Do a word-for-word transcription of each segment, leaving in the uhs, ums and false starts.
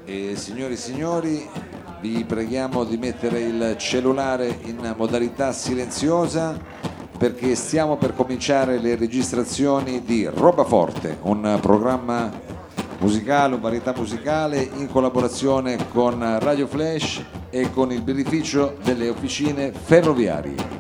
E signori e signori, vi preghiamo di mettere il cellulare in modalità silenziosa perché stiamo per cominciare le registrazioni di Roba Forte, un programma musicale, una varietà musicale in collaborazione con Radio Flash e con il birrificio delle officine ferroviarie.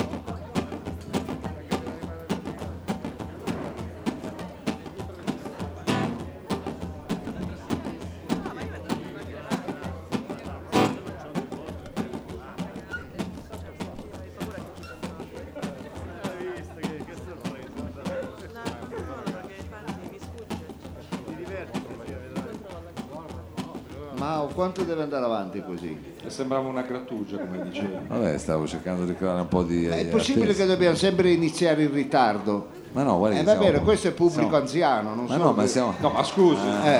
Quanto deve andare avanti così? Sembrava una grattugia, come dicevi. Vabbè, stavo cercando di creare un po' di... È possibile attesa. Che dobbiamo sempre iniziare in ritardo? Ma no, guarda, eh, va bene, questo è pubblico siamo... anziano, non ma so. No, ma siamo... no, ma scusi. Eh.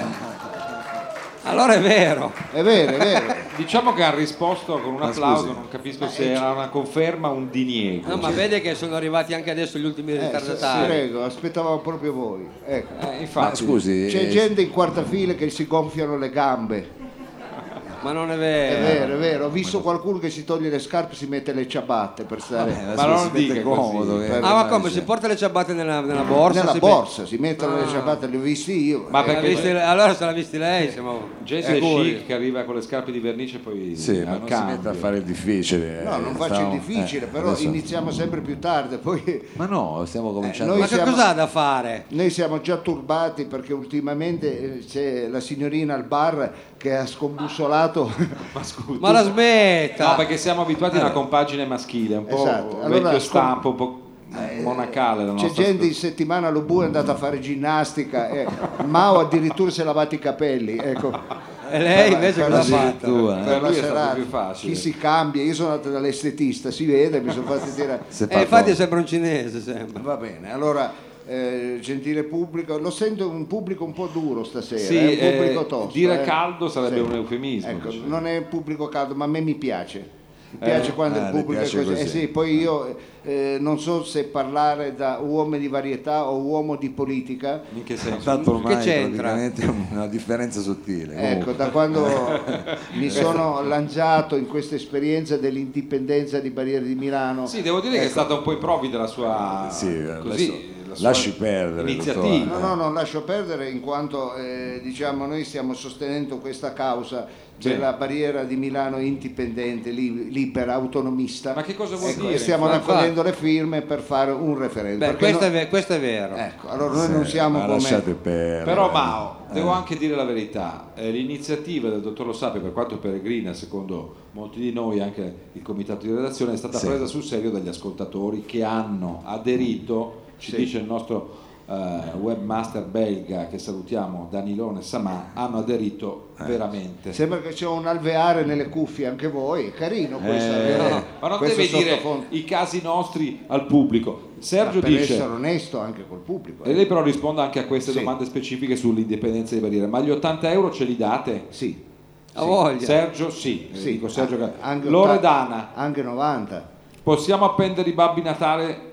Allora è vero. È vero, è vero. Diciamo che ha risposto con un ma applauso, scusi. Non capisco se era una conferma o un diniego. No, ma vede che sono arrivati anche adesso gli ultimi eh, ritardatari. Prego, aspettavamo proprio voi. Ecco. Eh, infatti. Ma scusi, c'è eh... gente in quarta fila che si gonfiano le gambe. Ma non è vero. È vero, è vero. Ho visto qualcuno che si toglie le scarpe e si mette le ciabatte per stare. Vabbè, ma non dica comodo. Così. Che... Ah, ma come? Si porta le ciabatte nella, nella borsa? Nella si borsa, met... si mettono ah. le ciabatte, le ho visti io. Ma perché visti... allora se l'ha visti lei? Siamo... Jesse è chic che arriva con le scarpe di vernice e poi. Sì, ma non cambio. Si mette a fare il difficile. No, non faccio Stavo... il difficile, eh, però adesso... iniziamo sempre più tardi. Poi... Ma no, stiamo cominciando. Eh, ma siamo... che cos'ha da fare? Noi siamo già turbati perché ultimamente c'è la signorina al bar che ha scombussolato. Ma scusi. Ma la smetta! No, perché siamo abituati a una compagine maschile, un po' esatto. vecchio Allora, stampo, un po' monacale. La c'è gente storia. In settimana lo bu è andata a fare ginnastica e Mao addirittura si è lavato i capelli, ecco. E lei invece cosa ha fatto? Tua, per eh. la lui è serata, stato più facile. chi si cambia? Io sono andato dall'estetista, si vede, mi sono fatto dire eh, infatti sembra un cinese, sembra. Va bene, allora eh, gentile pubblico, lo sento un pubblico un po' duro stasera, sì, è un pubblico eh, tosto, dire eh. caldo sarebbe sì. un eufemismo, ecco, diciamo. non è un pubblico caldo, ma a me mi piace. Mi piace eh, quando ah, il pubblico è così. così. Eh sì, poi io eh, non so se parlare da uomo di varietà o uomo di politica. In che senso? Tanto ormai che c'entra? praticamente è una differenza sottile. Ecco, Comunque. da quando mi sono lanciato in questa esperienza dell'indipendenza di Barriere di Milano. Sì, devo dire ecco. che è stata un po' improvvida la sua, sì, così, adesso, la sua lasci perdere iniziativa. No, no, non lascio perdere in quanto eh, diciamo noi stiamo sostenendo questa causa della Barriera di Milano indipendente, li, libera, autonomista. Ma che cosa vuol ecco, dire? E stiamo Ma raccogliendo le firme per fare un referendum. Beh, questo, no... è ver- questo è vero. Ecco, allora noi sì, non siamo ma come... lasciate perdere. Però Mao, eh. devo anche dire la verità, eh, l'iniziativa del dottor Lo Sapio, per quanto peregrina, secondo molti di noi, anche il comitato di redazione, è stata sì. presa sul serio dagli ascoltatori che hanno aderito, ci sì. dice il nostro Uh, webmaster belga che salutiamo, Danilone Samà, hanno aderito eh. veramente. Sembra che c'è un alveare nelle cuffie, anche voi, è carino questo eh, alveare, no, ma non questo deve dire sottofondo. I casi nostri al pubblico. Sergio per dice, essere onesto anche col pubblico. e lei però risponda anche a queste sì. domande specifiche sull'indipendenza di Barriere, ma gli ottanta euro ce li date? Sì. A sì. voglia. Sergio sì, Sì. dico Sergio che... Anche Loredana, anche novanta. possiamo appendere i babbi Natale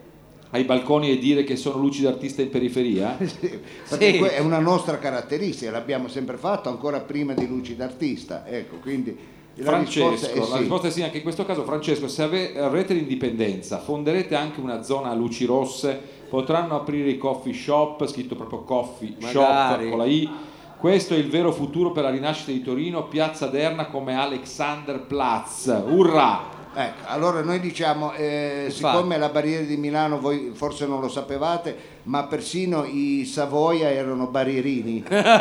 ai balconi e dire che sono luci d'artista in periferia? Sì, perché Sì. è una nostra caratteristica, l'abbiamo sempre fatto ancora prima di luci d'artista, ecco, quindi la Francesco, risposta è la sì. risposta è sì, anche in questo caso. Francesco, se ave- avrete l'indipendenza, fonderete anche una zona a luci rosse, potranno aprire i coffee shop, scritto proprio coffee Magari. shop con la I. Questo è il vero futuro per la rinascita di Torino, Piazza Derna come Alexanderplatz, urrà! Ecco, allora noi diciamo, eh, siccome la Barriera di Milano, voi forse non lo sapevate, ma persino i Savoia erano barrierini.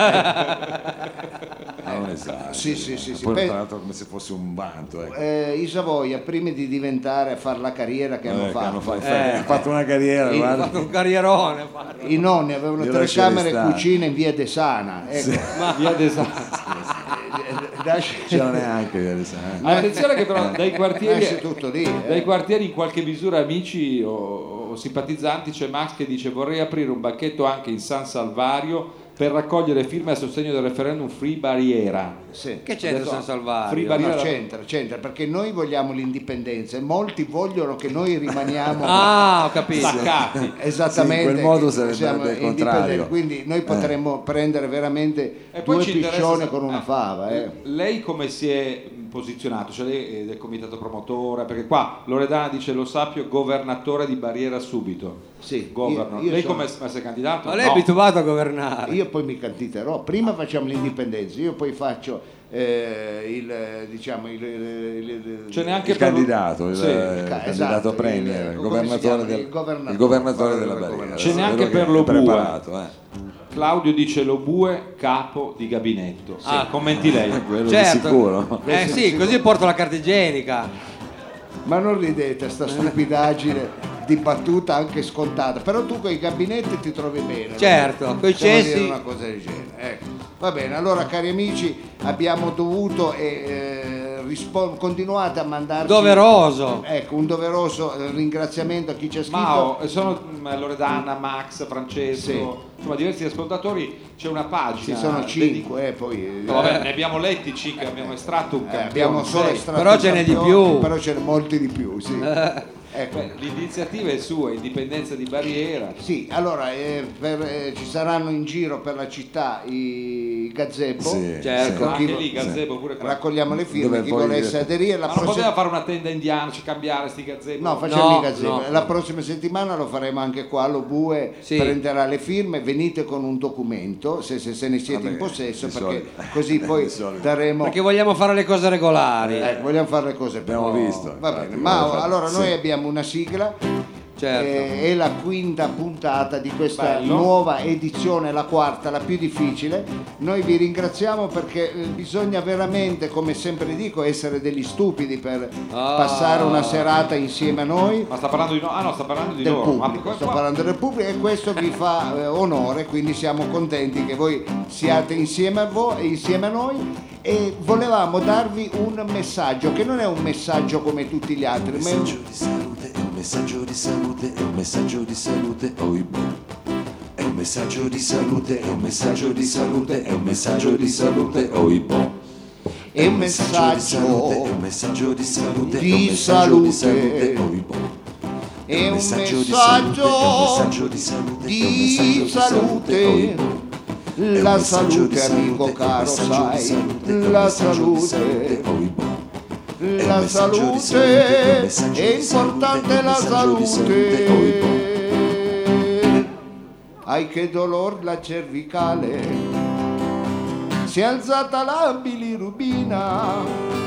Non esatto. Sì, sì, sì, sì. Poi Beh, tra l'altro come se fosse un vanto. Ecco. Eh, i Savoia, prima di diventare a fare la carriera che Eh, hanno che fatto, hanno fatto, Eh. hanno fatto una carriera, Sì, Ha guarda. fatto un carrierone. Farlo. i nonni avevano Io tre lascio camere e restare. cucine in via De Sana. Ecco. Ma via d'esatto. C'era neanche via di San- Attenzione che però dai quartieri, Nasce tutto lì, eh. dai quartieri in qualche misura amici o, o simpatizzanti c'è Max che dice vorrei aprire un banchetto anche in San Salvario per raccogliere firme a sostegno del referendum Free Barriera. Sì. Che c'entra San Salvario? Free No, Barriera- c'entra, c'entra, perché noi vogliamo l'indipendenza e molti vogliono che noi rimaniamo Ah, ho capito. staccati. esattamente, Sì, in quel modo che sarebbe siamo il indipendenti. contrario. Quindi noi potremmo prendere veramente E poi due ci interessa piccioni sa- con una eh, fava. Eh. Lei come si è posizionato? Cioè lei è del comitato promotore? Perché qua Loredana dice lo sappio governatore di Barriera subito. Sì, Governor. io- io lei sono- come ma sei candidato? Ma lei è No. abituato a governare. Io poi mi candiderò, prima facciamo l'indipendenza, io poi faccio eh, il eh, diciamo il, il, il- Cioè neanche Il per- candidato, il, Sì. il Ca- candidato esatto, premier, il- il come si governatore, chiama? del, Il governatore. il governatore Il della governatore. Barriera. C'è neanche Vedo che per è lo bue. preparato, eh. Claudio dice lo bue capo di gabinetto. Sì, Ah. commenti lei. Quello Certo. di sicuro. Eh sì, così porto la carta igienica. Ma non ridete, sta stupidaggine di battuta anche scontata, però tu con i gabinetti ti trovi bene. Certo, no? coi Possiamo cessi. dire una cosa del genere. Ecco. Va bene, allora cari amici, abbiamo dovuto e eh, rispo- continuate a mandarci Doveroso. Ecco, un doveroso eh, ringraziamento a chi ci ha scritto. Mao, e sono mm, Loredana, Max, Francesco, Sì. insomma diversi ascoltatori, c'è una pagina. Ci sono dedica- cinque, eh, poi eh, No, vabbè, ne abbiamo letti cinque, abbiamo estratto un eh, campione. abbiamo solo sei. estratto Però i ce n'è di campioni, più. Però ce n'è molti di più, sì. Ecco. Beh, l'iniziativa è sua, indipendenza di Barriera. Sì, allora eh, per, eh, ci saranno in giro per la città i gazebo. Sì, Certo. sì. Anche chi- lì, gazebo pure qua. Raccogliamo le firme, Dove chi poi- volesse aderire. La Ma non prossima- poteva fare una tenda indiana, cioè cambiare sti gazebo? No, facciamo No, i gazebo. no. La prossima settimana lo faremo anche qua. Lo Bue Sì. prenderà le firme. Venite con un documento se, se, se ne siete Vabbè, in possesso, di perché solito. così poi Di solito. daremo. Perché vogliamo fare le cose regolari. Ecco, vogliamo fare le cose per Abbiamo noi. visto, Va infatti, bene, ma voglio fare- allora noi sì. abbiamo una sigla. Certo. Eh, è la quinta puntata di questa Bello. nuova edizione, la quarta, la più difficile. Noi vi ringraziamo perché eh, bisogna veramente, come sempre dico, essere degli stupidi per Ah. passare una serata insieme a noi. Ma sta parlando di no? Ah no, sta parlando di Del loro. Ma pubblico, qua- sto qua- parlando del pubblico e questo vi fa eh, onore, quindi siamo contenti che voi siate insieme a voi, insieme a noi e volevamo darvi un messaggio che non è un messaggio come tutti gli altri, ma è un, Messaggio di salute, è un messaggio di salute, è un messaggio di salute, oibò. È un messaggio di salute, è un messaggio di salute, è un messaggio di salute, oibò. è un di salute, è un messaggio messaggio di salute, è di un messaggio di salute. salute, oibò. è un messaggio di messaggio salute, è un messaggio di salute, è un di messaggio di salute, salute. oibò. È un La messaggio di salute, amico salute, è un caro, messaggio di sai, salute, è un la messaggio di salute, oibò. È un la messaggio di salute, salute, è un messaggio è di salute, importante è un la messaggio di salute, salute. Ai che dolor la cervicale, si è alzata la bilirubina,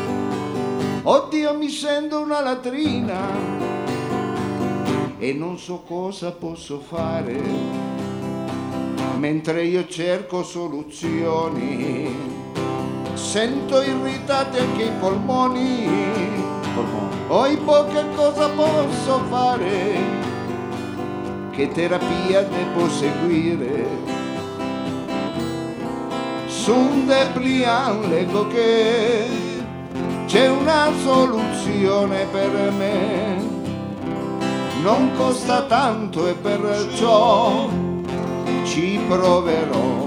oddio mi sento una latrina e non so cosa posso fare, mentre io cerco soluzioni, sento irritati anche i polmoni, oi poche cosa posso fare, che terapia devo seguire, sun depliant leggo che c'è una soluzione per me, non costa tanto e perciò ci proverò.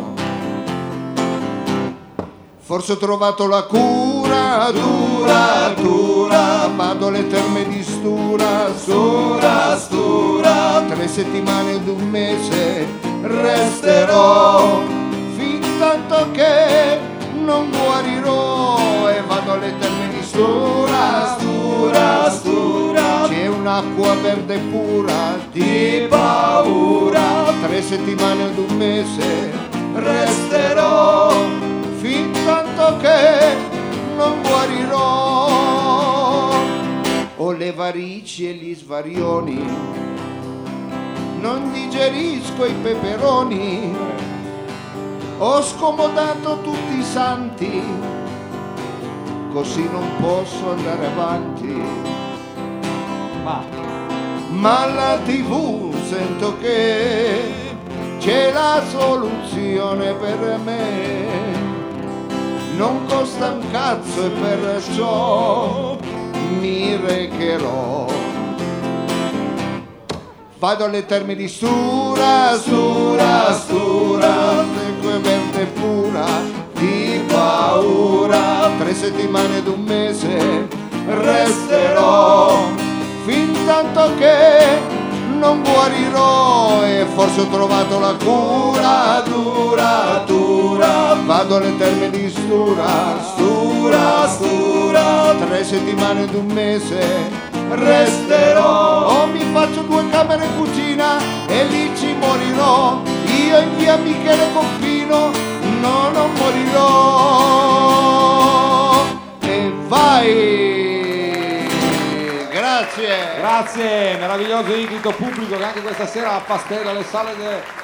Forse ho trovato la cura, dura, dura, vado alle terme di Stura, Stura, Stura, tre settimane ed un mese resterò, fin tanto che non guarirò e vado alle terme di Stura, Stura, Stura, c'è un'acqua verde pura di paura, tre settimane ed un mese resterò, fin tanto che non guarirò. Ho le varici e gli svarioni, non digerisco i peperoni, ho scomodato tutti i santi, così non posso andare avanti. Ma Ma alla tivù sento che c'è la soluzione per me, non costa un cazzo e perciò mi recherò. Vado alle terme di Stura, Stura, Stura, seguo settimane ed un mese resterò, fin tanto che non guarirò e forse ho trovato la cura, dura, dura, vado alle terme di Stura, Stura, Stura, tre settimane ed un mese resterò, o mi faccio due camere in cucina e lì ci morirò, io in via Michele Coppino no, non morirò, e vai! Grazie. Grazie, meraviglioso Inquito pubblico che anche questa sera appastella le sale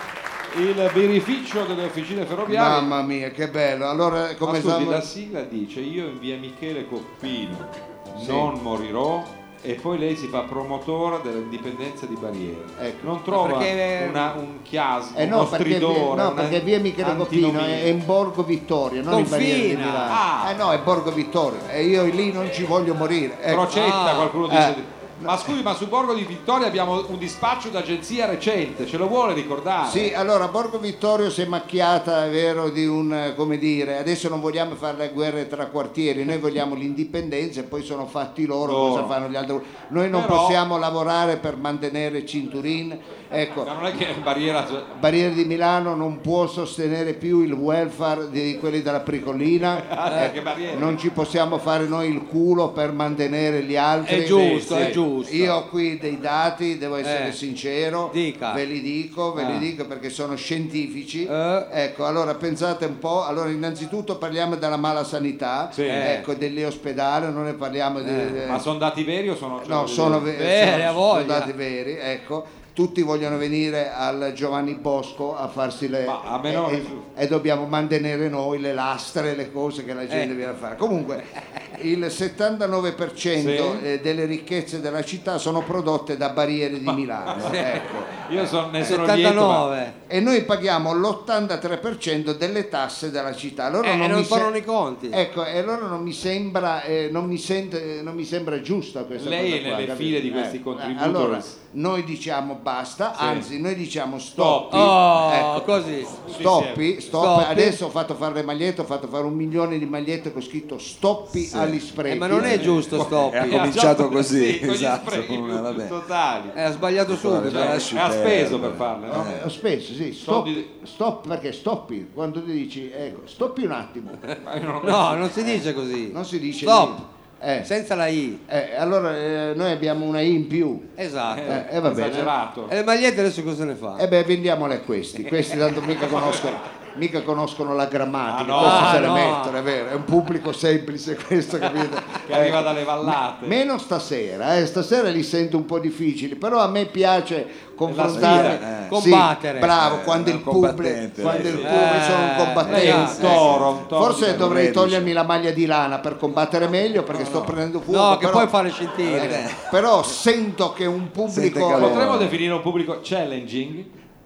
del birrificio delle officine ferroviarie. Mamma mia, che bello. Allora, come Ma scusi, siamo- la sigla dice io in via Michele Coppino Sì. non morirò e poi lei si fa promotore dell'indipendenza di Barriere. Ecco. Non trova perché- una- un chiasmo, Eh no, uno perché, stridore, no, una perché via Michele Coppino antinomia. è in Borgo Vittorio, non in Barriere di Confina. Milano. Ah. Eh no, è Borgo Vittorio e io lì non ci voglio morire. Ecco. Crocetta, Ah. qualcuno dice. Eh. Ma scusi, ma su Borgo di Vittoria abbiamo un dispaccio d'agenzia recente, ce lo vuole ricordare? Sì, allora Borgo Vittorio si è macchiata, è vero, di un, eh, come dire, adesso non vogliamo fare le guerre tra quartieri, noi vogliamo l'indipendenza e poi sono fatti loro, Loro. cosa fanno gli altri. Noi non Però- possiamo lavorare per mantenere Cinturin, ecco. Ma non è che Barriera. Barriere di Milano non può sostenere più il welfare di quelli della Pricolina, Ah, eh, che Barriere. non ci possiamo fare noi il culo per mantenere gli altri. È giusto, sì. è giusto. Io ho qui dei dati, devo essere Eh. sincero, Dica. ve li dico, ve Ah. li dico perché sono scientifici. Eh. Ecco, allora pensate un po', allora innanzitutto parliamo della mala sanità, Sì. ecco, degli ospedali, non ne parliamo di... Ma sono dati veri o sono. No, sono, ve- Veri, sono- a sono voglia. dati veri, ecco. Tutti vogliono venire al Giovanni Bosco a farsi le... Ma a me no, e, Gesù. e dobbiamo mantenere noi le lastre, le cose che la gente Eh. viene a fare. Comunque, il settantanove per cento Sì. eh, delle ricchezze della città sono prodotte da Barriere di Milano. Ecco. Io son- ne sono lieto. Ma... settantanove. E noi paghiamo l'ottantatré per cento delle tasse della città. Allora Eh, non, non mi tornano i conti. Ecco, e allora non mi sembra, eh, non mi sente, non mi sembra giusta questa Lei cosa è qua, nelle capito? file di questi Eh, contributori. Allora, noi diciamo basta, Sì. anzi noi diciamo stop. Stop. Oh, Ecco. così. Stoppi, stop. Stoppi. Adesso ho fatto fare le magliette, ho fatto fare un milione di magliette con scritto stoppi agli sprechi. Eh, ma non è giusto, stop. Ha Eh, cominciato già- così, sì, con gli esatto, sprechi con una- vabbè. totali. Eh, ha sbagliato subito. Guarda, eh. lasci E ha speso perdere. per farle, no? Eh, ho speso, sì, stop, Soldi- stop perché stoppi, quando ti dici, ecco, stoppi un attimo, Ma io non ho No, non si dice così. non si dice Stop. niente. Eh, Senza la I. eh, allora eh, noi abbiamo una I in più, Esatto. eh, eh, va bene. esagerato. E le magliette adesso cosa ne fa? E beh, vendiamole a questi, questi tanto mica conoscono, mica conoscono la grammatica, Ah, no. questi se Ah, le no. mettono, è vero, è un pubblico semplice questo, capito? Che arriva Ecco. dalle vallate. Meno stasera, eh, stasera li sento un po' difficili, però a me piace confrontare, sfida, eh. Sì, Combattere. bravo, Eh, quando è il un pubblico, combattente, quando lei, il sì. pubblico sono un Eh, combattente. Lei è un Esatto. toro, un toro. Forse di- dovrei reduce. togliermi la maglia di lana per combattere meglio perché sto prendendo fuoco. No, che però, poi fa le scintille. eh, però sento che un Sente pubblico calore. Potremmo definire un pubblico challenging?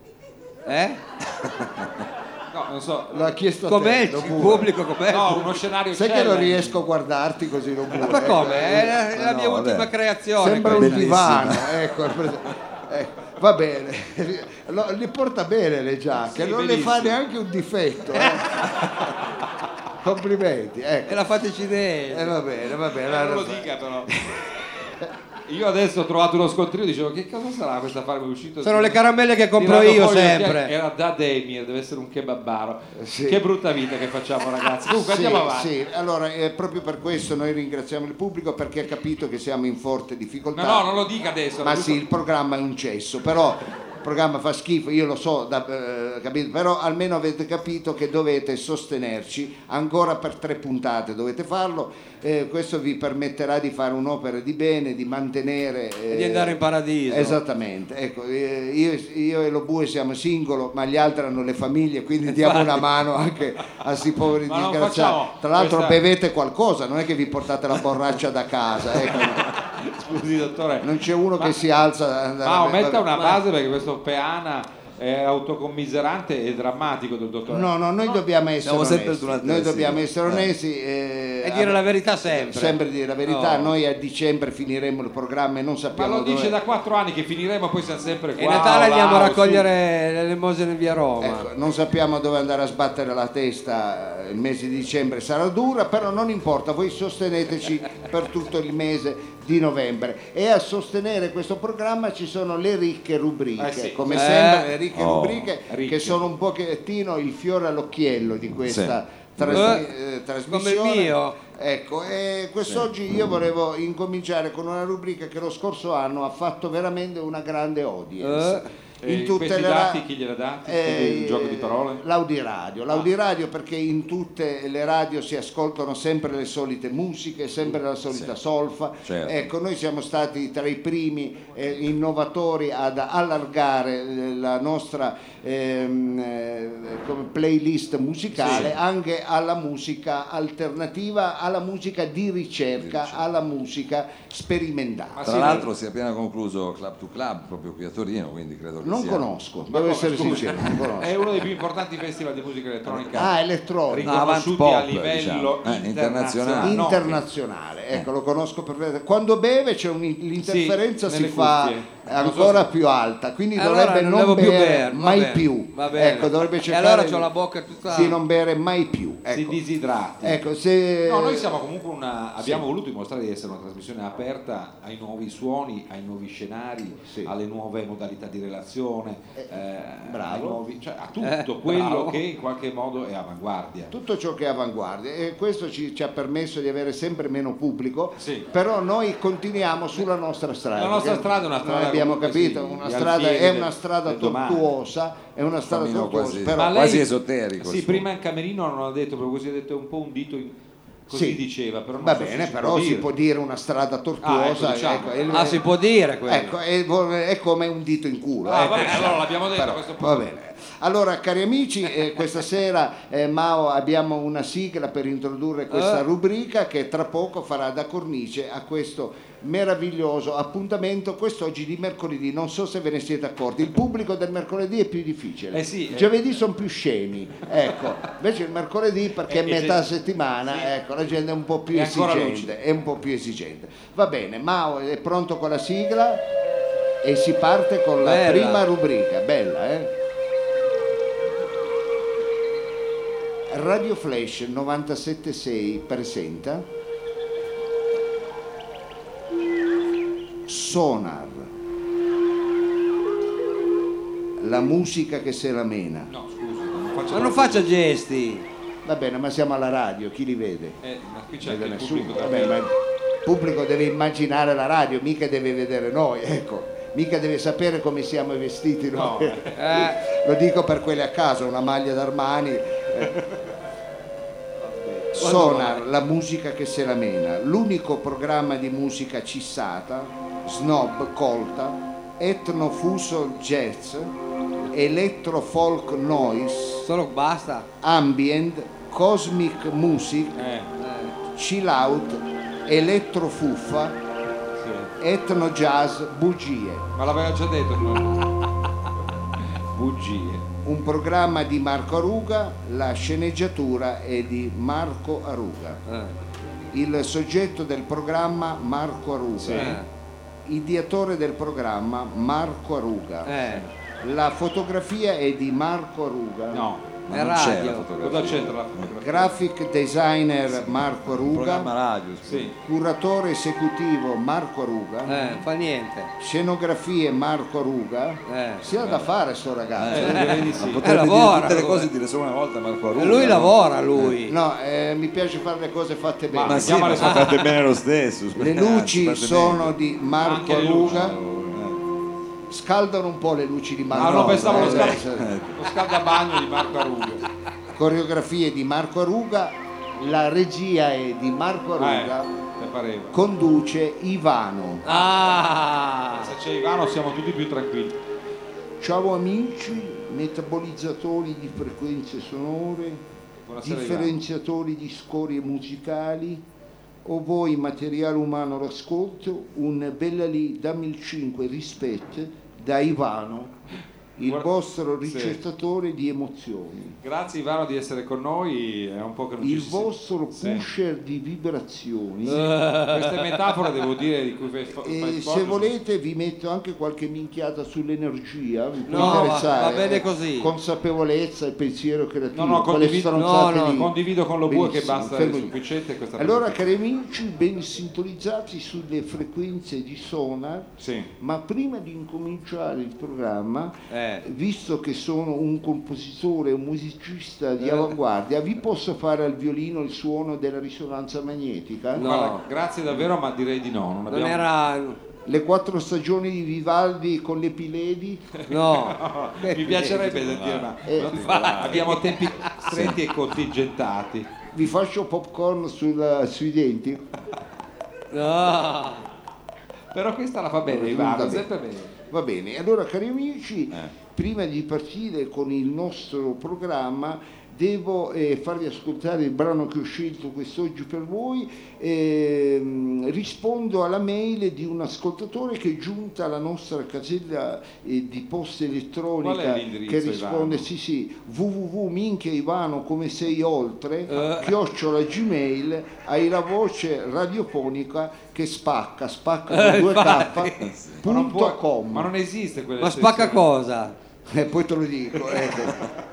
Eh? No, non so. l'ha chiesto a Com'è te, il lo pure. pubblico? Com'è? No, uno scenario Sai che challenge. non riesco a guardarti così lo pure. Ma come? È ecco. la, la no, mia vabbè. ultima creazione. Sembra un questa. Bellissima. divano, ecco, il pres- ecco, va bene, Lo- li porta bene le giacche, Sì, non le fa benissimo. neanche un difetto. eh. Complimenti, E ecco. la fate cinese. Eh, va bene, va bene. Eh, non lo allora- dica però. Io adesso ho trovato uno scontrino, dicevo che cosa sarà questa farma uscito? Sono le caramelle che compro Tirando io fuori le sempre. occhiali, Era da Demir, deve essere un kebabaro. Sì. Che brutta vita che facciamo ragazzi. Comunque Sì, andiamo avanti. sì, allora eh, proprio per questo noi ringraziamo il pubblico perché ha capito che siamo in forte difficoltà. No, no, non lo dica adesso. Ma lo sì, dico- il programma è un cesso, però il programma fa schifo, io lo so, da, eh, capito? Però almeno avete capito che dovete sostenerci ancora per tre puntate, dovete farlo, eh, questo vi permetterà di fare un'opera di bene, di mantenere... E di andare in paradiso. Esattamente, ecco, eh, io, io e lo Bue siamo singolo, ma gli altri hanno le famiglie, quindi diamo una mano anche a questi poveri Ma non disgraziati. facciamo Tra l'altro questa- bevete qualcosa, non è che vi portate la borraccia da casa, ecco. Scusi dottore. Non c'è uno Ma- che si alza ad andare Ma a ometta vabbè. una base perché questo Peana è autocommiserante e drammatico del dottor. No, no, noi dobbiamo essere Siamo sempre onesti. durante Noi la dobbiamo sigla. essere Eh. onesti eh, E dire la verità sempre. sempre dire la verità. Oh. Noi a dicembre finiremo il programma e non Ma sappiamo lo dice dove. da quattro anni che finiremo, poi siamo sempre qua. E Natale o là, andiamo a o raccogliere le elemosine in via Roma. Ecco, non sappiamo dove andare a sbattere la testa, il mese di dicembre sarà dura, però non importa, voi sosteneteci per tutto il mese di novembre. E a sostenere questo programma ci sono le ricche rubriche, Eh sì. come Eh. sempre le ricche Oh, rubriche ricche. che sono un pochettino il fiore all'occhiello di questa trasmi- Eh, eh, trasmissione. come il mio. Ecco, e quest'oggi io volevo incominciare con una rubrica che lo scorso anno ha fatto veramente una grande audience. Eh. E questi ra- dati chi gliel'ha dati? Quindi il gioco di parole? L'Audiradio, l'Audiradio perché in tutte le radio si ascoltano sempre le solite musiche, sempre la solita solfa. certo. Ecco, noi siamo stati tra i primi eh, innovatori ad allargare eh, la nostra ehm, eh, come playlist musicale Sì. anche alla musica alternativa, alla musica di ricerca, alla musica sperimentale. Ma Tra sì, l'altro si è appena concluso Club to Club proprio qui a Torino, quindi credo che Non sia... conosco, Ma devo come, essere scusi? sincero, non conosco. È uno dei più importanti festival di musica elettronica Ah, elettronico. riconosciuti Avant a pop, livello diciamo. Eh, internazionale. internazionale. No, Internazionale, ecco, lo conosco perfettamente. Quando beve c'è un, l'interferenza Sì, si nelle fa cuffie. ancora Non so se- più alta, quindi Allora dovrebbe non non, devo più bere bere, va mai bene, più. va bene. Ecco, dovrebbe E cercare allora di- c'ho la bocca tutta- di non bere mai più. si Ecco, disidrati. ecco se No, noi siamo comunque una. Abbiamo voluto dimostrare di essere una trasmissione aperta ai nuovi suoni, ai nuovi scenari, Sì. alle nuove modalità di relazione, eh, bravo. ai nuovi- cioè a tutto Eh, quello bravo. che in qualche modo è avanguardia. tutto ciò che è avanguardia e questo ci, ci ha permesso di avere sempre meno pubblico, Sì. però noi continuiamo sulla nostra strada. La nostra perché strada è una strada noi abbiamo comunque, capito, sì, una di strada, alfieri è del- una strada del domani. tortuosa, è una strada cammino tortuosa, quasi- però Ma lei- quasi esoterico, Sì, insomma. prima in camerino non ha detto, proprio così ha detto un po' un dito in- così Sì. diceva, però non va so se bene, si però può si dire. può dire una strada tortuosa, Ah, ecco, diciamo. ecco, il- Ah, si può dire quello. ecco, è, è come un dito in culo. Ah, ecco, va bene, diciamo. allora l'abbiamo detto Però, a questo punto. va bene. Allora, cari amici, eh, questa sera eh, Mao abbiamo una sigla per introdurre questa Eh. rubrica che tra poco farà da cornice a questo meraviglioso appuntamento quest'oggi di mercoledì. Non so se ve ne siete accorti, il pubblico del mercoledì è più difficile. Eh sì, il eh. giovedì sono più scemi, ecco. Invece il mercoledì perché è Eh, eh, metà sì. settimana, ecco, la gente è un po' più È ancora esigente, lucida. è un po' più esigente. Va bene, Mao è pronto con la sigla e si parte con la Bella. prima rubrica, bella, eh? Radio Flash novantasette sei presenta Sonar, la musica che se la mena. No, scusi, non faccia Ma non faccia gesti. Va bene, ma siamo alla radio, chi li vede? Eh, ma qui c'è Vede anche il nessuno. pubblico da Vabbè, ma il pubblico deve immaginare la radio, mica deve vedere noi, ecco. Mica deve sapere come siamo vestiti No, noi. Eh, Lo dico per quelli a casa, una maglia d'Armani. eh. Sonar, la musica che se la mena, l'unico programma di musica cissata, snob, colta, etnofuso jazz, electro folk noise, solo basta. ambient, cosmic music, Eh, chill out, elettrofuffa, sì. etno jazz, bugie. Ma l'aveva già detto. Bugie. Un programma di Marco Aruga, la sceneggiatura è di Marco Aruga. Eh, Il soggetto del programma Marco Aruga, Sì. eh, ideatore del programma Marco Aruga. eh. La fotografia è di Marco Aruga. No. Ma È non c'è radio. la fotografia. Cosa c'entra la fotografia? Graphic designer Marco Programma Aruga. radio, scusa. Sì. Curatore esecutivo Marco Aruga. Eh, fa niente. Scenografie Marco Aruga. Eh. Si ha da fare sto ragazzo. Eh, eh. direi di Ma sì. potrebbe Eh, dire lavora, tutte le lui. cose dire solo una volta Marco Aruga. E lui no? lavora, lui. No, eh, mi piace fare le cose fatte bene. Ma sì, Chiamale ma sono sopra. fatte bene lo stesso. Le anzi, luci fatte sono meglio. di Marco Anche le luci. Aruga. Scaldano un po' le luci di Marco Ah, no, Aruga. pensavo lo, eh, scal- eh, lo scaldabagno di Marco Aruga. Coreografie di Marco Aruga, la regia è di Marco Aruga, Eh, te pareva. conduce Ivano. Ah, Se c'è Ivano siamo tutti più tranquilli. Ciao amici, metabolizzatori di frequenze sonore, Buonasera differenziatori di scorie musicali, o voi materiale umano all'ascolto, un bella lì, dammi il cinque, rispetto, da Ivano, il Guarda- vostro sì. ricettatore di emozioni, Grazie Ivano di essere con noi, è un po' che non il ci si- vostro Sì. pusher di vibrazioni. Queste metafore devo dire di cui fai, fai E sport se volete vi metto anche qualche minchiata sull'energia, vi può No, interessare. va bene eh, così. Consapevolezza e pensiero creativo. No, no, quelle condivido- stronzate no, no, lì. condivido con lo bue che Benissimo, basta, è fermo lì. sufficiente questa Allora, presentazione. cari amici, ben sintonizzati sulle frequenze di Sonar, Sì. ma prima di incominciare il programma, Eh. visto che sono un compositore, un musicista di Eh. avanguardia, vi posso fare al violino il suono della risonanza magnetica? No. Guarda, grazie davvero, ma direi di no. Non Non abbiamo... era... Le quattro stagioni di Vivaldi con l'Epiledi? No. Mi piacerebbe sentire, ma Eh. abbiamo tempi stretti e contingentati. Vi faccio popcorn sul- sui denti? No. Però questa la fa bene Va Ivano, bene. sempre bene. Va bene, allora cari amici, prima di partire con il nostro programma devo eh, farvi ascoltare il brano che ho scelto quest'oggi per voi. Ehm, rispondo alla mail di un ascoltatore che è giunta alla nostra casella eh, di posta elettronica. Qual è l'indirizzo, che risponde Ivano? sì sì www minchia Ivano come sei oltre Eh. chiocciola gmail, hai la voce radiofonica che spacca spacca con due k Ma non, punto può- com. ma non esiste quella Ma spacca cosa? Eh, poi te lo dico, ecco.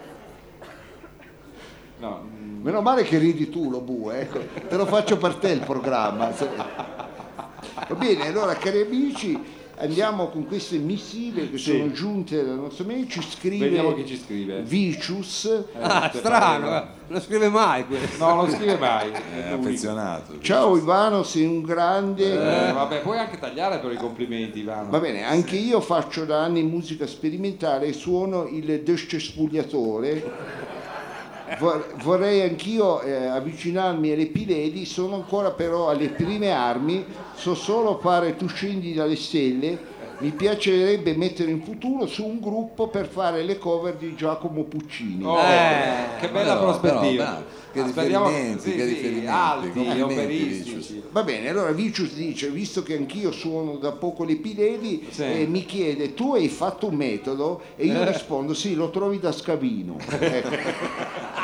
No, mm, Meno male che ridi tu, lo bue, ecco. Te lo faccio per te il programma. Va bene, allora cari amici, andiamo con queste missive che Sì. sono giunte dalla nostra mail. Ci scrive Vediamo chi ci scrive. Vicius. Eh, Ah, te strano, pareva. eh. non scrive mai questo. No, non scrive mai. È affezionato. Ciao Ivano, sei un grande. Eh, vabbè, puoi anche tagliare per i complimenti Ivano. Va bene, anche io faccio da anni musica sperimentale e suono il descespugliatore. Vor- Vorrei anch'io eh, avvicinarmi alle Piledi, sono ancora però alle prime armi, so solo fare Tu scendi dalle stelle. Mi piacerebbe mettere in futuro su un gruppo per fare le cover di Giacomo Puccini. Oh, Eh, che bella però, prospettiva. però, bravo. Che Ah, speriamo- riferimenti, sì, che sì, riferimenti, alti, complimenti, operistici. Vicius. Va bene, allora Vicius dice, visto che anch'io suono da poco le Piledi, Sì. eh, mi chiede, tu hai fatto un metodo? E io rispondo, sì, lo trovi da Scavino. Ecco.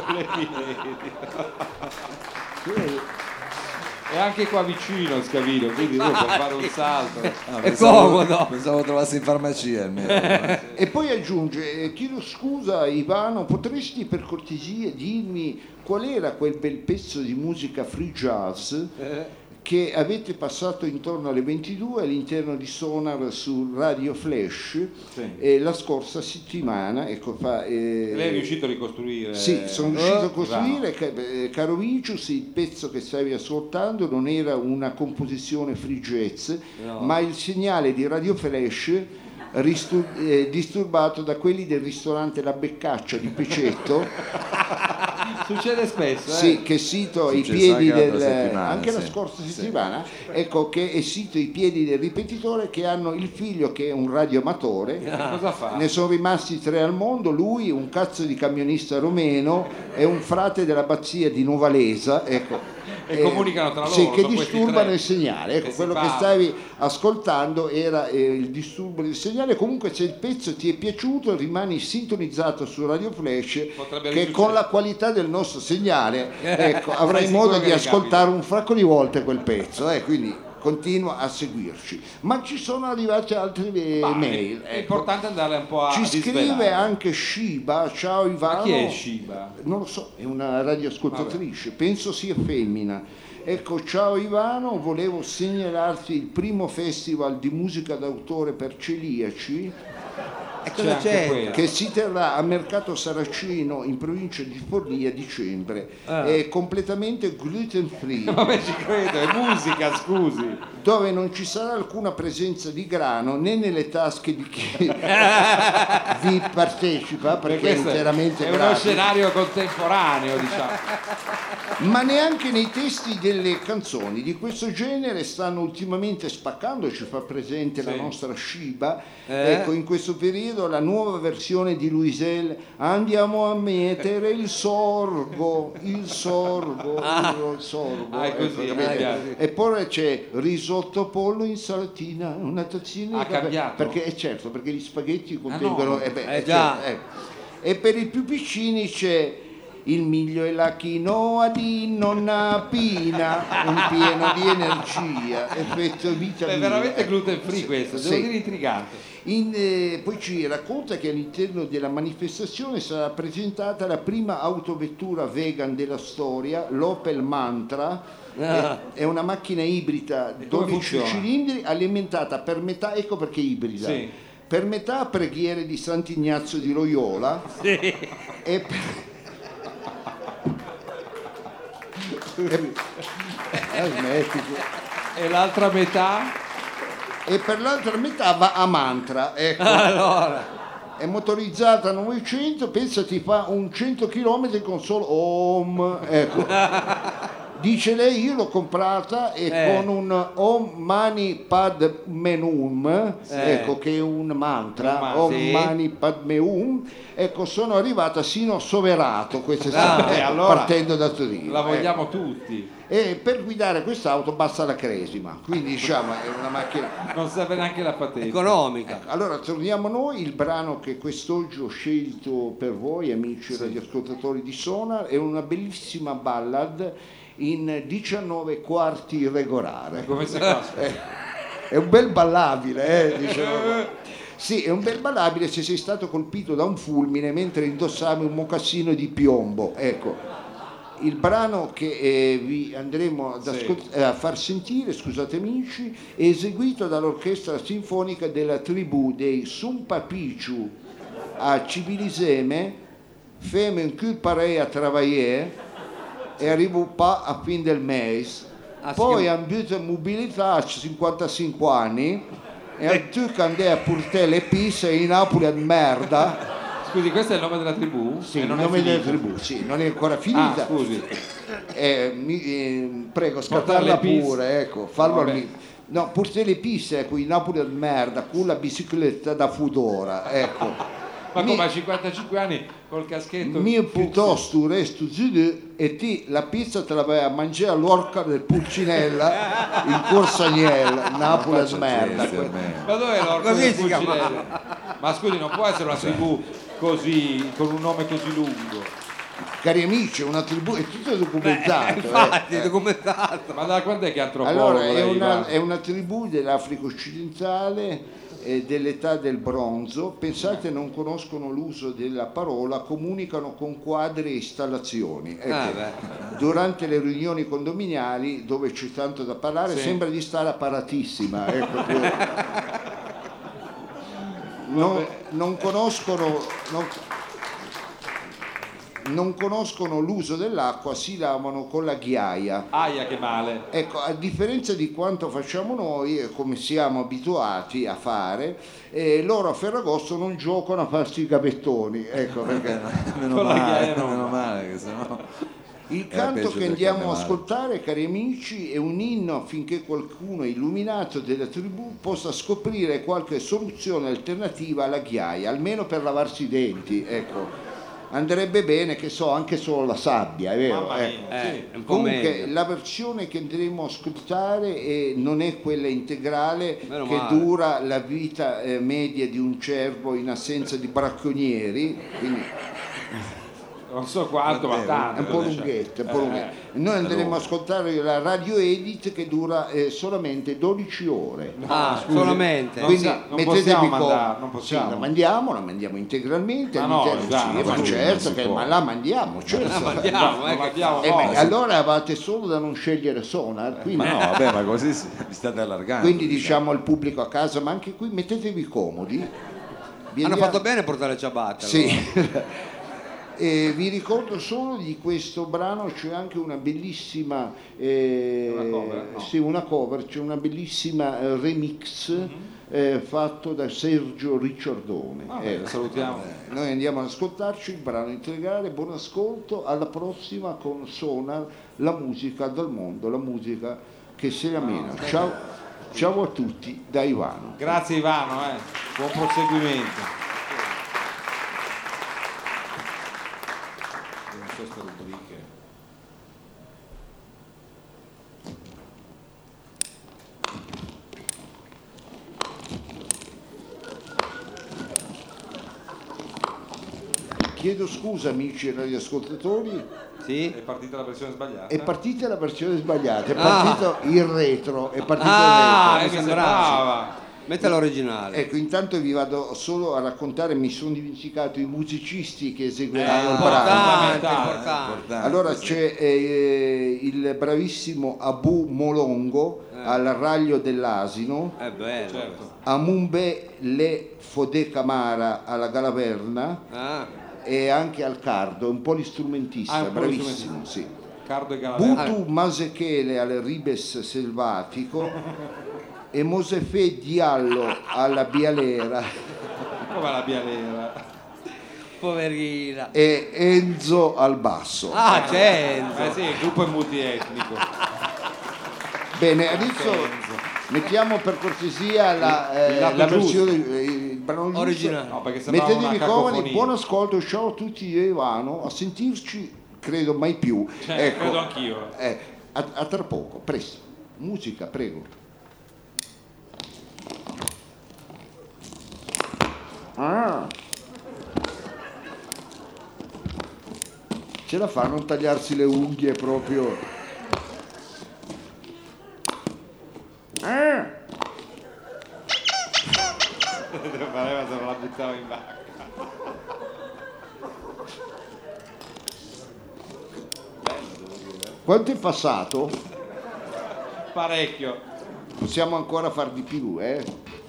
E anche qua vicino Scavino, quindi lui può fare un salto. Ah, È pensavo- comodo. Pensavo trovassi in farmacia almeno. E poi aggiunge, eh, chiedo scusa Ivano, potresti per cortesia dirmi qual era quel bel pezzo di musica free jazz che avete passato intorno alle ventidue all'interno di Sonar su Radio Flash Sì. eh, la scorsa settimana? Ecco, fa, eh, Lei è riuscito a ricostruire? Sì, sono riuscito a Eh, costruire, ca- eh, caro Vicius, il pezzo che stavi ascoltando non era una composizione free jazz, No. ma il segnale di Radio Flash ristu- eh, disturbato da quelli del ristorante La Beccaccia di Pecetto. Succede spesso, eh? Sì, che è sito ai Successo piedi anche l'altra del settimana, anche la sì. scorsa Sì. settimana, ecco che è sito ai piedi del ripetitore che hanno il figlio che è un radioamatore. E cosa fa? Ne sono rimasti tre al mondo, lui, un cazzo di camionista romeno e un frate dell'abbazia di Novalesa, ecco. E comunicano tra loro, Sì, che sono questi disturbano tre. il segnale. Ecco, Che si quello che parla. stavi ascoltando era eh, il disturbo del segnale. Comunque se il pezzo ti è piaciuto rimani sintonizzato su Radio Flash Potrebbe che risuccedere. con la qualità del nostro segnale ecco, avrai Sei modo sicuro di che ascoltare un fracco di volte quel pezzo, eh, quindi continua a seguirci. Ma ci sono arrivate altre eh, Ma mail. È ecco. importante andare un po' a Ci scrive disvelare. anche Shiba, ciao Ivano. Ma chi è Shiba? Non lo so, è una radioascoltatrice, penso sia femmina. Ecco, ciao Ivano, volevo segnalarti il primo festival di musica d'autore per celiaci E C'è cosa anche c'è? quello. che si terrà a Mercato Saracino in provincia di Forlì a dicembre. Ah. È completamente gluten free, Vabbè, ci credo, è musica, scusi. dove non ci sarà alcuna presenza di grano né nelle tasche di chi vi partecipa, perché è Questo interamente è uno gratis, scenario contemporaneo, diciamo. ma neanche nei testi delle canzoni di questo genere stanno ultimamente spaccando, ci fa presente la Sì. nostra Shiba. Eh? Ecco, in questo periodo chiedo la nuova versione di Luisel, andiamo a mettere il sorgo, il sorgo, il sorgo. Ah, è così, ecco, mi capite? piace. E poi c'è risotto pollo insalatina, una tazzina Ha di caffè, cambiato? perché è certo, perché gli spaghetti contengono no. eh beh, Eh, eh, già. certo, ecco. E per i più piccini c'è il miglio e la quinoa di nonna Pina, un pieno di energia, effetto vitamina. È veramente Ecco, gluten free questo, devo sì. dire intrigante. In, eh, poi ci racconta che all'interno della manifestazione sarà presentata la prima autovettura vegan della storia, l'Opel Mantra. Ah. È, è una macchina ibrida E come dodici funziona? cilindri alimentata per metà, ecco perché ibrida, Sì. per metà a preghiere di Sant'Ignazio di Loyola e per, e, eh, smetti. E l'altra metà? E per l'altra metà va a mantra, ecco. È motorizzata a novecento, pensa ti fa un cento chilometri con solo Om, ecco. Dice lei, io l'ho comprata e Eh. con un Om Mani Padme Hum, Eh. ecco che è un mantra, Un man- Om sì. Mani Padme Hum, ecco sono arrivata sino a Soverato quest'estate, Ah, eh, allora partendo da Torino. La ecco. vogliamo tutti. E per guidare quest'auto basta la cresima, quindi diciamo è una macchina. Non serve neanche la patente. Economica. Allora torniamo noi, il brano che quest'oggi ho scelto per voi amici radioascoltatori di Sonar è una bellissima ballad in diciannove quarti regolare. Come si fa? È un bel ballabile, eh, diciamo. Sì, è un bel ballabile se sei stato colpito da un fulmine mentre indossavi un mocassino di piombo, ecco. Il brano che eh, vi andremo ad ascolt- eh, a far sentire, scusate amici, è eseguito dall'orchestra sinfonica della tribù dei Sumpapiciu a Civiliseme, Femme un cul pareil à travailler e arrivo pas a fin del mese. Ah, Poi sì. han avuto mobilità a cinquantacinque anni e a tu che andai a portare le pisse in Napoli a merda. Scusi, questo è il nome della tribù? Sì, E il non è nome della finito? tribù, sì, non è ancora Ah, finita. scusi. Eh, mi- eh, prego, Portare scattarla le pisse. pure, ecco, fallo al Vabbè. mi- No, portare le pisse, ecco, in Napoli a merda, con la bicicletta da Fudora, ecco. Ma Mi- come a cinquantacinque anni col caschetto? Mio fucsia? piuttosto resto giù e ti la pizza te la vai a mangiare all'orca del Pulcinella in Corsa Agnello, Napoli a Faccia merda. gesti a me. Ma dov'è l'orco Così del si chiama. Pulcinella? Ma scusi, non può essere una tribù così, con un nome così lungo. Cari amici, è una tribù, è tutto documentato. eh. Infatti, Eh. documentato. Ma da quando è che è antropologo Allora, è lei, una, va? è una tribù dell'Africa occidentale eh, dell'età del bronzo. Pensate, non conoscono l'uso della parola, comunicano con quadri e installazioni. Ecco, Ah, beh. durante le riunioni condominiali, dove c'è tanto da parlare, Sì. sembra di stare apparatissima. Ecco, per- non, non conoscono... non- non conoscono l'uso dell'acqua, si lavano con la ghiaia. Aia, che male. Ecco, a differenza di quanto facciamo noi, e come siamo abituati a fare, eh, loro a Ferragosto non giocano a farsi i gavettoni. Ecco perché. Meno Con la male, ghiaia no. meno male che sennò Il Era canto peggio che del andiamo a carnevale. ascoltare, cari amici, è un inno affinché qualcuno illuminato della tribù possa scoprire qualche soluzione alternativa alla ghiaia, almeno per lavarsi i denti. Ecco. Andrebbe bene, che so, anche solo la sabbia, è vero? Mamma Ecco. mia, Eh, sì. è un po' Comunque meglio. la versione che andremo a ascoltare eh, non è quella integrale Meno che male. dura la vita eh, media di un cervo in assenza di bracconieri, quindi Non so quanto, ma Vabbè, è tanto. un po' Cioè, lunghetta. Un po' eh, lunghetta. Noi andremo a ascoltare la radio edit che dura eh, solamente dodici ore. Ah, scusi, solamente. non Quindi sa- non mettetevi possiamo con- mandare, non Sì, possiamo. la mandiamo, la mandiamo integralmente. Ma no, all'interno- dai, sì, ma ma scusi, certo non si che può. ma la mandiamo, certo. La mandiamo, No, eh, lo che- mandiamo, Eh no. beh, allora avete solo da non scegliere Sonar, quindi, Ma no, vabbè, ma così si- vi state allargando. quindi diciamo al pubblico a casa, ma anche qui mettetevi comodi. Vi Hanno andiamo- fatto bene a portare le ciabatte. Sì. allora. E vi ricordo solo di questo brano c'è anche una bellissima eh, Una cover? No. sì, una cover, c'è una bellissima eh, remix eh, fatto da Sergio Ricciardone. Vabbè, Eh, lo salutiamo. Noi andiamo ad ascoltarci il brano integrale, buon ascolto, alla prossima con Sonar, la musica dal mondo, la musica che se la mena. Ciao, ciao a tutti da Ivano. Grazie Ivano, eh. Buon proseguimento. so queste rubriche. Chiedo scusa amici radioascoltatori, Sì? È partita la versione sbagliata? è partita la versione sbagliata, è Ah. partito il retro, è partito Ah, il Eh, retro. mi mi sembrava. sembrava. Metta l'originale. Ecco, intanto vi vado solo a raccontare, mi sono dimenticato i musicisti che Eh, eseguiranno il importante, brano. importante, importante. Importante, Allora sì. c'è eh, il bravissimo Abu Molongo Eh. al raglio dell'asino, È bello. Certo. Amumbe Le Fode Camara alla galaverna Ah, e anche al cardo, è un polistrumentista, Ah, è un bravissimo, polistrumentista. sì. Cardo e Galavera. Butu Masechele al ribes selvatico e Mosefè Diallo alla bialera Come la bialera. poverina. e Enzo al basso. Ah, c'è Eh Enzo. sì, il gruppo è multietnico. Bene, adesso mettiamo per cortesia la, eh, Il lato la giusto. versione, eh, il brano giusto. Originale. No, perché sembrava una Mettetevi comodi, cacofonia. buon ascolto, ciao a tutti e Ivano, a sentirci credo mai più. Cioè, credo anch'io. Eh, a, a tra poco, presto. Musica, prego. Ah. Ce la fa a non tagliarsi le unghie proprio. Ah. Pareva se non la buttava in vacca. Quanto è passato? Parecchio. Possiamo ancora far di più, eh?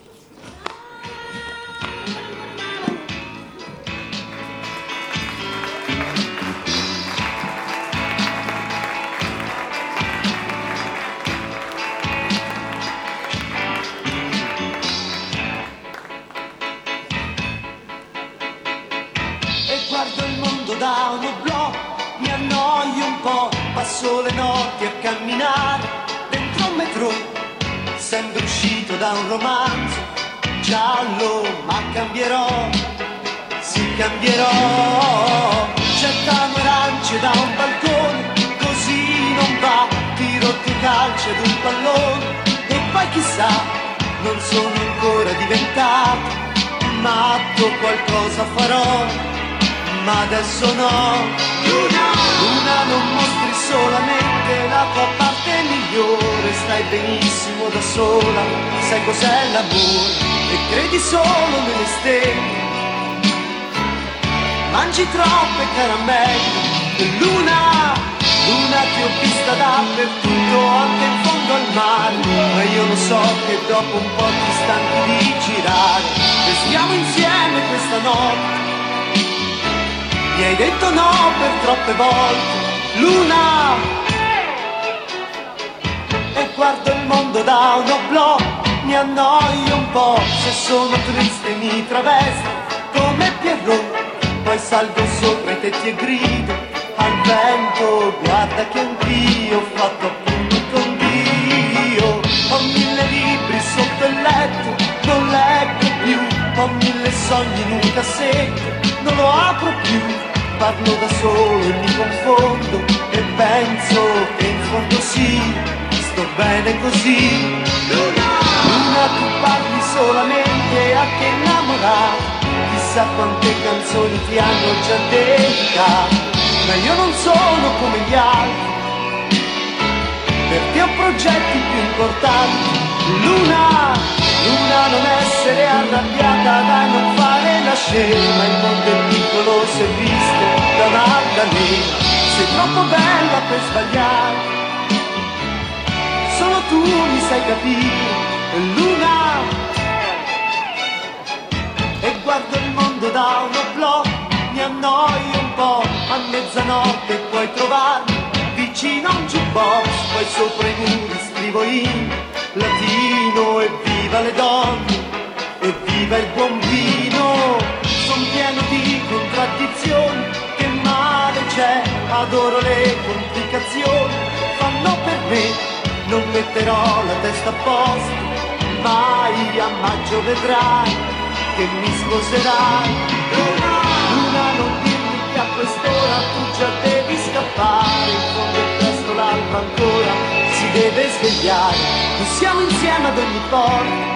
E guardo il mondo da uno blog, mi annoio un po', passo le notti a camminare dentro un metro, sembra uscito da un romanzo giallo, ma cambierò, sì cambierò, gettano arance da un balcone, così non va, tiro due calci ad un pallone, e poi chissà, non sono ancora diventato matto, qualcosa farò, ma adesso no. Luna, Luna, non mostri solamente la tua parte migliore, stai benissimo da sola, sai cos'è l'amore e credi solo nelle stelle, mangi troppe caramelle. Luna, Luna, ti ho vista dappertutto, anche in fondo al mare, ma io lo so che dopo un po' ti stanchi di girare, e stiamo insieme questa notte. Mi hai detto no per troppe volte, Luna, e guardo il mondo da un oblò, mi annoio un po', se sono triste mi travesto come Pierrot, poi salgo sopra i tetti e grido al vento, guarda che anch'io ho fatto appunto con Dio, ho mille libri sotto il letto, non leggo più, ho mille sogni in un cassetto, non lo apro più, parlo da solo e mi confondo e penso che in fondo sì, sto bene così. Luna, Luna, tu parli solamente a che innamorato, chissà quante canzoni ti hanno già dedicato, ma io non sono come gli altri, perché ho progetti più importanti. Luna, Luna, non essere arrabbiata dai non fare la scena, il mondo è piccolo se visto da un'altalena, sei troppo bella per sbagliare, solo tu mi sai capire. Luna, e guardo il mondo da uno blog, mi annoio un po', a mezzanotte puoi trovarmi vicino a un jukebox, poi sopra i muri scrivo in latino evviva le donne, evviva il buon vino, son pieno di contraddizioni, che male c'è, adoro le complicazioni, fanno per me, non metterò la testa a posto, mai a maggio vedrai che mi sposerai. Luna, Luna, non dirmi che a quest'ora tu già devi scappare, in fondo è presto, l'alba ancora si deve svegliare. Non siamo insieme ad ogni porta,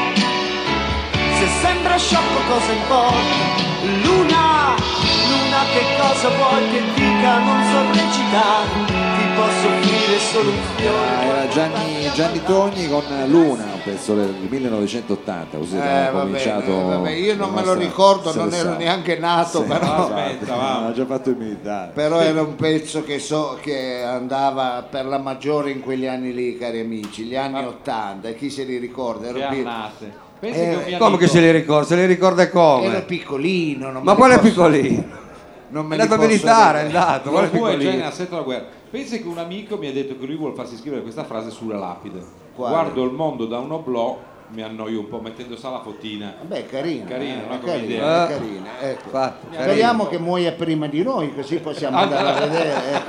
se sembra sciocco cosa importa. Luna, Luna, che cosa vuoi che dica? Non so recitare, ti posso offrire solo un fiore. Ah, era Gianni, Gianni Togni con Luna, un pezzo del millenovecentottanta, così Eh, abbiamo vabbè, cominciato. eh, vabbè, io non la me lo nostra ricordo, non ero selezione. neanche nato, Sì, però, esatto, Aspetta, va. ha già fatto il militare. però era un pezzo che so che andava per la maggiore in quegli anni lì, cari amici, gli anni ottanta, e chi se li ricorda? Che Ero, pi- annate. Pensi Eh, che un mio Come che amico- se li ricorda? Se li ricorda come? ero piccolino. Non Ma me quale li posso- piccolino? Non me È li andato posso militare, è dire. andato. Quale Qualcuno è già in piccolino? assetto alla guerra. Pensi che un amico mi ha detto che lui vuole farsi scrivere questa frase sulla lapide. Quale? Guardo il mondo da un oblò, mi annoio un po' mettendo sa la fotina. Beh, carina, Carina, eh, una come carina, idea. è carina, ecco. Infatti, Speriamo carino. che muoia prima di noi, così possiamo andare a vedere. Ecco.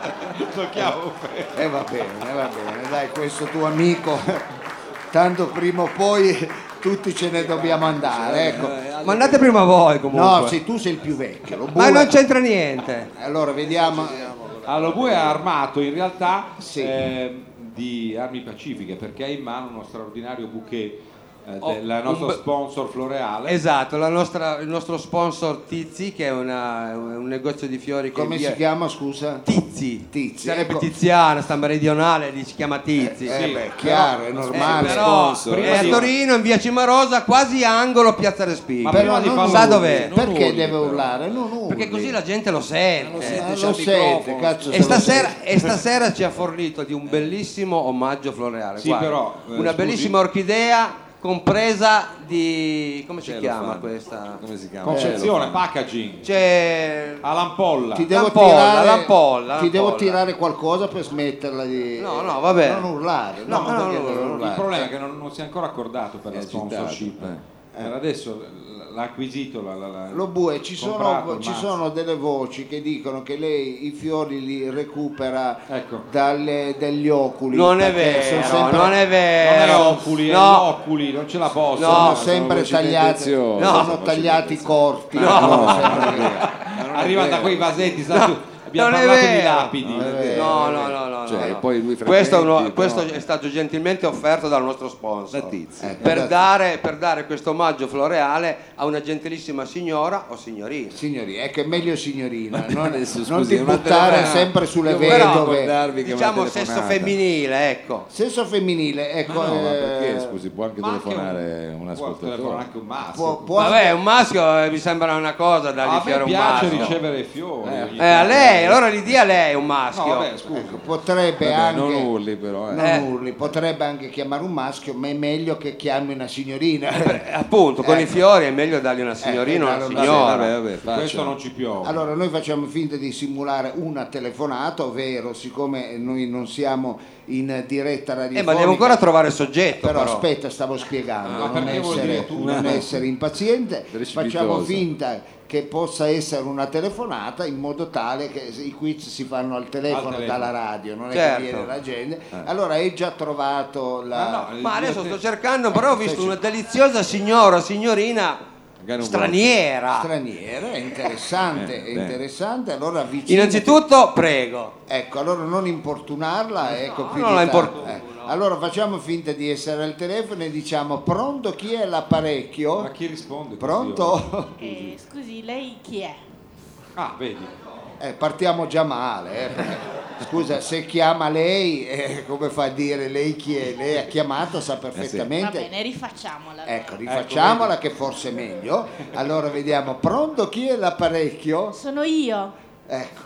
Lo chiamo E eh, va bene, va bene, dai, questo tuo amico, tanto prima o poi tutti ce ne dobbiamo andare, ecco. Ma andate prima voi comunque. No, se tu sei il più vecchio, lo Ma bue- non c'entra niente. Allora vediamo. Allora, Bue è armato in realtà Sì. eh, di armi pacifiche perché ha in mano uno straordinario bouquet eh, Oh, del nostro un be- sponsor Floreale. Esatto, la nostra- il nostro sponsor Tizi, che è una- un negozio di fiori che Come via- si chiama, scusa? Tizi. Tizi, Sarebbe ecco. Tiziana, sta meridionale, lì si chiama Tizi. Eh Sì, beh, chiaro, è Eh, normale. però sponsor. è a Prima di- Torino, in via Cimarosa, quasi angolo Piazza Respighi. Ma Però prima di non farlo sa urli. dov'è. Non Perché urli, deve però. urlare? Non urli. Perché così la gente lo sente. Eh, c'ha lo il sente, microfono. cazzo. E se lo stasera, sente. e stasera ci ha fornito di un bellissimo omaggio floreale. Sì, guarda. però, eh, una scusi. bellissima orchidea compresa di... come si Cielo chiama fan. questa? Come si chiama? Concezione, Cielo fan. packaging, C'è... a lampolla. Ti devo L'ampolla, tirare, l'ampolla, ti devo l'ampolla. tirare qualcosa per smetterla di. No, no, vabbè. Non urlare. No, No, ma no, perché no, devo no, no. Il urlare? problema è che non, non si è ancora accordato per È la agitato, sponsorship. eh. Per adesso l- l'ha acquisito. La, la, la- Lo bue, ci comprato sono, il ci mazzo. sono delle voci che dicono che lei i fiori li recupera Ecco. dalle- dagli oculi. Non è perché vero, sono sempre, non è Non è vero. oculi, è No. oculi, non ce la posso. No. sono No, sempre voci tagliati, tendenziose, sono voci tagliati tendenziose. corti. No, sono no, sempre- non è vero. Arriva da quei vasetti, sa tu, abbiamo non è parlato di vero. lapidi. Non è vero. No, no, no, no, Cioè, no, no. poi lui questo, è uno- frequenti, questo però- è stato gentilmente offerto dal nostro sponsor Da Tizi. Ecco, per, grazie. dare, per dare questo omaggio floreale a una gentilissima signora o signorina. Signori, ecco, è meglio signorina, non, adesso, non scusi, ti una buttare telefonata. sempre sulle Io vorrei vedove. ricordarvi che Diciamo una sesso telefonata. femminile, ecco. Sesso femminile, ecco. Ma no, ma eh, perché scusi, può anche Ma anche telefonare un, Può ascoltatore. telefonare anche un maschio. può, può Vabbè, un maschio eh, mi sembra una cosa dargli a fiore me a un piace maschio. ricevere fiori. ogni Eh, a tanto. lei, allora gli dia a lei un No, maschio. vabbè, scusa. ecco, potrebbe Vabbè, anche non urli però. Eh. non Eh. urli, potrebbe anche chiamare un maschio, ma è meglio che chiami una signorina. Eh, appunto, con Eh. i fiori è meglio dargli una signorina o Eh, una dargli una- signora. Vabbè, vabbè, Su questo faccia. non ci piove. Allora noi facciamo finta di simulare una telefonata, ovvero siccome noi non siamo in diretta Eh, radiofonica. ma devo ancora trovare il soggetto. Però Però, aspetta, stavo spiegando, Ah, non, perché vuol essere, dire tu? non essere impaziente, Precipitoso. facciamo finta che possa essere una telefonata in modo tale che i quiz si fanno al telefono, Al telefono. dalla radio, non è Certo. che viene la gente. Allora hai già trovato la... Ah, no, Ma adesso Io sto te- cercando, però ho visto una deliziosa signora, signorina Magari un straniera. straniera, è interessante, Eh, è beh. interessante, allora avvicinati. Innanzitutto, prego. Ecco, allora non importunarla, ecco, più non di la tanto. importuno, Eh, Allora facciamo finta di essere al telefono e diciamo pronto, chi è l'apparecchio? Ma chi risponde? così? Pronto? Eh, scusi, lei chi è? Ah, vedi. Eh, partiamo già male, eh, perché, scusa, se chiama lei, eh, come fa a dire lei chi è? Lei ha chiamato, sa Va perfettamente. bene, rifacciamola. allora. Ecco, rifacciamola che forse è meglio. Allora vediamo, pronto, chi è l'apparecchio? Sono io. Ecco.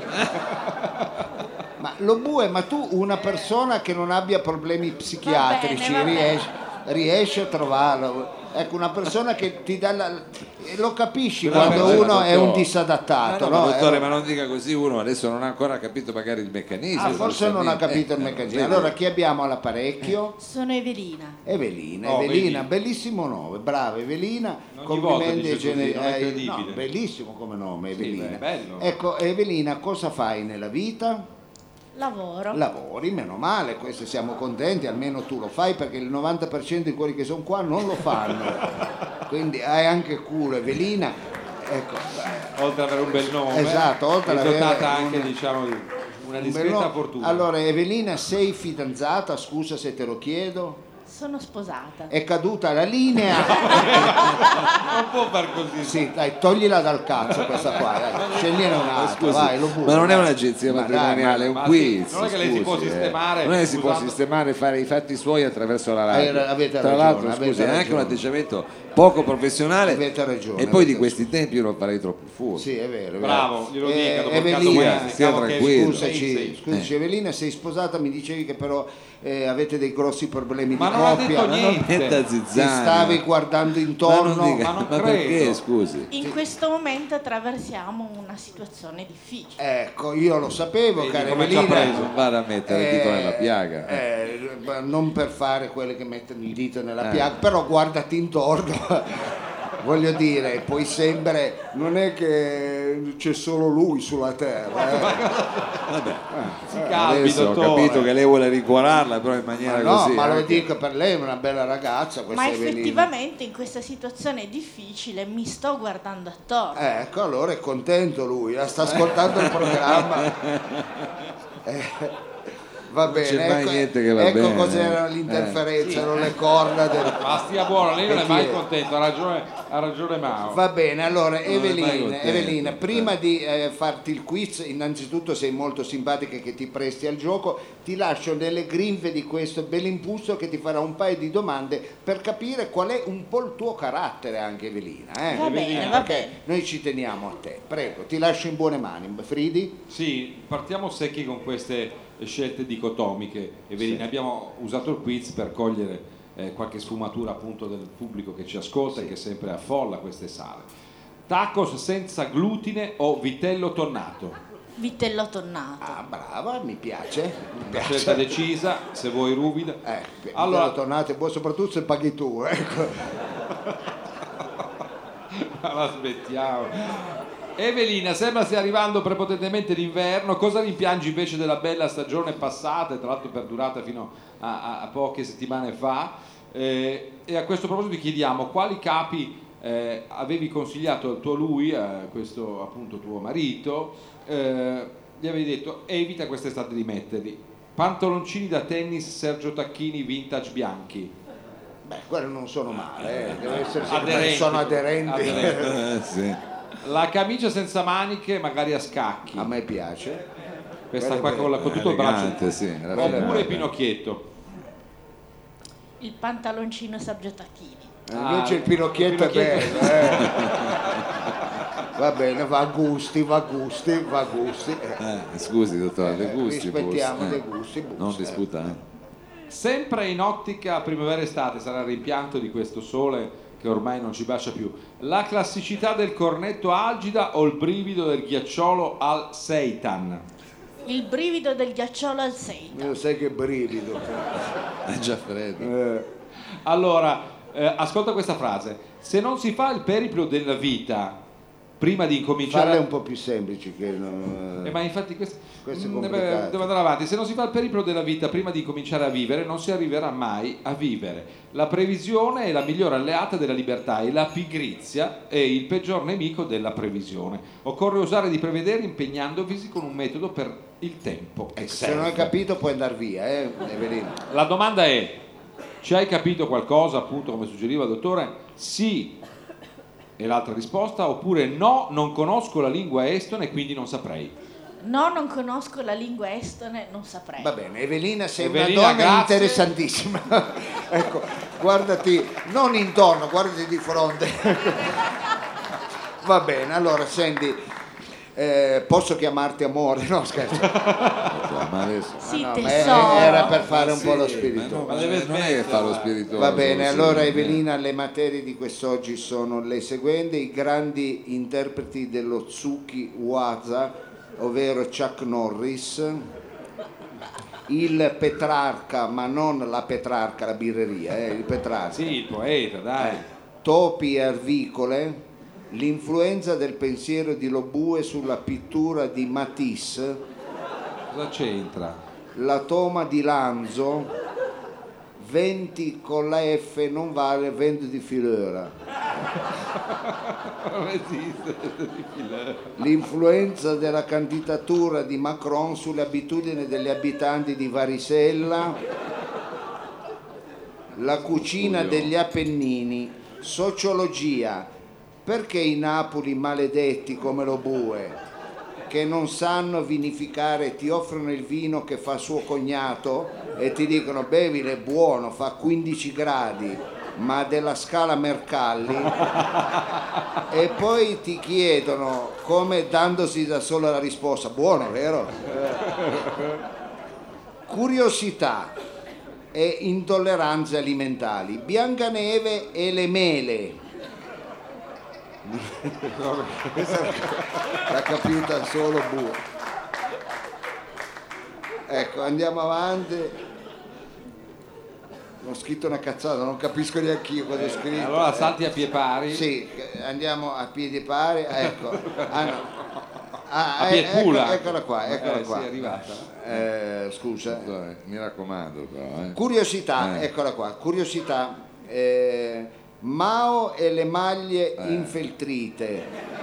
Ma lo bue, ma tu una persona che non abbia problemi psichiatrici Va bene, va bene. riesci, riesci a trovarlo? Ecco, una persona che ti dà la... lo capisci Però, quando però, uno è dottore, un disadattato, Ma no, no? ma dottore, Eh, ma non dica così, uno adesso non ha ancora capito magari il meccanismo. ah, forse non ha capito il Eh, meccanismo. eh, Allora chi abbiamo all'apparecchio? Sono Evelina. Evelina, Oh, Evelina, vedi. bellissimo nome, brava Evelina, Ogni complimenti volta dice ai così, gene- non è ai- credibile. no, bellissimo come nome Sì, Evelina. beh, bello. Ecco, Evelina, cosa fai nella vita? Lavoro. Lavori, meno male, questo siamo contenti, almeno tu lo fai perché il novanta per cento di quelli che sono qua non lo fanno. Quindi hai anche culo, Evelina. ecco. Oltre ad avere un bel nome, Esatto, oltre è ad avere dotata anche un- diciamo di una Un discreta bello- fortuna. Allora, Evelina, sei fidanzata? Scusa se te lo chiedo. Sono sposata. È caduta la linea. non può far così. Sì, dai, toglila dal cazzo questa qua, dai. Scegliene un'altra, Scusi, vai, lo butto, ma non è dai. un'agenzia Ma dai, matrimoniale, è un ma quiz. sì, non è che lei si può scusi, eh. sistemare Non è che si può usando- sistemare e fare i fatti suoi attraverso la radio. Eh, avete Tra ragione, l'altro, avete scusi, è anche ragione. un atteggiamento poco professionale. Avete ragione, E poi di avete questi tempi io non farei troppo furbo. Sì, è vero, è vero. Bravo, glielo Eh, dica, dopo il caso Evelina, West, stia diciamo che- tranquillo. Scusaci, Sì, sì. scusaci, Evelina, sei sposata, mi dicevi che però eh, avete dei grossi problemi Ma di non ha coppia. detto Ma non niente. metta Ti zizzania. stavi guardando Ma intorno. non dica- ma non ma credo. perché, scusi? In questo momento attraversiamo una situazione difficile. Ecco, io lo sapevo, Vedi cara come ci ha Evelina. preso. Non vada a mettere il dito nella piaga. eh, ma non per fare quelle che mettono il dito nella Eh. piaga, però guardati intorno. Voglio dire, poi sempre non è che c'è solo lui sulla terra. Eh. Si calmi, Adesso ho dottore. capito che lei vuole rincuorarla, però in maniera Ma no, così. ma lo anche- dico per lei, è una bella ragazza questa Ma Evelina. effettivamente in questa situazione difficile mi sto guardando attorno. Ecco, allora è contento lui, la sta ascoltando il programma. Eh, va Non c'è bene, mai ecco, niente che va ecco bene. cos'era l'interferenza, non le corna del... Ma stia buono, lei non E è chi mai è? contento, ha ragione, ha ragione Mao. Va bene, allora Non è mai Evelina, contento. Evelina, prima di eh, farti il quiz, innanzitutto sei molto simpatica che ti presti al gioco, ti lascio nelle grinfe di questo bell'impulso che ti farà un paio di domande per capire qual è un po' il tuo carattere anche Evelina. Eh? Va bene, va Perché bene. noi ci teniamo a te, prego, ti lascio in buone mani. Fridi? Sì, partiamo secchi con queste scelte dicotomiche. Evelina, abbiamo usato il quiz per cogliere eh, qualche sfumatura appunto del pubblico che ci ascolta e che sempre affolla queste sale. Tacos senza glutine o vitello tonnato? Vitello tonnato. Ah, brava, mi piace. Mi Una piace. scelta decisa, se vuoi ruvida. Eh, Allora- allora, tornate, poi soprattutto se paghi tu, ecco. La smettiamo. Evelina, sembra stia arrivando prepotentemente l'inverno. Cosa rimpiangi invece della bella stagione passata, e tra l'altro perdurata fino a, a- a poche settimane fa? Eh, e a questo proposito ti chiediamo quali capi eh, avevi consigliato al tuo lui, a questo appunto tuo marito, eh, gli avevi detto evita quest'estate di metterli. Pantaloncini da tennis Sergio Tacchini vintage bianchi. Beh, quello non sono male, eh. Deve essere sempre- Aderenti. sono aderenti. Aderenti. Eh, sì. La camicia senza maniche, magari a scacchi. A me piace. Questa Quello qua è con, la- con tutto il Elegante, braccio. sì, era Oppure fine. Pinocchietto. Il pantaloncino Sergio Tacchini. Ah, Invece il pinocchietto, il pinocchietto. è bello. eh. Va bene, va a gusti, va a gusti, va a gusti. eh. Eh, scusi, dottore, Eh, dei gusti. rispettiamo forse. dei gusti, gusti, Non eh. disputare. Sempre in ottica primavera-estate, sarà il rimpianto di questo sole che ormai non ci bacia più. La classicità del cornetto algida o il brivido del ghiacciolo al seitan? Il brivido del ghiacciolo al seitan. Io sai che brivido. È già freddo. Eh, Allora, eh, ascolta questa frase. Se non si fa il periplo della vita prima di incominciare... Falle un po' più semplici che non... Eh, ma infatti questo, Questo è Mm, complicato. deve, deve andare avanti. Se non si fa il periplo della vita prima di cominciare a vivere, non si arriverà mai a vivere. La previsione è la migliore alleata della libertà e la pigrizia è il peggior nemico della previsione. Occorre osare di prevedere impegnandovi con un metodo per il tempo. E Se non hai capito puoi andare via, eh, Evelina. La domanda è: ci hai capito qualcosa, appunto, come suggeriva il dottore? Sì. E l'altra risposta, oppure no, non conosco la lingua estone e quindi non saprei. No, non conosco la lingua estone, non saprei. Va bene, Evelina sei Evelina, una donna grazie. interessantissima. Ecco, guardati non intorno, guardati di fronte. Va bene, allora senti, eh, posso chiamarti amore? No, scherzo. Ma adesso. Sì, No, ma tesoro. era per fare un Sì, po' lo ma spirito. no, Ma ma deve non è che fa lo smetterla. spiritoso. Va bene, sì. allora Eh. Evelina, le materie di quest'oggi sono le seguenti: i grandi interpreti dello Tsuki Waza, ovvero Chuck Norris, il Petrarca, ma non la Petrarca, la birreria, eh, il Petrarca, Sì, il poeta, dai. Topi e arvicole, l'influenza del pensiero di Lobue sulla pittura di Matisse, Cosa c'entra? la toma di Lanzo, venti con la F non vale vento di filera. Non esiste. L'influenza della candidatura di Macron sulle abitudini degli abitanti di Varisella, la cucina degli Appennini, sociologia, perché i Napoli maledetti come lo Bue, che non sanno vinificare, ti offrono il vino che fa suo cognato e ti dicono bevile, è buono, fa quindici gradi, ma della scala Mercalli, e poi ti chiedono come dandosi da sola la risposta, buono, vero? Curiosità e intolleranze alimentari, Biancaneve e le mele. Questa l'ha capita solo Bue. Ecco, andiamo avanti. Ho scritto una cazzata, non capisco neanche io cosa ho scritto. Allora salti a piedi pari. Sì, andiamo a piedi pari, ecco. Ah, no. Ah, A eh, Pietpula. ecco, eccola qua, eccola Eh, qua. sì, è arrivata. Eh, scusa. Mi raccomando però, eh. Curiosità, Eh. eccola qua, curiosità. Eh, Mao e le maglie infeltrite.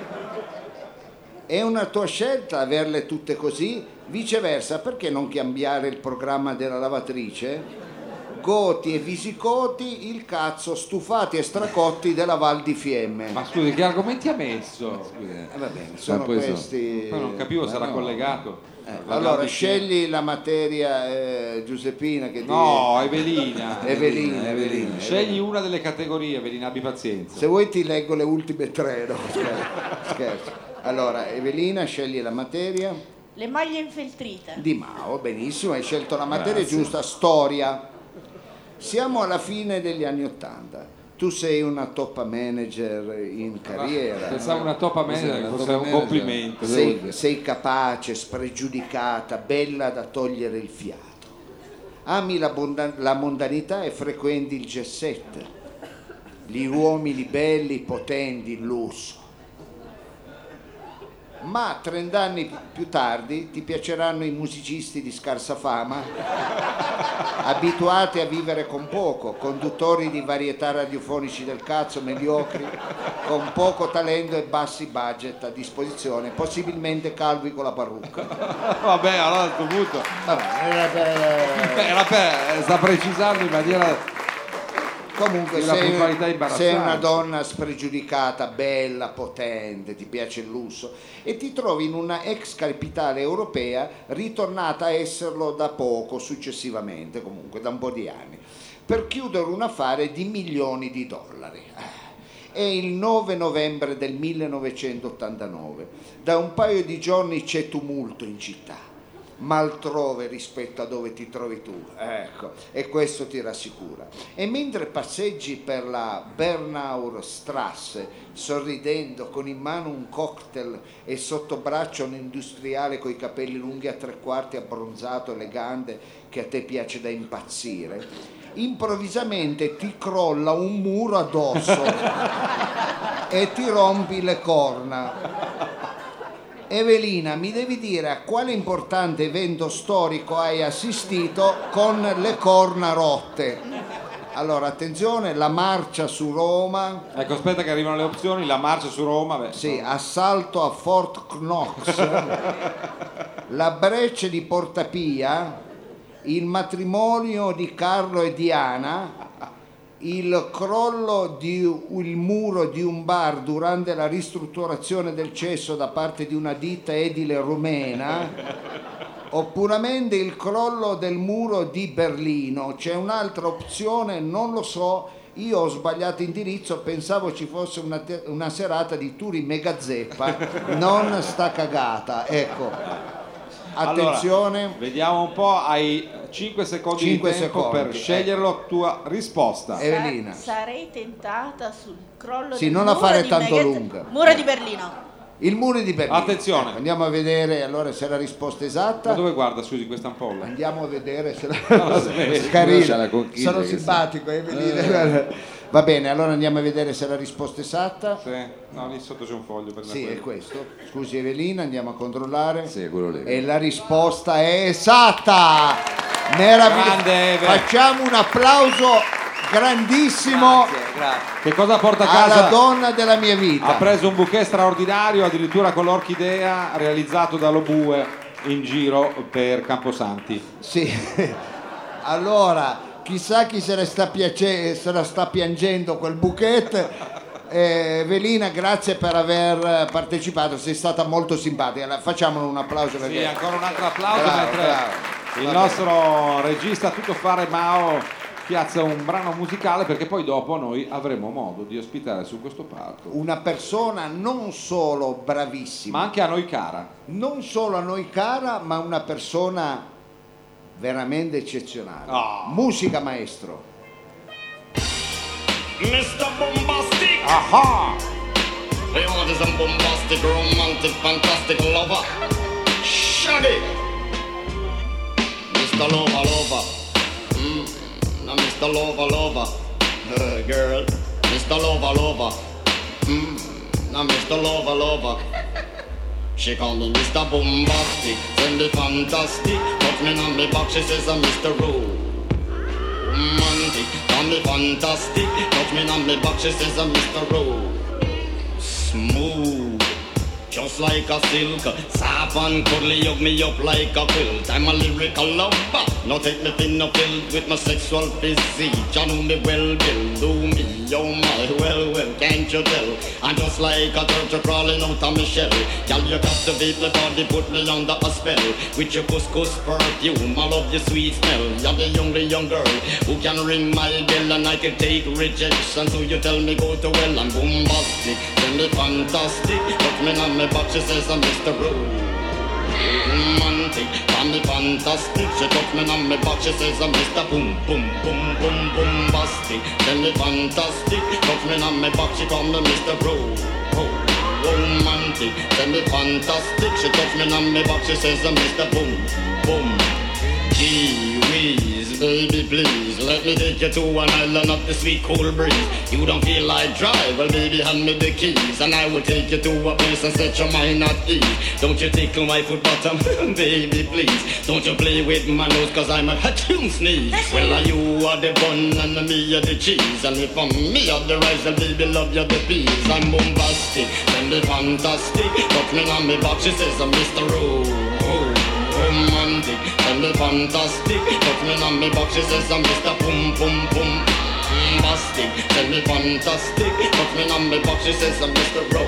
È una tua scelta averle tutte così? Viceversa, perché non cambiare il programma della lavatrice? Goti e Visicoti, il cazzo, stufati e stracotti della Val di Fiemme. Ma scusi, che argomenti ha messo? Eh, va bene, sono poi sono- questi. Poi non capivo, Ma sarà no. collegato. Eh, La allora, Val di Fiemme. scegli la materia, eh, Giuseppina, che ti... No, Evelina. Evelina, Evelina. Scegli una delle categorie, Evelina, abbi pazienza. Se vuoi ti leggo le ultime tre, no? Scherzo. Scherzo. Allora, Evelina, scegli la materia. Le maglie infeltrite. Di Mao, benissimo, hai scelto la materia Grazie. giusta, storia. Siamo alla fine degli anni Ottanta. Tu sei una top manager in carriera. Pensavo una top manager che fosse un manager. complimento. devo Sei, dire. sei capace, spregiudicata, bella da togliere il fiato. Ami la, bonda- la mondanità e frequenti il jet set. Gli uomini belli, potenti, il lusso. Ma trent'anni più tardi ti piaceranno i musicisti di scarsa fama, abituati a vivere con poco, conduttori di varietà radiofonici del cazzo mediocri, con poco talento e bassi budget a disposizione, possibilmente calvi con la parrucca. Vabbè, allora a questo punto Vabbè, era per- era per, sta precisando in maniera Comunque Una sei, puntualità imbarazzante. sei una donna spregiudicata, bella, potente, ti piace il lusso e ti trovi in una ex capitale europea ritornata a esserlo da poco, successivamente, comunque da un po' di anni, per chiudere un affare di milioni di dollari. È il nove novembre del millenovecentottantanove, da un paio di giorni c'è tumulto in città, ma altrove rispetto a dove ti trovi tu, ecco, e questo ti rassicura. E mentre passeggi per la Bernauer Strasse, sorridendo, con in mano un cocktail e sotto braccio un industriale coi capelli lunghi a tre quarti, abbronzato, elegante, che a te piace da impazzire, improvvisamente ti crolla un muro addosso e ti rompi le corna. Evelina, mi devi dire a quale importante evento storico hai assistito con le corna rotte? Allora, attenzione, la marcia su Roma, Ecco, aspetta che arrivano le opzioni, la marcia su Roma, beh, sì, assalto a Fort Knox, la breccia di Portapia, il matrimonio di Carlo e Diana, il crollo di il muro di un bar durante la ristrutturazione del cesso da parte di una ditta edile rumena, oppuramente il crollo del muro di Berlino. C'è un'altra opzione, non lo so, io ho sbagliato indirizzo, pensavo ci fosse una, te- una serata di Turi mega zeppa, non sta cagata, ecco. Attenzione. Allora, vediamo un po', hai cinque secondi Cinque di tempo secondi, per scegliere la tua risposta. Eh, Evelina. Sa- sarei tentata sul crollo Sì, del non la muro fare di tanto Mega- lunga. Muro di Berlino. Il muro di Berlino. Attenzione. Ecco, andiamo a vedere allora se è la risposta esatta. Ma dove guarda, scusi, questa ampolla? Andiamo a vedere se la sveglia. Carino. C'ha la conchiglia Sono che simpatico, eh, Va bene, allora andiamo a vedere se è la risposta esatta. Sì. No, lì sotto c'è un foglio. prenda Sì, quello. è questo. Scusi Evelina, andiamo a controllare. Sì, è quello lì. E la risposta è esatta. Meraviglioso. Grande Eve. Facciamo un applauso grandissimo Grazie. grazie. Che cosa porta a casa? Alla donna della mia vita. Ha preso un bouquet straordinario, addirittura con l'orchidea, realizzato da Lobue in giro per Camposanti. Sì. Allora, chissà chi se ne sta, piace- se la sta piangendo quel bouquet. Eh, Evelina, grazie per aver partecipato, sei stata molto simpatica. Facciamolo un applauso perché... Sì, ancora un altro applauso Bravo, mentre bravo. il Va nostro regista tutto fare Mao piazza un brano musicale, perché poi dopo noi avremo modo di ospitare su questo palco Una persona non solo bravissima, ma anche a noi cara. non solo a noi cara, ma una persona veramente eccezionale. Oh. Musica, maestro. mister Bombastic, Aha! we want is a bombastic, romantic, fantastic lover. Shaggy, mister Lover, lover. Mm. Now mister Lover, lover. Uh, girl, mister Lover, lover. Mm. Now mister Lover, lover. She call me mister Bombastic, send me fantastic. Touch me on me back, she says I'm mister Romantic, call me fantastic. Touch me on me back, she says I'm mister Ro. Smooth, just like a silk. Soft and cuddly, hug me up like a quilt. I'm a lyrical lover. Now take me thin or filled with my sexual physique. You know me well, Bill. Do me, oh my, well, well, can't you tell? I'm just like a turtle crawling out of my shell. Girl, you captivate my body, put me under a spell. With your couscous perfume, I love your sweet smell. You're the only young girl who can ring my bell, and I can take rejection. So you tell me go to well, I'm bombastic, tell me fantastic. Put me on my back, she says I'm mister Romantic, call me fantastic. She touch me on my back, she says I'm mister Boom, boom, boom, boom, bombastic. Tell me fantastic, touch me on my back, she call me mister Ro. Romantic, tell me fantastic. She touch me on my back, she says I'm mister Boom, boom. Gee whiz, baby please, let me take you to an island of the sweet cool breeze. You don't feel like drive, well baby hand me the keys, and I will take you to a place and set your mind at ease. Don't you tickle my foot bottom, baby please. Don't you play with my nose, cause I'm a tune sneeze. Well are you are the bun and me are the cheese, and if I'm me are the rice, and baby love you the peas. I'm bombastic, then the fantastic. Touch me on me back, she says I'm mister Ro. Romantic, tell me fantastic. Touch me on me back, she says I'm mister Boom, boom, boom. Bombastic, tell me fantastic. Touch me on me back, she says I'm mister Ro.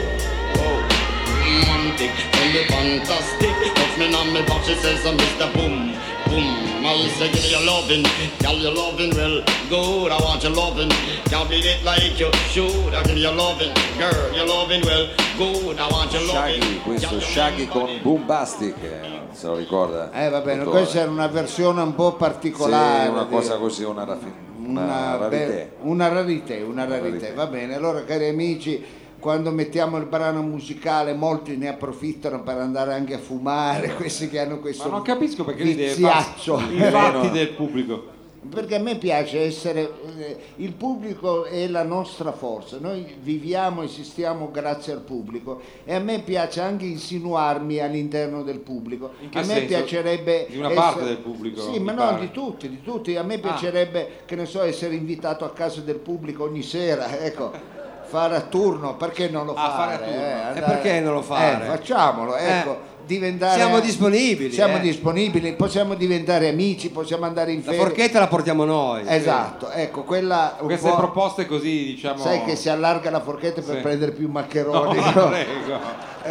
Romantic, tell me fantastic. Touch me on me back, she says I'm mister Boom, boom. I say give me your loving, girl your loving well good. I want your loving, can't beat it like you should. I give me your loving, girl your loving well good. I want your loving. Shaggy, questo è Shaggy con Bombastic, eh, se lo ricorda. Eh va bene, dottore. questa era una versione un po' particolare. Sì, una di- cosa così, una, raffi- una, una, rarità. be- una rarità, una rarità. rarità. Va bene, allora cari amici, quando mettiamo il brano musicale molti ne approfittano per andare anche a fumare, questi che hanno questo Ma non capisco perché li deve fare viziaccio. i fatti no. del pubblico. Perché a me piace essere, eh, il pubblico è la nostra forza, noi viviamo, esistiamo grazie al pubblico, e a me piace anche insinuarmi all'interno del pubblico. In che A me senso? piacerebbe Di una essere- parte del pubblico, Sì, mi ma pare. no, di tutti, di tutti. A me piacerebbe, che ne so, essere invitato a casa del pubblico ogni sera, ecco. Fare a turno, perché non lo Ah, fare? fare a turno. eh, E andare- perché non lo fare? Eh, facciamolo, ecco. Eh. Diventare, Siamo disponibili, Siamo eh. disponibili, possiamo diventare amici, possiamo andare in La ferie. forchetta la portiamo noi. Esatto, ecco, quella un Queste po'- proposte così, diciamo. sai che si allarga la forchetta per Sì. prendere più No, maccheroni. no? prego.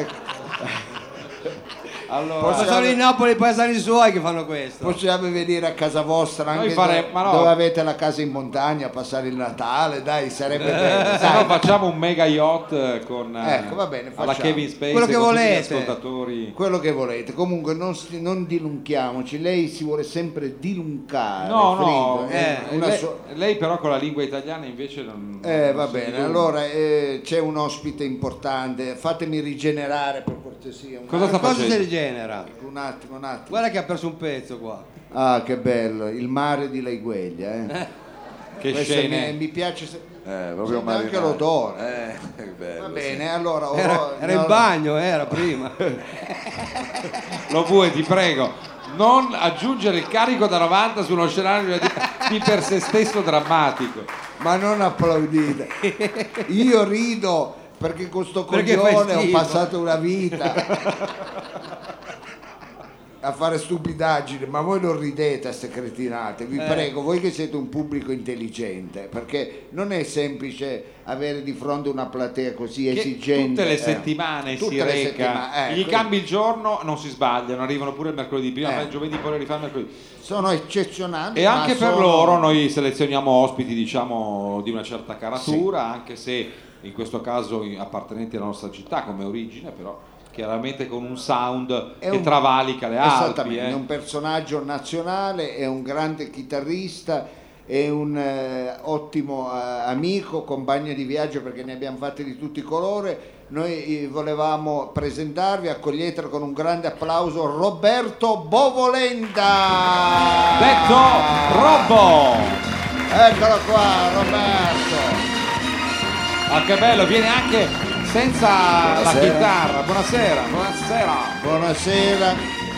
Allora, Ma sono i Napoli paesani suoi che fanno questo. Possiamo venire a casa vostra anche Noi fare- dove, ma no. dove avete la casa in montagna a passare il Natale, dai, sarebbe bello. se no dai. facciamo un mega yacht con eh, Ecco, va bene, alla facciamo. Kevin Spacey, Quello che con tutti gli volete. ascoltatori. Quello che volete, comunque non, si- non dilunchiamoci, lei si vuole sempre diluncare. No, no, Frido, è eh, una lei, so- lei però con la lingua italiana invece non... Eh, non va si bene, dilunga. allora eh, c'è un ospite importante, fatemi rigenerare per cortesia. Un Cosa sta attimo, Cosa si facendo? rigenera? un attimo, un attimo. Guarda che ha perso un pezzo qua. Ah, che bello, il mare di Laigueglia, eh. Che Questo scene. mi, mi piace se- Eh, proprio sente anche marinare. l'odore. Eh, che bello, Va sì. bene, allora oh, Era, era in no, bagno, era prima. Lo vuoi, ti prego, non aggiungere il carico da novanta su uno scenario di, di per se stesso drammatico. ma non applaudite. Io rido perché con sto Perché coglione fai ho schifo. passato una vita a fare stupidaggini, ma voi non ridete a ste cretinate, vi Eh. prego, voi che siete un pubblico intelligente, perché non è semplice avere di fronte una platea così Che esigente. tutte le eh. settimane Tutte si le reca, settimane, eh, gli quindi cambi il giorno, non si sbagliano, arrivano pure il mercoledì, prima Eh. fa il giovedì, poi lo rifà il mercoledì. sono eccezionali. E ma anche per sono- loro noi selezioniamo ospiti, diciamo, di una certa caratura, anche se in questo caso appartenenti alla nostra città come origine, però chiaramente con un sound È che un- travalica le Alpi. Esattamente, eh. è un personaggio nazionale, è un grande chitarrista, è un eh, ottimo eh, amico, compagno di viaggio perché ne abbiamo fatti di tutti i colori. Noi eh, volevamo presentarvi, accoglietelo con un grande applauso, Roberto Bovolenda. Detto Robbo! Eccolo qua, Roberto. Ah, che bello, viene anche senza la chitarra. Buonasera, buonasera. Buonasera.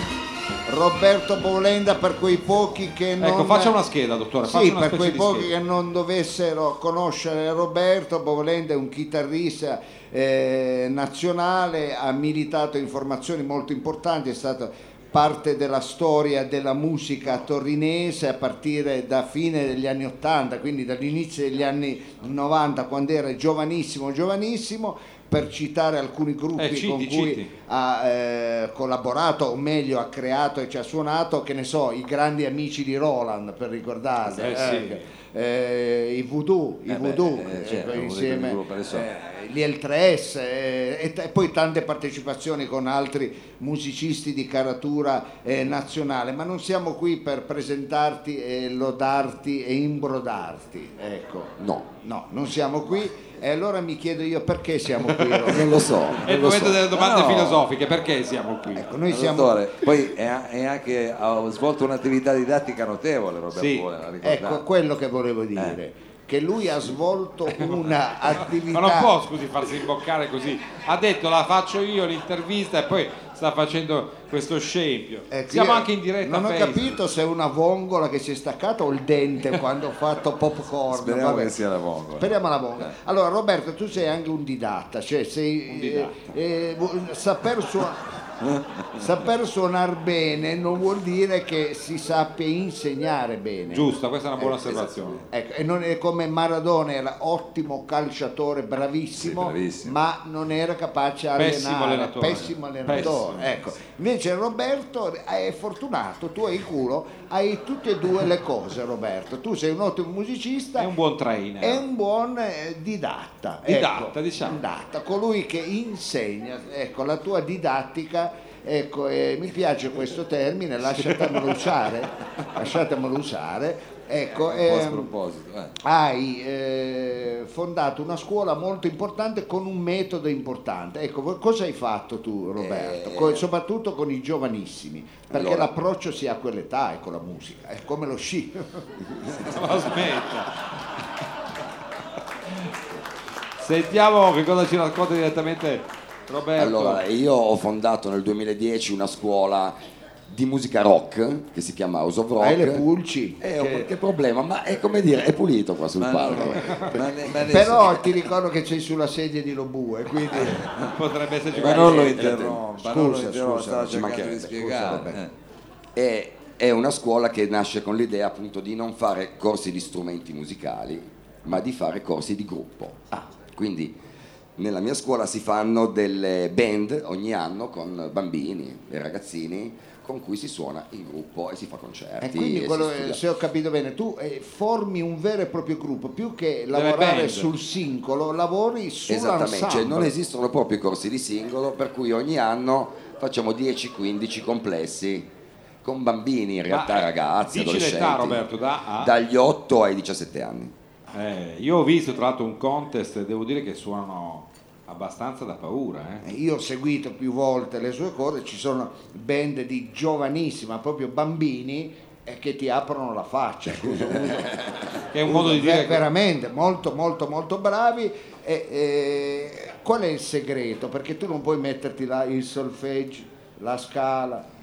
Roberto Bovolenda, per quei pochi che non... Ecco, faccia una scheda, dottore. faccia Sì, una per specie quei di pochi scheda. che non dovessero conoscere Roberto, Bovolenda è un chitarrista eh, nazionale, ha militato in formazioni molto importanti, è stato parte della storia della musica torinese a partire da fine degli anni ottanta, quindi dall'inizio degli anni novanta, quando era giovanissimo, giovanissimo, per citare alcuni gruppi Eh, citi, con cui citi. ha eh, collaborato, o meglio ha creato e ci ha suonato, che ne so, i grandi amici di Roland, per ricordarli, Eh, sì. eh, i Voodoo, i Eh, beh, Voodoo, eh, eh, certo, poi uno dei insieme primi gruppi, adesso- eh, gli L tre S eh, e, t- e poi tante partecipazioni con altri musicisti di caratura eh, nazionale, ma non siamo qui per presentarti e lodarti e imbrodarti, ecco, No, no, non siamo qui. E allora mi chiedo io perché siamo qui. Roberto? non lo so. È il non lo momento so. delle domande No. filosofiche, perché siamo qui? Ecco, noi siamo Dottore, poi è, è anche, ha svolto un'attività didattica notevole, Roberto Sì. Bovolenda, ricordate. Ecco quello che volevo dire, che lui ha svolto una attività. Ma non può, scusi, farsi imboccare così. Ha detto la faccio io l'intervista e poi sta facendo questo scempio. Ecco, Siamo io anche in diretta non ho Facebook. capito se è una vongola che si è staccata o il dente quando ho fatto popcorn. Speriamo vabbè. che sia la vongola. Speriamo la vongola. Allora Roberto, tu sei anche un didatta, cioè sei Un didatta. eh, eh, vu- saper, suon- saper suonare bene non vuol dire che si sappia insegnare bene. Giusta, questa è una buona Eh, osservazione. Ecco, e non è come Maradona, era ottimo calciatore, bravissimo, Sì, bravissimo. ma non era capace a Pessimo allenare, allenatore. pessimo allenatore. Pessimo. Ecco. Invece Roberto è fortunato, tu hai il culo, hai tutte e due le cose Roberto, tu sei un ottimo musicista È un buon trainer. e un buon eh, didatta. Didatta, ecco, diciamo. didatta, colui che insegna, ecco, la tua didattica. Ecco, eh, mi piace questo termine, lasciatemelo usare, lasciatemelo usare. Ecco, Un po' a ehm, sproposito, eh. hai eh, fondato una scuola molto importante con un metodo importante. Ecco, vo- cosa hai fatto tu Roberto? Eh, Co- soprattutto con i giovanissimi, perché allora- l'approccio si ha a quell'età e con la musica, è come lo sci. Ma smetta. Sentiamo che cosa ci racconta direttamente Roberto. Allora, io ho fondato nel duemiladieci una scuola di musica rock che si chiama House of Rock. Hai le pulci. Eh, ho che- qualche problema, ma è come dire, è pulito qua sul Ma, palco. ma ne- ma ne- Però ti ricordo che sei sulla sedia di Lobue, quindi Potrebbe esserci ma non lo qualche- interrompa, non lo Scusa, interrompa, scusa, stava ci cercando di mancherebbe, spiegare. scusa, eh. È, è una scuola che nasce con l'idea appunto di non fare corsi di strumenti musicali, ma di fare corsi di gruppo. Quindi nella mia scuola si fanno delle band ogni anno con bambini e ragazzini con cui si suona in gruppo e si fa concerti. E quindi e quello, si studia. se ho capito bene, tu eh, formi un vero e proprio gruppo, più che lavorare band. sul singolo, lavori sull'ensemble. Esattamente, cioè non esistono proprio i corsi di singolo, per cui ogni anno facciamo dieci quindici complessi con bambini, in realtà Ma, ragazzi, dici adolescenti, l'età, Roberto, da a? dagli otto ai diciassette anni. Eh, io ho visto tra l'altro un contest e devo dire che suonano abbastanza da paura. Eh. Eh, Io ho seguito più volte le sue cose, ci sono band di giovanissima, proprio bambini, eh, che ti aprono la faccia. Scusa, uso- Che è un modo di uso- dire ver- che- veramente molto molto molto bravi. E, eh, qual è il segreto? Perché tu non puoi metterti là il solfeggio, la scala,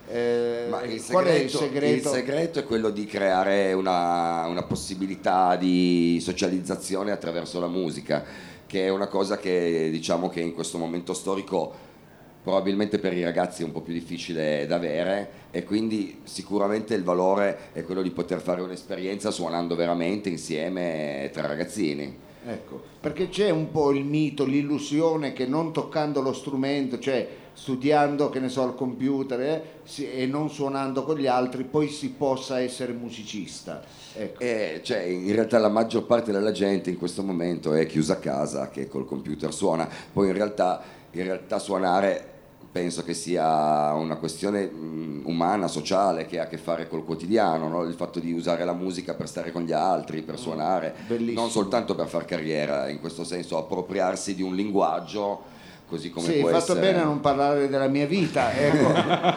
Eh, Ma il qual è il segreto, segreto? il segreto è quello di creare una, una possibilità di socializzazione attraverso la musica, che è una cosa che diciamo che in questo momento storico probabilmente per i ragazzi è un po' più difficile da avere, e quindi sicuramente il valore è quello di poter fare un'esperienza suonando veramente insieme tra ragazzini. Ecco, perché c'è un po' il mito, l'illusione che non toccando lo strumento, cioè studiando, che ne so, al computer eh, si- e non suonando con gli altri, poi si possa essere musicista. Ecco. E cioè, in realtà la maggior parte della gente in questo momento è chiusa a casa che col computer suona, poi in realtà, in realtà suonare penso che sia una questione mh, umana, sociale, che ha a che fare col quotidiano, no? Il fatto di usare la musica per stare con gli altri, per suonare, Bellissimo. non soltanto per far carriera, in questo senso appropriarsi di un linguaggio così come Sì, hai può fatto essere. bene a non parlare della mia vita, ecco,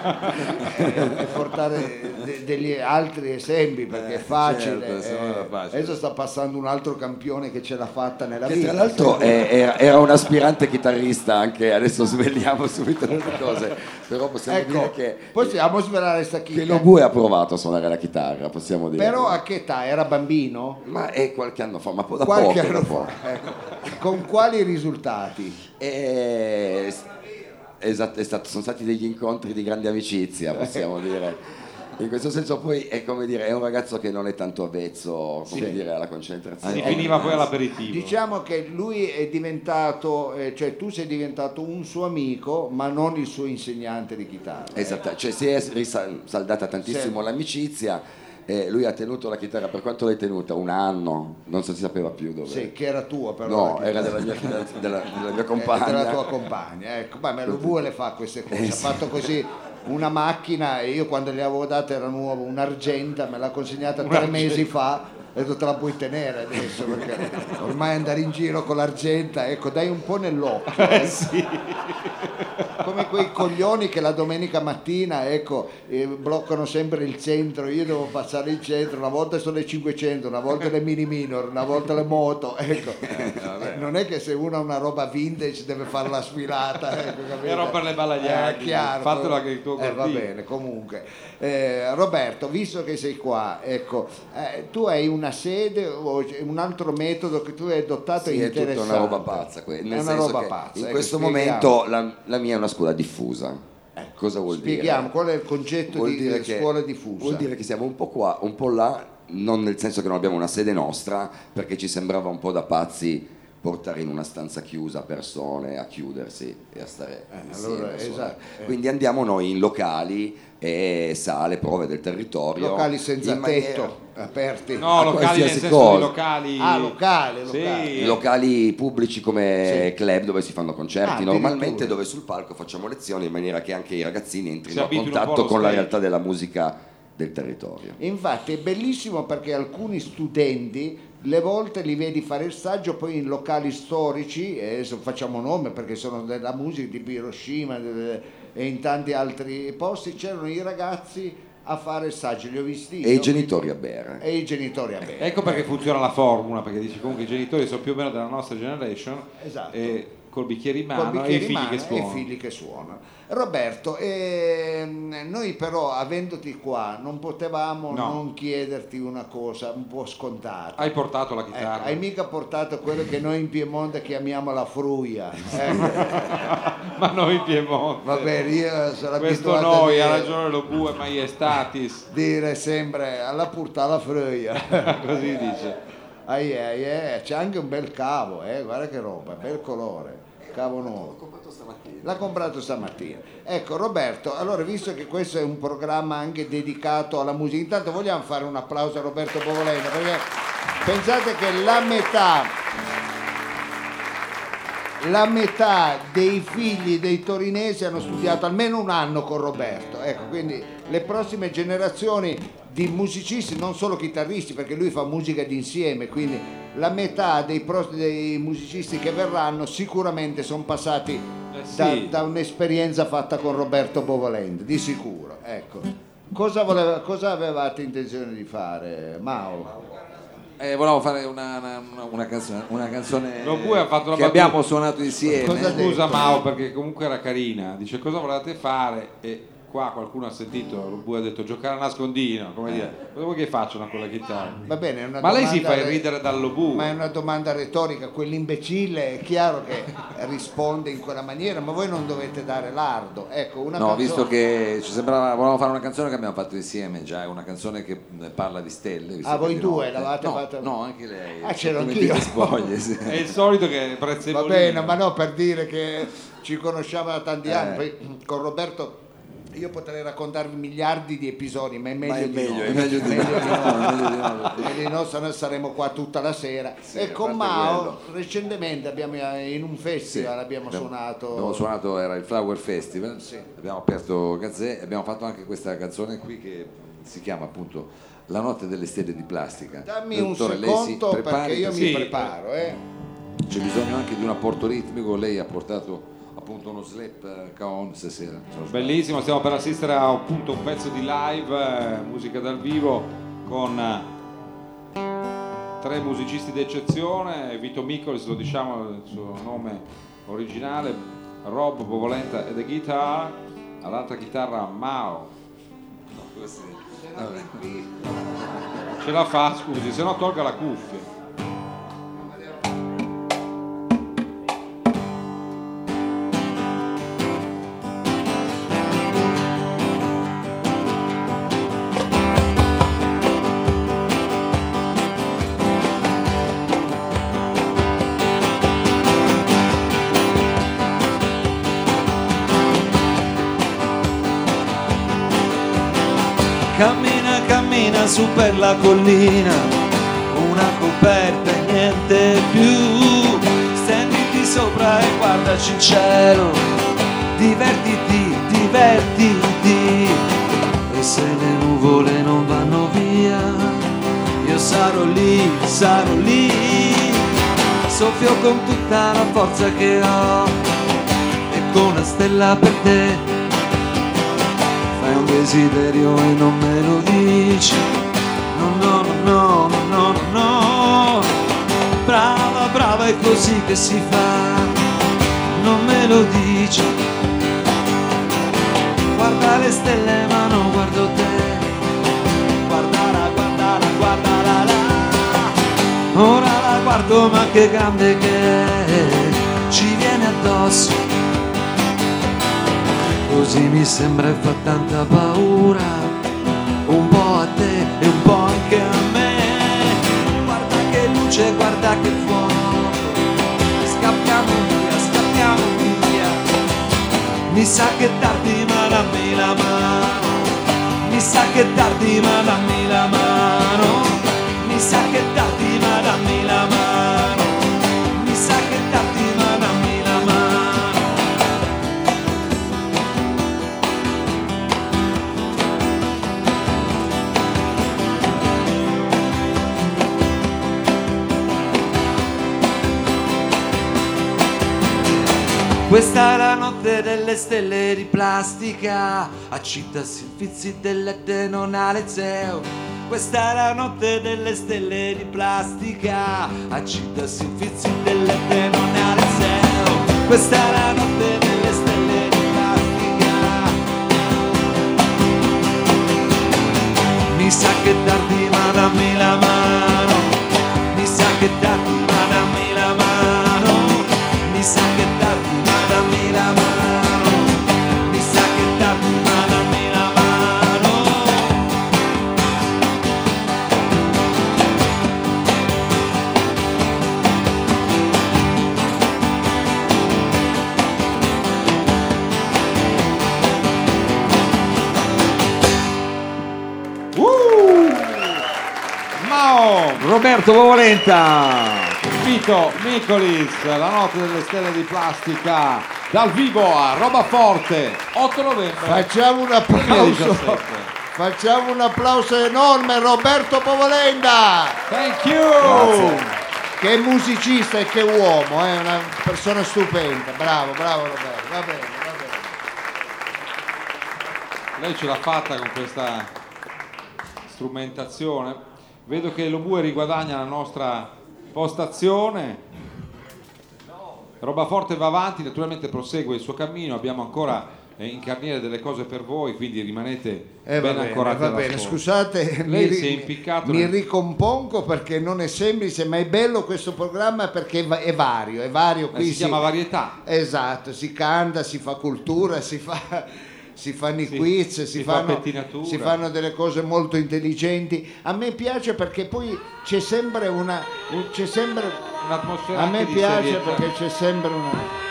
e portare de- degli altri esempi, perché è facile. certo, se no eh. era facile. Adesso sta passando un altro campione che ce l'ha fatta nella Che vita. tra l'altro sì. è- era, era un aspirante chitarrista, anche adesso sveliamo subito le cose, però possiamo Ecco, dire che, possiamo svelare sta che chicca. lo Bue ha provato a suonare la chitarra, possiamo dire. Però a che età? Era bambino? Ma è qualche anno fa, ma po- da Qualche poco, anno da fa. poco. Ecco. Con quali risultati? E- esatto, è stato- sono stati degli incontri di grande amicizia, possiamo dire. In questo senso poi è come dire, è un ragazzo che non è tanto avvezzo, come Sì. dire, alla concentrazione. Si finiva poi all'aperitivo. Diciamo che lui è diventato, eh, cioè tu sei diventato un suo amico, ma non il suo insegnante di chitarra. Esatto, cioè si è risaldata tantissimo Sì. l'amicizia. Eh, lui ha tenuto la chitarra, per quanto l'hai tenuta? Un anno, non si sapeva più dove. Sì, che era tua però. No, la era chitarra. della mia, fidanz- della, della mia Eh, compagna. della tua compagna, ecco. Beh, ma lo Bue le fa queste cose. Eh, Ha sì. fatto così una macchina e io quando le avevo date era nuovo, un'argenta, me l'ha consegnata tre mesi fa. E te la puoi tenere adesso perché ormai andare in giro con l'argenta, ecco, dai un po' nell'occhio. Eh. Come quei coglioni che la domenica mattina, ecco, eh, bloccano sempre il centro. Io devo passare il centro, una volta sono le cinquecento, una volta le mini minor, una volta le moto, ecco. Eh, non è che se uno ha una roba vintage deve fare la sfilata, ecco, capito? E rompere le balagliate, Eh, chiaro. fatelo anche il tuo Eh, va cortile. bene, comunque. Eh, Roberto, visto che sei qua, ecco, eh, tu hai una sede o c'è un altro metodo che tu hai adottato Sì, è interessante. tutta una roba pazza. que- Nel È una senso roba che pazza. in ecco, questo spieghiamo. momento la, la mia è una scuola diffusa. Cosa vuol Spieghiamo dire? qual è il concetto Vuol di dire di che- scuola diffusa. Vuol dire che siamo un po' qua, un po' là, non nel senso che non abbiamo una sede nostra, perché ci sembrava un po' da pazzi portare in una stanza chiusa persone a chiudersi e a stare insieme. allora, a suonare. esatto, eh. Quindi andiamo noi in locali e sale, prove del territorio. Locali senza in maniera- tetto, aperti. No, a locali nel qualsiasi senso cosa. di locali. Ah, locali, Sì. locali. Locali pubblici come Sì. club dove si fanno concerti Ah, normalmente, addirittura. dove sul palco facciamo lezioni in maniera che anche i ragazzini Si entrino a abituino un po' contatto allo con la stage. realtà della musica del territorio. Infatti è bellissimo perché alcuni studenti le volte li vedi fare il saggio poi in locali storici, e adesso facciamo nome perché sono della musica tipo Hiroshima de- e in tanti altri posti, c'erano i ragazzi a fare il saggio, li ho visti E i io. genitori a bere. E i genitori a bere. Ecco perché funziona la formula, perché dici comunque i genitori sono più o meno della nostra generation, Esatto. e col bicchiere in Col mano e bicchiere i in figli mano che e suonano. i figli che suonano. Roberto, ehm, noi però avendoti qua non potevamo No. non chiederti una cosa un po' scontata. Hai portato la Ecco, chitarra. hai mica portato quello che noi in Piemonte chiamiamo la fruia. Ecco. Ma noi in Piemonte. Va bene, io sono Questo abituato a noi, dire, ha ragione lo bue maiestatis. dire sempre alla purtà la fruia. Così dice. Ai, ai, ai, c'è anche un bel cavo, eh, guarda che roba, bel colore, cavo nuovo. L'ha comprato stamattina. Ecco Roberto, allora visto che questo è un programma anche dedicato alla musica, intanto vogliamo fare un applauso a Roberto Bovolenda, perché pensate che la metà la metà dei figli dei torinesi hanno studiato almeno un anno con Roberto, ecco, quindi le prossime generazioni di musicisti, non solo chitarristi, perché lui fa musica d'insieme, quindi la metà dei, pro- dei musicisti che verranno sicuramente sono passati Eh sì. da, da un'esperienza fatta con Roberto Bovolenda, di sicuro. Ecco. Cosa, voleva- cosa avevate intenzione di fare, Mao? Eh, volevamo fare una, una, una canzone, una canzone Lo Bue ha fatto una che battuta. abbiamo suonato insieme. Cosa ha detto? Scusa Mao, perché comunque era carina. Dice cosa volevate fare? E qua qualcuno ha sentito, Lobue ha detto giocare a nascondino, come dire, cosa vuoi che facciano con la chitarra? Va bene, è una Ma lei si domanda fa re- ridere dal Lobue. Ma è una domanda retorica, quell'imbecille è chiaro che risponde in quella maniera, ma voi non dovete dare lardo. Ecco, una No, canzone- visto che ci sembrava, volevamo fare una canzone che abbiamo fatto insieme già, è una canzone che parla di stelle. visto Ah, che voi di due notte- l'avete no, fatta? No, anche lei. Ah, c'ero Complimenti anch'io. alle spoglie, sì. È il solito che prezzevolino. Va bene, ma no, per dire che ci conosciamo da tanti Eh. anni, poi con Roberto io potrei raccontarvi miliardi di episodi, ma è meglio Ma è di meglio, no. è meglio di no, Meglio di no. è meglio di no. Meglio di no, se no saremo qua tutta la sera. Sì, e a con parte Mao quello. recentemente abbiamo in un festival Sì, abbiamo, suonato. Abbiamo suonato, era il Flower Festival, Sì. abbiamo aperto Gazzè e abbiamo fatto anche questa canzone qui che si chiama appunto La notte delle stelle di plastica. Dammi un Dottore, lei si secondo perché prepari, io sì. mi preparo. Eh. C'è bisogno anche di un apporto ritmico, lei ha portato appunto uno slap eh, cajon stasera. se non sbaglio. Bellissimo, stiamo per assistere a appunto un pezzo di live, eh, musica dal vivo con eh, tre musicisti d'eccezione, Vito Micolis, lo diciamo il suo nome originale, Rob Bovolenta e the guitar, all'altra chitarra Mao. Ce la fa, scusi, se no tolga la cuffia. Cammina, cammina su per la collina, una coperta e niente più. Stenditi sopra e guardaci il cielo, divertiti, divertiti. E se le nuvole non vanno via, io sarò lì, sarò lì. Soffio con tutta la forza che ho e con una stella per te. Fai un desiderio e non me lo dici. No, no, no, no, no, no, no. Brava, brava, è così che si fa. Non me lo dici. Guarda le stelle ma non guardo te. Guardala, guardala, guardala là. Ora la guardo ma che grande che è. Ci viene addosso. Così mi sembra e fa tanta paura, un po' a te e un po' anche a me. Guarda che luce, guarda che fuoco, scappiamo via, scappiamo via. Mi sa che tardi ma dammi la mano, mi sa che tardi ma dammi la mano, mi sa che tardi ma dammi la mano, mi sa che tardi ma dammi la mano. Questa è la notte delle stelle di plastica, accita silfizi dell'ette non ha le zeo. Questa è la notte delle stelle di plastica, accita silfizi dell'ette non ha le zeo. Questa è la notte delle stelle di plastica. Mi sa che tardi ma dammi la mano, mi sa che tardi ma dammi la mano, mi sa che tardi ma dammi la mano, mi sa che tardi ma dammi la mano. Uh! Mao, Roberto Bovolenta. Vito Micolis, la notte delle stelle di plastica, dal vivo a Robaforte, otto novembre Facciamo un applauso. duemiladiciassette. Facciamo un applauso enorme a Roberto Povolenda, Thank you! che è musicista e che uomo, è una persona stupenda. Bravo, bravo Roberto, va bene, va bene. Lei ce l'ha fatta con questa strumentazione. Vedo che Lobue riguadagna la nostra postazione. Robaforte va avanti, naturalmente prosegue il suo cammino. Abbiamo ancora eh, incarniere delle cose per voi, quindi rimanete Eh, ben va bene, ancorati va all'ascolto. bene. Scusate, Lei mi, si è ri- impiccato mi nel- ricompongo perché non è semplice, ma è bello questo programma perché è va- è vario, è vario. Eh, Qui si chiama varietà. Esatto, si canta, si fa cultura, si fa si fanno i Si- quiz, si, si fa fanno, pettinatura. si fanno delle cose molto intelligenti. A me piace perché poi c'è sempre una un- c'è sempre Un'atmosfera a me anche di piace serietà. perché c'è sempre una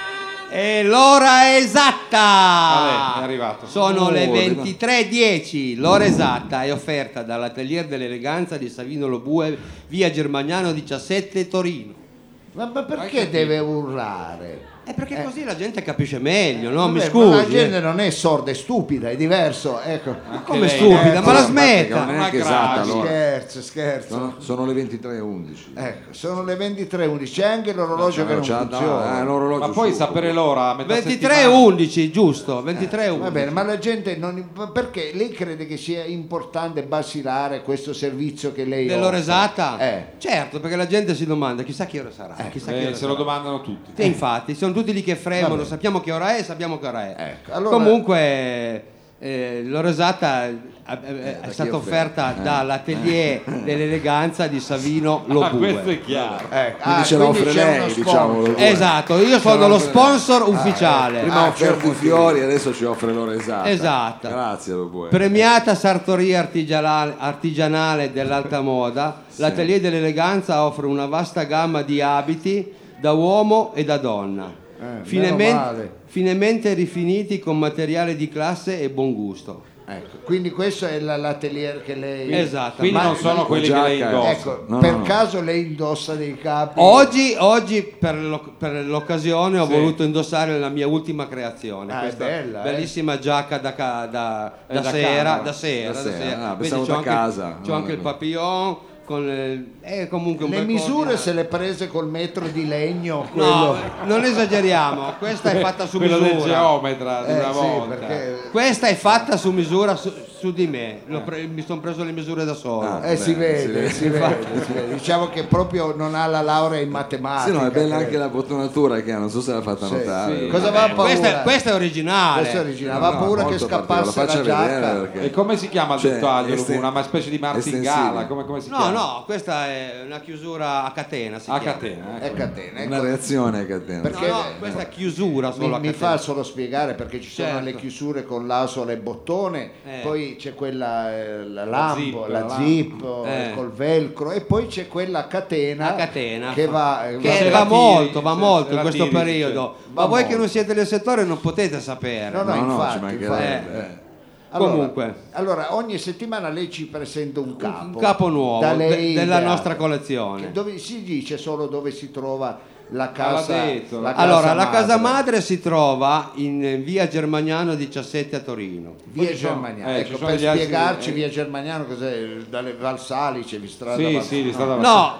E l'ora esatta! Ah, lei è arrivato. Sono Oh, le arriva- ventitré e dieci. L'ora esatta è offerta dall'Atelier dell'Eleganza di Savino Lobue, via Germaniano diciassette, Torino. ma, ma Hai perché capito? deve urlare? È perché così la gente capisce meglio, no? Mi Vabbè, scusi. ma la eh. gente non è sorda, è stupida, è diverso. Ecco. Anche Come lei, stupida, eh, ma la non smetta. è neanche Una esatta grave. allora. Scherzo, scherzo. Sono, sono le ventitré e undici. Ecco, sono le ventitré e undici, c'è anche l'orologio che non C'ha- no, funziona. ah, l'orologio Ma poi su. sapere l'ora a metà ventitré e settimana- undici, giusto? ventitré e undici. Va bene, ma la gente non. Perché lei crede che sia importante basilare questo servizio che lei Dell'ora offre? esatta? Eh. Certo, perché la gente si domanda chissà che ora sarà. chissà che Eh, ora se lo sarà. domandano tutti. Sì, infatti, sono tutti lì che fremono, Vabbè. sappiamo che ora è, sappiamo che ora è. Ecco, allora- Comunque eh, l'ora esatta eh, eh, è chi stata è offerta offerta? Eh. dall'Atelier dell'Eleganza di Savino Ah, questo Lobue. è chiaro. Ecco, Quindi ah, ce la quindi offre c'è lei, uno diciamo. sponsor. Esatto, io sono lo sponsor ufficiale. Prima ha Ah, offerto c'è i un fiori, adesso ci offre l'ora esatta. Esatto. Grazie, Lobue. Premiata sartoria artigianale, artigianale dell'alta moda, l'Atelier dell'Eleganza offre una vasta gamma di abiti da uomo e da donna, Eh, finemente, meno male. finemente rifiniti con materiale di classe e buon gusto. Ecco, quindi questo è la- l'atelier che lei. Esatto. Quindi Ma- non sono quelli che lei giacca, indossa. Ecco, No, per no, no. caso lei indossa dei capi. Oggi, oggi per, lo- per l'occasione ho Sì. voluto indossare la mia ultima creazione, Ah, è questa bella, eh. bellissima giacca da, ca- da- È da da sera, camera. da sera, Da da sera, sera. ah, Vedi, pensavo c'ho da anche, casa. c'ho anche il papillon con il- è comunque un Le bel misure coordinato. se le prese col metro di legno. No, Quello... non esageriamo, questa è fatta su Quello del misura. geometra di Eh, una sì, volta. perché... Questa è fatta su misura su, su di me. L'ho pre- mi sono preso le misure da solo. Ah, Eh, si, Beh, vede, si si, vede, si vede. Diciamo che proprio non ha la laurea in matematica. Sì, no, è bella credo. anche la botonatura che ha, non so se l'ha fatta Sì, notare. sì. Ma- Cosa va a paura? Questa, questa è originale. Questo è originale. No, Aveva no, paura che molto scappasse la particolare. La faccia giacca. vedere perché- E come si chiama il Cioè, dettaglio? esten- Una specie di martingala? estensivi. Come, come si No, chiama? no, questa è una chiusura a catena. Si A chiama. catena. È Ecco. catena. Una ecco. reazione a catena. Perché- No, no, questa è chiusura solo Mi, a mi catena. fa solo spiegare perché ci sono Certo. le chiusure con l'asola e bottone, Eh. poi c'è quella eh, la lampo, zip, la, la zip Eh. col velcro e poi c'è quella catena, A catena. che va, Che se va la tiri, molto, va se- molto se in la questo tiri, periodo. succede. Ma Va voi molto. che non siete del settore non potete sapere. no no, No, no, infatti, ci mancherebbe. infatti. Eh. Allora, Comunque. allora ogni settimana lei ci presenta un capo, Un capo nuovo da de- lei della ideato. nostra collezione. Dove si dice solo dove si trova la l'ha casa, detto, la l'ha- casa Allora, la casa madre. madre si trova in via Germaniano diciassette a Torino. Via Poi ci sono- Germaniano, eh, ecco, ci sono per gli altri- spiegarci eh. via Germaniano cos'è, dalle Valsalice, di strada Sì, Valsalice. sì, di strada No,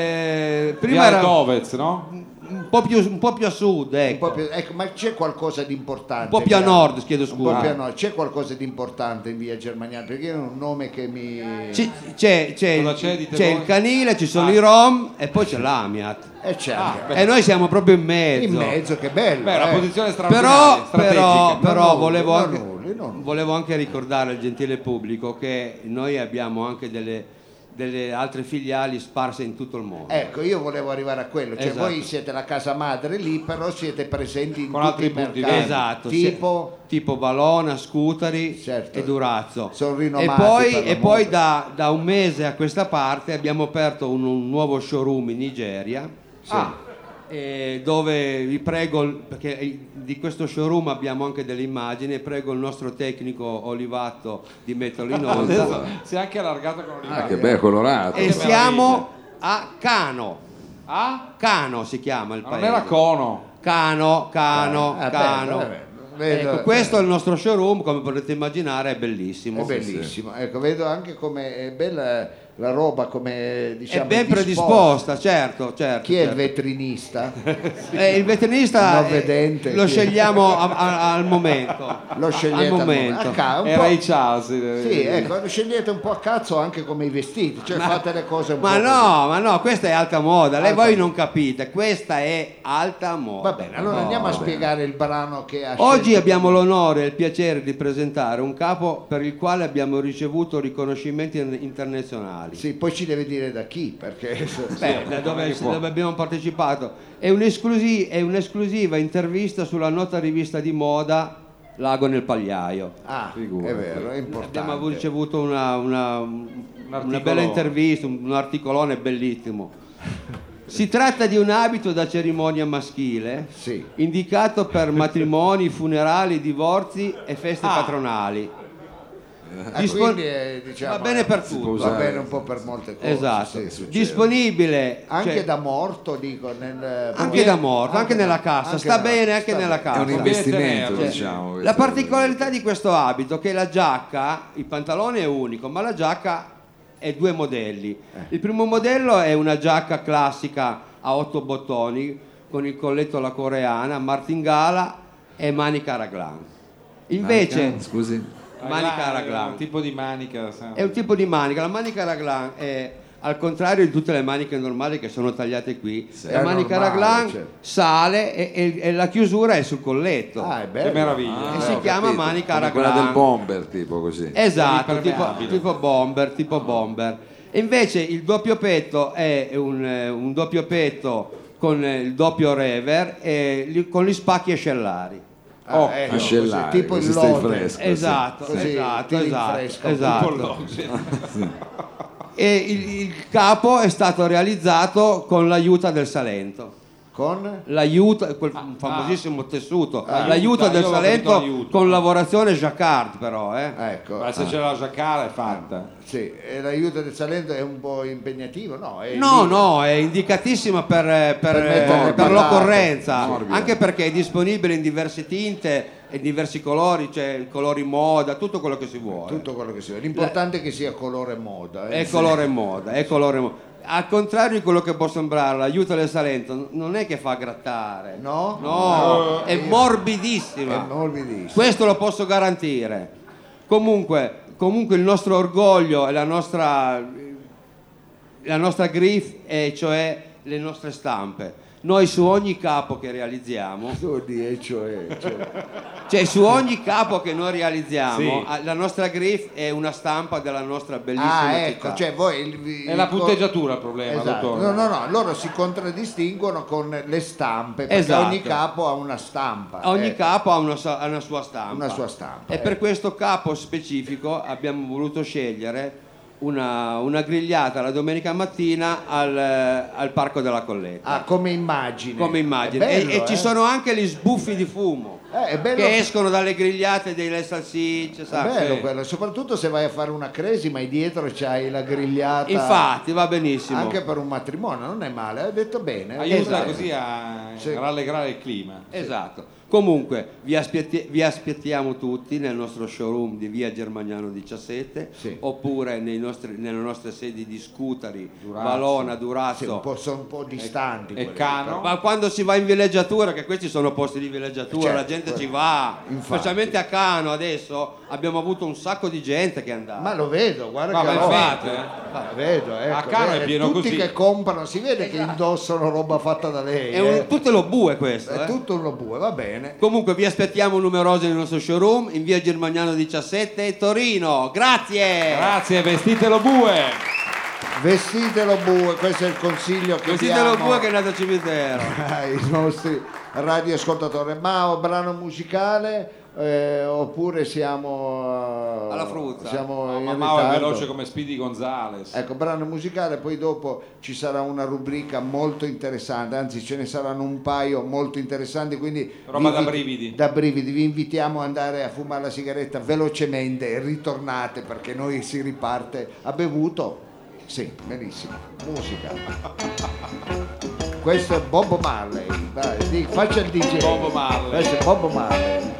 eh, prima Viale era Dovez, no? un po' più, un po' più a sud, Un ecco. po' più- ecco, ma c'è qualcosa di importante? Un po' più a via- nord, chiedo un po' scusa. più a nord. C'è qualcosa di importante in via Germaniano? Perché è un nome che mi... Ci- C'è, c'è, Cosa c'è, dite c'è voi? il canile, ci sono Ah. i rom e poi c'è l'Amiat. Eh, c'è anche. E noi siamo proprio in mezzo. In mezzo, che bello. Beh, una eh. posizione straordinaria, Però, però, strategica. però Non volevo, nulli, anche, non nulli, non nulli. volevo anche ricordare al gentile pubblico che noi abbiamo anche delle, delle altre filiali sparse in tutto il mondo. Ecco, io volevo arrivare a quello, cioè Esatto. voi siete la casa madre lì, però siete presenti in Con tutti altri i punti mercati. Esatto, tipo... sì, tipo Valona, Scutari Certo. e Durazzo. Sono E rinomati poi, per la e poi moda. da, da un mese a questa parte abbiamo aperto un, un nuovo showroom in Nigeria. Ah, eh, dove vi prego, perché eh, di questo showroom abbiamo anche delle immagini, e prego il nostro tecnico Olivatto di metterlo in onda. adesso si è anche allargato con Ah, l'Olivato. che bello, colorato. E che siamo a Cano. Ah? Cano si chiama il Ma non paese. era Cono. Cano, Cano, Ah, Cano. bello, bello. Vedo- Ecco, questo è il nostro showroom, come potete immaginare è bellissimo. È bellissimo, ecco, vedo anche come è bella la roba come diciamo è ben predisposta, certo, certo. Chi è certo. il vetrinista? Eh, il veterinista non vedente, eh, lo chi è? scegliamo a- a- al momento. Lo scegliete al al momento. momento. A ca- un Era po'- i Charles. Sì, ecco, scegliete un po' a cazzo anche come i vestiti, cioè fate le cose un Ma po' no, ma no, questa è alta moda. Lei Alta voi moda. non capite, questa è alta moda. Va bene, allora andiamo a spiegare il brano che ha Oggi scelto. abbiamo l'onore e il piacere di presentare un capo per il quale abbiamo ricevuto riconoscimenti internazionali. Sì, poi ci deve dire da chi, perché Beh, da dove, dove abbiamo partecipato. È, un'esclusi- è un'esclusiva intervista sulla nota rivista di moda Lago nel Pagliaio. ah, è vero, è importante. Abbiamo ricevuto una, una, una bella intervista, un, un articolone bellissimo. Si tratta di un abito da cerimonia maschile, Sì. indicato per matrimoni, funerali, divorzi e feste Ah. patronali. Ah, Dispon- quindi è, diciamo, va bene è- per tutto. va bene un po' per molte cose. Esatto. sì, succede. Disponibile Anche cioè, da morto, dico, nel, anche da morto, anche, da- nella cassa, anche sta da- bene anche sta nella bene. cassa. È un investimento, Cioè, diciamo. La questo. particolarità di questo abito è che la giacca, il pantalone è unico, ma la giacca è due modelli. Eh. Il primo modello è una giacca classica a otto bottoni con il colletto alla coreana, martingala e manica raglan. Invece Manica, scusi. manica È raglan un tipo di manica. sa- è un tipo di manica. La manica raglan è al contrario di tutte le maniche normali che sono tagliate qui. La È manica normale, raglan cioè. sale e, e- e la chiusura è sul colletto. Ah, è bello. Che meraviglia. e Ah, si ho chiama capito. manica Come quella raglan. del bomber, tipo così. Esatto, tipo, Impermeabile. tipo bomber, tipo bomber. E invece il doppio petto è un, eh, un doppio petto con eh, il doppio rever e li- con gli spacchi ascellari. Ah, Oh, ecco, ascellare, così, tipo così il stai lode. fresco. Esatto, Così esatto, ti esatto, rinfresca un esatto. E il, il capo è stato realizzato con l'aiuto del Salento. Con? L'aiuto, quel famosissimo tessuto, Ah, l'aiuto aiuta, del io avevo Salento capito l'aiuto. con lavorazione jacquard però, eh. Ecco. Ma se c'è la giaccara è fatta. Sì, e l'aiuto del Salento è un po' impegnativo, no? È No, lì- no, è indicatissima per, per, Per eh, mettere le per patate. l'occorrenza, Morbida. anche perché è disponibile in diverse tinte e diversi colori, cioè colori moda, tutto quello che si vuole. Tutto quello che si vede. L'importante è che sia colore moda. eh. È colore moda, è colore moda. Al contrario di quello che può sembrare, l'aiuto del Salento non è che fa grattare. No? No, è È morbidissima. morbidissimo. Questo lo posso garantire. Comunque, comunque il nostro orgoglio e la nostra, la nostra griffe, e cioè le nostre stampe. Noi su ogni capo che realizziamo, Oddio, cioè, cioè. cioè su ogni capo che noi realizziamo, Sì. ah, la nostra griffe è una stampa della nostra bellissima Ah, città. ecco, cioè voi il- È la il- punteggiatura il problema, Esatto. dottore. No, no, no, loro si contraddistinguono con le stampe, perché Esatto. ogni capo ha una stampa. Ogni eh. capo ha una, sua- ha una sua stampa. Una sua stampa, E eh. per questo capo specifico abbiamo voluto scegliere una, una grigliata la domenica mattina al, al Parco della Colletta. Ah, come immagine. Come immagine. È bello, e e ci eh. sono anche gli sbuffi di fumo Eh, è bello, che escono dalle grigliate delle salsicce. è sa, bello sì. quello, soprattutto se vai a fare una crisi, ma dietro c'hai la grigliata. Infatti, va benissimo. Anche per un matrimonio, non è male, hai detto bene. hai Aiuta detto bene. così a Sì. rallegrare il clima. Esatto. Comunque vi, aspetti- vi aspettiamo tutti nel nostro showroom di via Germagnano diciassette, Sì. oppure nei nostri- nelle nostre sedi di Scutari, Durazzo. Valona, Sì, Durazzo. un po', sono un po' distanti. e quelli, Cano? Ma quando si va in villeggiatura, che questi sono posti di villeggiatura, Certo, la gente quello. ci va, Infatti. specialmente a Cano adesso abbiamo avuto un sacco di gente che è andata. Ma lo vedo, guarda Ma che ben roba. fatto, eh. Ah, vedo, ecco, A Cano è eh, pieno tutti così. che comprano, si vede che indossano roba fatta da lei. È un, eh. tutto lo bue questo. È eh. tutto uno bue, va bene. Comunque vi aspettiamo numerosi nel nostro showroom in via Germagnano diciassette, Torino. Grazie! Grazie, vestitelo bue. Vestitelo bue, questo è il consiglio che Vestite lo diamo bue che è andato al cimitero. ai nostri radioascoltatori. Ma un brano musicale eh, oppure siamo eh, Alla frutta. Siamo in Ma Mao è ritardo? veloce come Speedy Gonzales. Ecco, brano musicale, poi dopo ci sarà una rubrica molto interessante, anzi ce ne saranno un paio molto interessanti, quindi Roba vi da invit- brividi. da brividi, vi invitiamo ad andare a fumare la sigaretta velocemente e ritornate perché noi si riparte. Ha bevuto? Sì, benissimo. Musica. Questo è Bob Marley, vai, di- faccia il D J. Bob Marley. Questo è Bob Marley.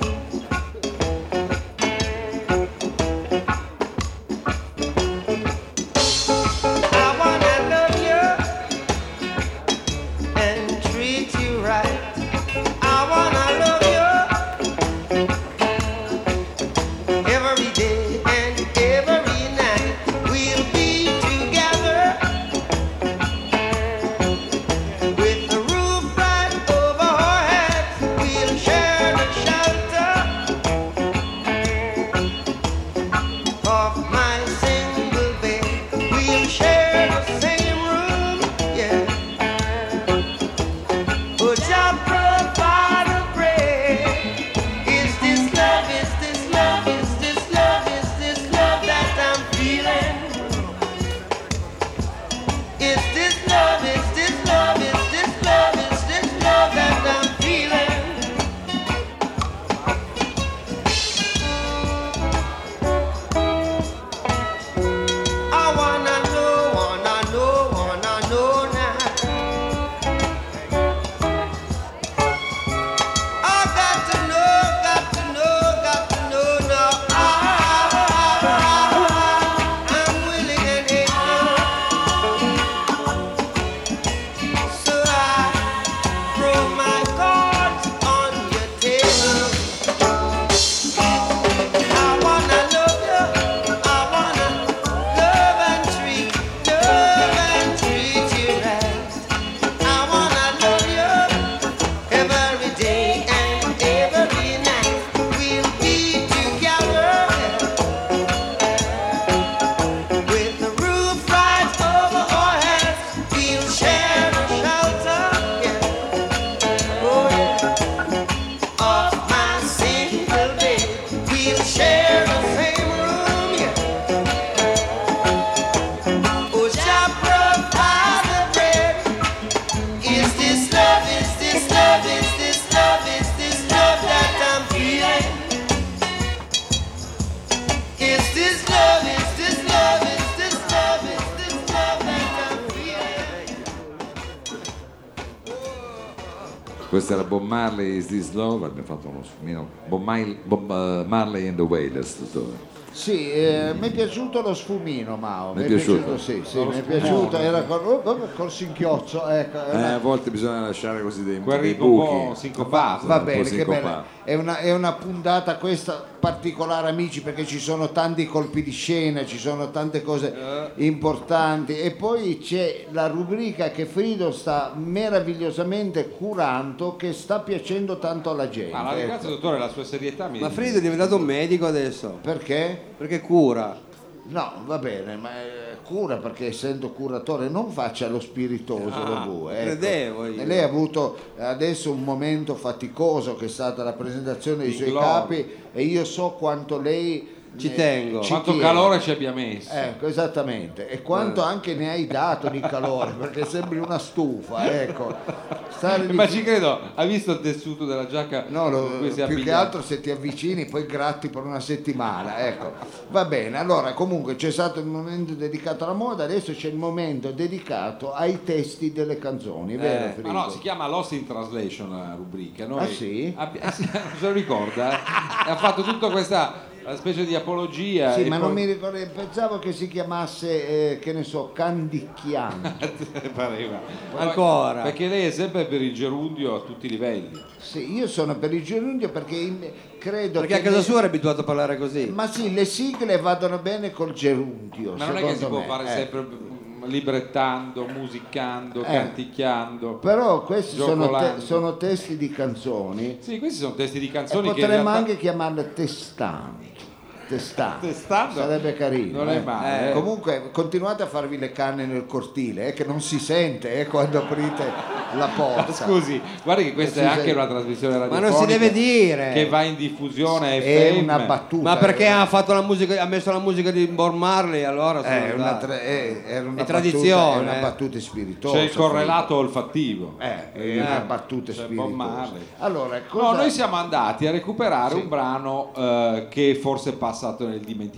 Questo era Bob Marley, Is This Love? Abbiamo fatto uno sfumino. Bob, Marley, Bob uh, Marley and the Wailers. Tutto. Sì, eh, mi è piaciuto lo sfumino, Mao. Mi è piaciuto? Sì, sì, mi è piaciuto. Era col, oh, col sinchiozzo. Ecco, Eh, a volte bisogna lasciare così dei, Quel dei ritmo un buchi. po' sincopato. Va un po' bene, che sincopato. bella. È una, è una puntata questa particolare, amici, perché ci sono tanti colpi di scena, ci sono tante cose importanti e poi c'è la rubrica che Frido sta meravigliosamente curando, che sta piacendo tanto alla gente. Ma la ecco. ringrazio, dottore, la sua serietà mi... Ma Frido è diventato un medico adesso, Perché? perché cura. No, va bene, ma eh, cura perché essendo curatore non faccia lo spiritoso Ah, lo bu, ecco. credevo io. E lei ha avuto adesso un momento faticoso che è stata la presentazione dei Di suoi gloria. capi e io so quanto lei Ci eh, tengo. ci Quanto tiene. calore ci abbia messo. Ecco, esattamente, e quanto anche ne hai dato di calore, perché sembri una stufa, ecco. Stare di- Ma ci credo, ha visto il tessuto della giacca No, lo- con cui si è più che abbigliato? altro se ti avvicini poi gratti per una settimana, ecco. Va bene, allora comunque c'è stato il momento dedicato alla moda, adesso c'è il momento dedicato ai testi delle canzoni, vero Eh, Frigo? ma no, si chiama Lost in Translation la rubrica. Noi Ah, sì? abbi- eh, sì, se lo ricorda? eh? Ha fatto tutta questa una specie di apologia. Sì, e ma poi- non mi ricordo, pensavo che si chiamasse, eh, che ne so, Candicchiano. Pareva. Ancora. Perché lei è sempre per il gerundio a tutti i livelli. Sì, io sono per il gerundio perché in- credo Perché che a casa le- sua era abituato a parlare così. Ma sì, le sigle vadano bene col gerundio. Ma non è che si secondo può me, fare eh. sempre mm, librettando, musicando, Eh. canticchiando. Però questi sono, te- giocolando. sono testi di canzoni Sì, questi sono testi di e canzoni che in potremmo realtà... anche chiamarle testanti. Testanti. Testando Sarebbe carino. non è eh. male, eh. Comunque continuate a farvi le canne nel cortile, eh, che non si sente eh, quando aprite la porta. Scusi, guardi che questa è Scusi. anche una trasmissione Ma radiofonica non si deve dire. che va in diffusione È F M. una battuta. Ma perché eh. ha fatto la musica, ha messo la musica di Bob Marley, allora sono Eh, una andato. tra- è, era una È tradizione, battuta, è una eh. battuta spiritosa. C'è il correlato olfattivo. Eh, è una battuta C'è Bob spiritosa. Marley. Allora, No, cosa... noi siamo andati a recuperare Sì. un brano eh, che forse è passato nel dimenticatoio.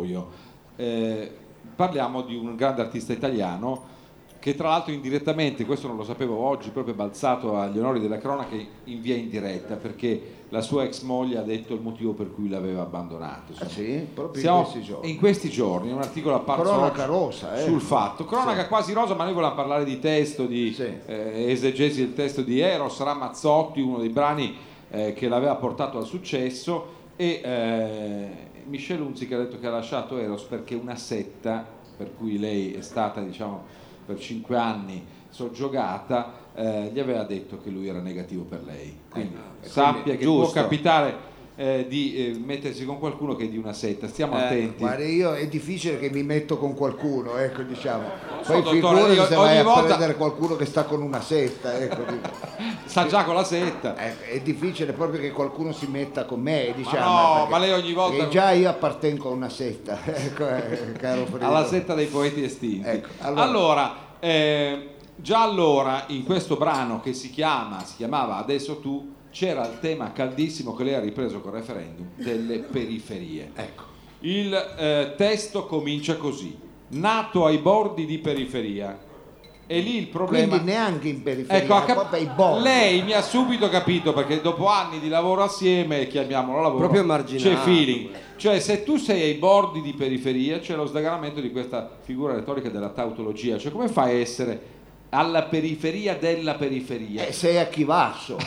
Eh, parliamo di un grande artista italiano che tra l'altro indirettamente, questo non lo sapevo oggi, proprio è balzato agli onori della cronaca in via indiretta, perché la sua ex moglie ha detto il motivo per cui l'aveva abbandonato. Ah, sì? Proprio Siamo in questi giorni. in questi giorni, un articolo apparso Cronaca oggi rosa, eh. sul fatto, cronaca Sì. quasi rosa, ma noi volevamo parlare di testo, di Sì. eh, esegesi del testo di Eros Ramazzotti, uno dei brani eh, che l'aveva portato al successo, e eh, Michelle Hunziker ha detto che ha lasciato Eros perché una setta per cui lei è stata, diciamo, per cinque anni soggiogata, eh, gli aveva detto che lui era negativo per lei. Quindi Ecco, sappia che giusto. può capitare eh, di eh, mettersi con qualcuno che è di una setta, stiamo Eh, attenti. Guarda, io è difficile che mi metto con qualcuno, ecco, diciamo. so, Poi dottore, figurati io se ogni vai a volta- prendere qualcuno che sta con una setta, ecco. dico. Sta già con la setta. Eh, è difficile proprio che qualcuno si metta con me, diciamo. no, perché- ma lei ogni volta- perché già io appartengo a una setta, ecco, eh, caro Frido. Alla setta dei poeti estinti. Ecco, allora- allora, eh, già allora in questo brano che si chiama, si chiamava Adesso tu, c'era il tema caldissimo che lei ha ripreso col referendum delle periferie. Ecco. Il eh, testo comincia così: nato ai bordi di periferia. E lì il problema. Quindi neanche in periferia, Ecco, ha cap- proprio ai bordi. lei mi ha subito capito, perché dopo anni di lavoro assieme, chiamiamolo lavoro, Proprio marginale. c'è feeling. Cioè, se tu sei ai bordi di periferia, c'è lo sdaganamento di questa figura retorica della tautologia. Cioè, come fai a essere alla periferia della periferia? Eh, sei a Chivasso.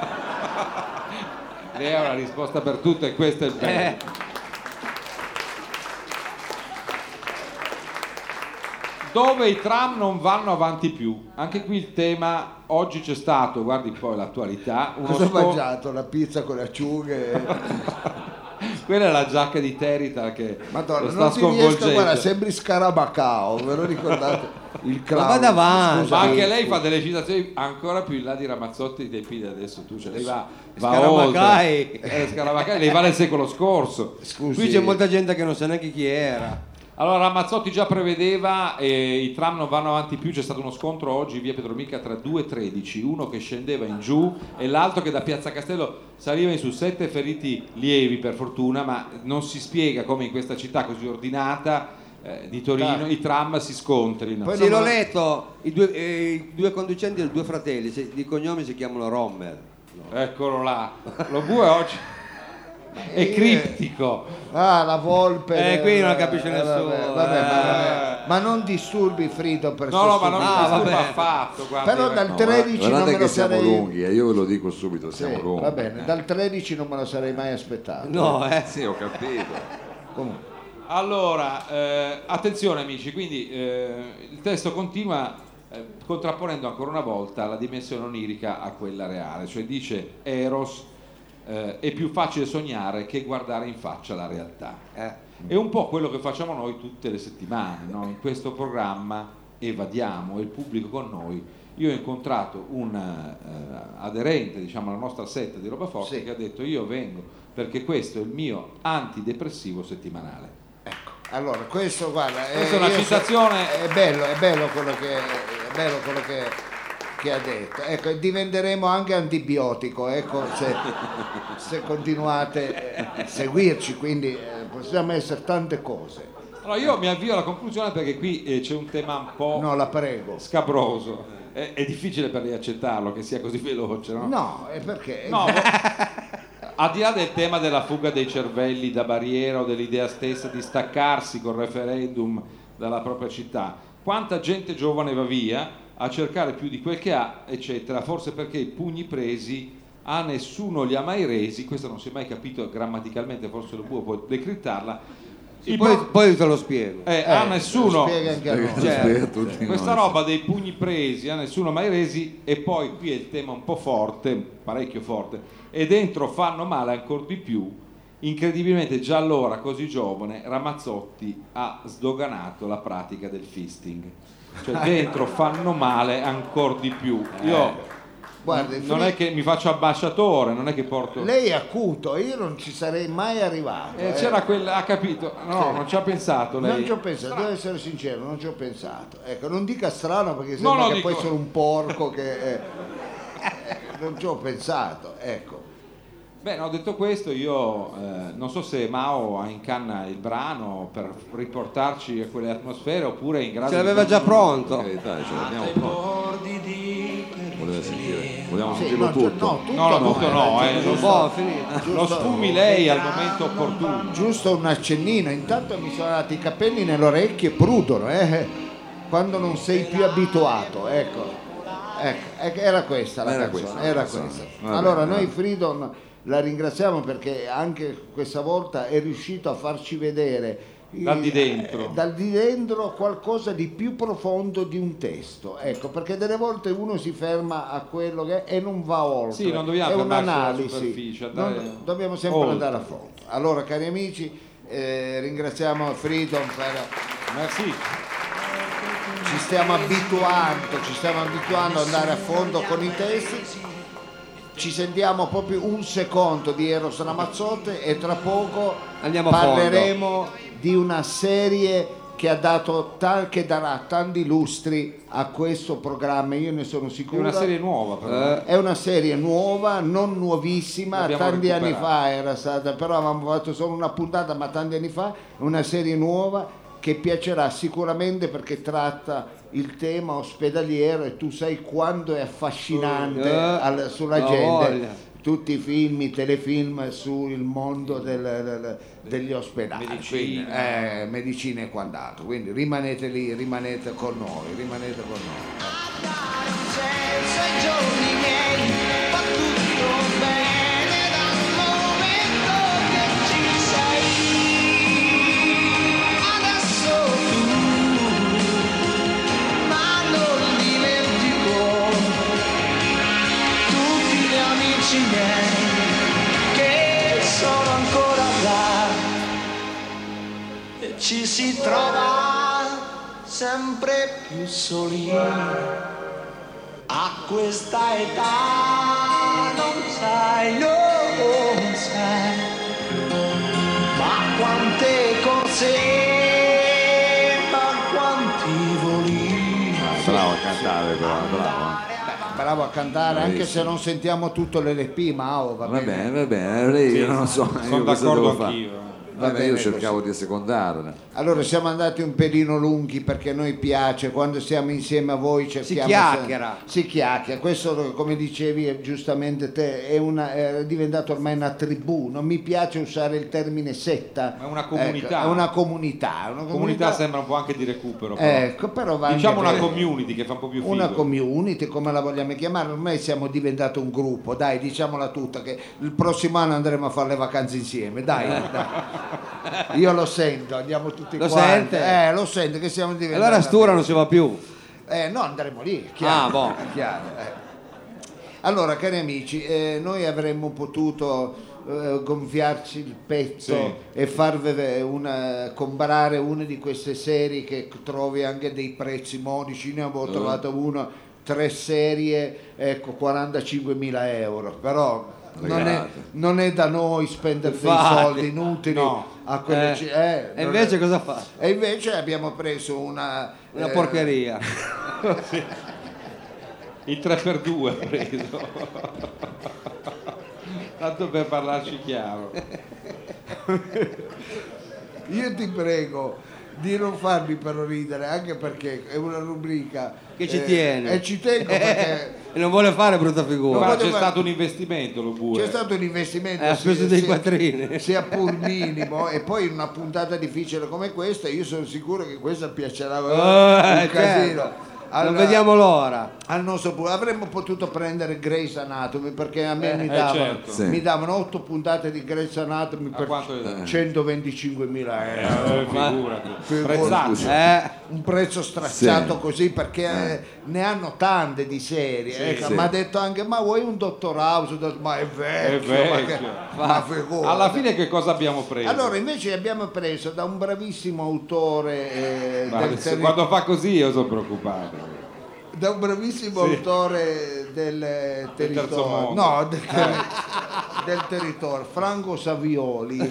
Lei ha una risposta per tutto e questo è il bello. Eh. Dove i tram non vanno avanti più. Anche qui il tema, oggi c'è stato, guardi poi l'attualità, uno Cosa ho scon- mangiato? La pizza con le acciughe? Quella è la giacca di Terita che Madonna, lo sta non ti riesco, sconvolgendo. guarda, sembri Scarabacao, ve lo ricordate? Il clown. Ma vada avanti. Scusa, Ma anche sì, lei sì. fa delle citazioni ancora più in là di Ramazzotti dei tempi di adesso, tu, cioè lei va, va Scarabacai. oltre. Eh, Scarabacai, lei va nel secolo scorso. Scusi. Qui c'è molta gente che non sa neanche chi era. Allora Ramazzotti già prevedeva, eh, i tram non vanno avanti più, c'è stato uno scontro oggi via Petromica tra due tredici, uno che scendeva in giù e l'altro che da Piazza Castello saliva in su, sette feriti lievi per fortuna, ma non si spiega come in questa città così ordinata eh, di Torino Ah. i tram si scontrino. Poi Sì, non l'ho me lo- letto, i due, eh, i due conducenti dei due fratelli, si- di cognome si chiamano Rommel. Eccolo là, lo bue oggi è criptico. Ah, la volpe. Eh, qui non la capisce vabbè, nessuno, vabbè, eh. ma, ma non disturbi Frido per No, no, ma non mi Ah, disturba vabbè. affatto. guardi, Però dal No, tredici non guardate me che lo siamo sarei... lunghi, eh, io ve lo dico subito, Sì, siamo lunghi. va bene, dal tredici non me lo sarei mai aspettato. No, eh. Sì, ho capito. Comunque. Allora, eh, attenzione amici, quindi eh, il testo continua eh, contrapponendo ancora una volta la dimensione onirica a quella reale, cioè dice Eros eh, è più facile sognare che guardare in faccia la realtà. Eh. È un po' quello che facciamo noi tutte le settimane, no? In questo programma evadiamo, e il pubblico con noi. Io ho incontrato un eh, aderente, diciamo, alla nostra setta di Roba Forte, Sì. che ha detto io vengo perché questo è il mio antidepressivo settimanale. Allora, questo guarda, eh, Questa è una io so- citazione- è bello, è bello quello che è bello quello che, che ha detto. Ecco, diventeremo anche antibiotico, ecco, se, se continuate a seguirci, quindi eh, possiamo essere tante cose. Allora io mi avvio alla conclusione perché qui eh, c'è un tema un po' No, la prego. scabroso. È, è difficile per lei accettarlo che sia così veloce, no? No, è perché No, vo- al di là del tema della fuga dei cervelli da barriera o dell'idea stessa di staccarsi col referendum dalla propria città, quanta gente giovane va via a cercare più di quel che ha, eccetera, forse perché i pugni presi a nessuno li ha mai resi, questo non si è mai capito grammaticalmente, forse lo può, può decrittarla. I Poi, pro- poi te lo spiego. eh, a Eh, nessuno lo spiega anche a noi. Spiega Certo. a tutti questa noi. roba dei pugni presi a nessuno mai resi, e poi qui è il tema un po' forte, parecchio forte, e dentro fanno male ancora di più. Incredibilmente già allora, così giovane, Ramazzotti ha sdoganato la pratica del fisting, cioè dentro fanno male ancora di più. Io Guardi, non è che mi faccio ambasciatore, non è che porto lei è acuto, io non ci sarei mai arrivato. eh, eh. c'era quella, ha capito, no, Sì. non ci ha pensato lei. Non ci ho pensato, devo essere sincero, non ci ho pensato. Ecco, non dica strano perché No, sembra no, che dico- poi sono un porco che eh, eh, non ci ho pensato, ecco. Beh, no, detto questo, io eh, non so se Mao ha in canna il brano per riportarci a quelle atmosfere oppure è in grado Ce l'aveva già pronto. Ok, dai, ce l'abbiamo pronto. Voleva sentire. Vogliamo Sì, sentirlo no, gi- tutto. no, tutto No, no, tutto eh, no, gi- eh, giusto, Boh, finito. Lo giusto- sfumi lei al momento opportuno. giusto un accennino, intanto mi sono dati i capelli nelle orecchie prudono, eh, quando non sei più abituato, ecco. Ecco, ecco, era questa la Era canzone, questa la era canzone. questa. Va Allora bene, noi va. Freedom la ringraziamo perché anche questa volta è riuscito a farci vedere Dal di dentro. eh, dal di dentro qualcosa di più profondo di un testo, ecco, perché delle volte uno si ferma a quello che è e non va oltre. Sì, non dobbiamo è fermarci alla un'analisi, superficie, andare non- dobbiamo sempre oltre. andare a fondo. Allora cari amici, eh, ringraziamo Freedom per Merci. ci stiamo abituando, ci stiamo abituando ad andare a fondo con i testi. Ci sentiamo proprio un secondo di Eros Ramazzotti e tra poco Andiamo a parleremo di una serie che ha dato ta- che darà tanti lustri a questo programma, io ne sono È sicuro. una serie nuova però. È una serie nuova, non nuovissima, L'abbiamo tanti anni recuperata. fa era stata, però avevamo fatto solo una puntata, ma tanti anni fa, è una serie nuova che piacerà sicuramente perché tratta il tema ospedaliero e tu sai quanto è affascinante Eh, al- sulla la gente. voglia. Tutti i film, i telefilm sul mondo del- del- degli ospedali, Medicina. quindi, eh, medicina e quant'altro. Quindi rimanete lì, rimanete con noi, rimanete con noi. Senza i giorni miei va tutto bene dal momento che ci sei. Adesso tu, ma non dimentico tutti gli amici miei che sono ancora là. E ci si trova sempre più soli. A questa età non sai, non sai, ma quante corse, ma quanti voli. Bravo a cantare però, bravo. Bravo a cantare, anche Bravissimo. se non sentiamo tutto l'L P, ma oh, va Va bene. bene, va bene, lei io non lo so, Sono io cosa d'accordo devo fare? anch'io. Va Vabbè, bene io cercavo così. di assecondarla. Allora siamo andati un pelino lunghi perché a noi piace, quando siamo insieme a voi cerchiamo chiacchiera. se- si chiacchiera, questo come dicevi eh, giustamente te è, una, è diventato ormai una tribù, non mi piace usare il termine setta. È una comunità. Ecco, è una comunità, una Comunità comunità sembra un po' anche di recupero. Però. Ecco, però va Diciamo anche una bene. community che fa un po' più figo. Una community, come la vogliamo chiamare, ormai siamo diventato un gruppo, dai, diciamola tutta che il prossimo anno andremo a fare le vacanze insieme, dai, dai. Io lo sento, andiamo tutti Lo quanti. sente? Eh, lo sento che siamo diventati. Allora a Stura non si va più. Eh, no, andremo lì, chiaro. Ah, boh. è chiaro, eh. Allora, cari amici, eh, noi avremmo potuto eh, gonfiarci il petto Sì. e farvi una, comprare una di queste serie che trovi anche dei prezzi modici. Ne avevo trovato una, tre serie, ecco, quarantacinquemila euro, però non è, Regalate. non è da noi spendere dei Infatti. soldi inutili No. a quelle Eh, ci- eh, e non invece è- cosa fa? e invece abbiamo preso una Una eh, porcheria. Il tre per due ha preso. Tanto per parlarci chiaro. Io ti prego di non farmi però ridere, anche perché è una rubrica Che ci eh, tiene. e ci tengo perché E non vuole fare brutta figura. Guarda, voglio c'è fare- stato un investimento, lo bue. c'è stato un investimento Eh, ha sia- speso dei sia- quattrini. sia pur minimo, e poi in una puntata difficile come questa io sono sicuro che questa piacerà Eh, un certo. casino. Non Allora, vediamo l'ora. al nostro pu- avremmo potuto prendere Grey's Anatomy perché a me mi eh, davano, certo. Sì. mi davano otto puntate di Grey's Anatomy A per quanto gli dai? centoventicinquemila euro. Eh, figurati. Figurati. Prezzaccio. Eh, Un prezzo stracciato Sì. così perché eh, ne hanno tante di serie. Sì, ecco, sì. mi ha detto anche ma vuoi un Dottor House? Ho detto, ma è vecchio, È ma, vecchio. che, ma figurati. Alla fine che cosa abbiamo preso? Allora invece abbiamo preso da un bravissimo autore eh, Ma del adesso, terri- quando fa così io sono preoccupato. da un bravissimo Sì. autore del eh, Del terzo territorio, mondo. no, del, terri- del territorio, Franco Savioli.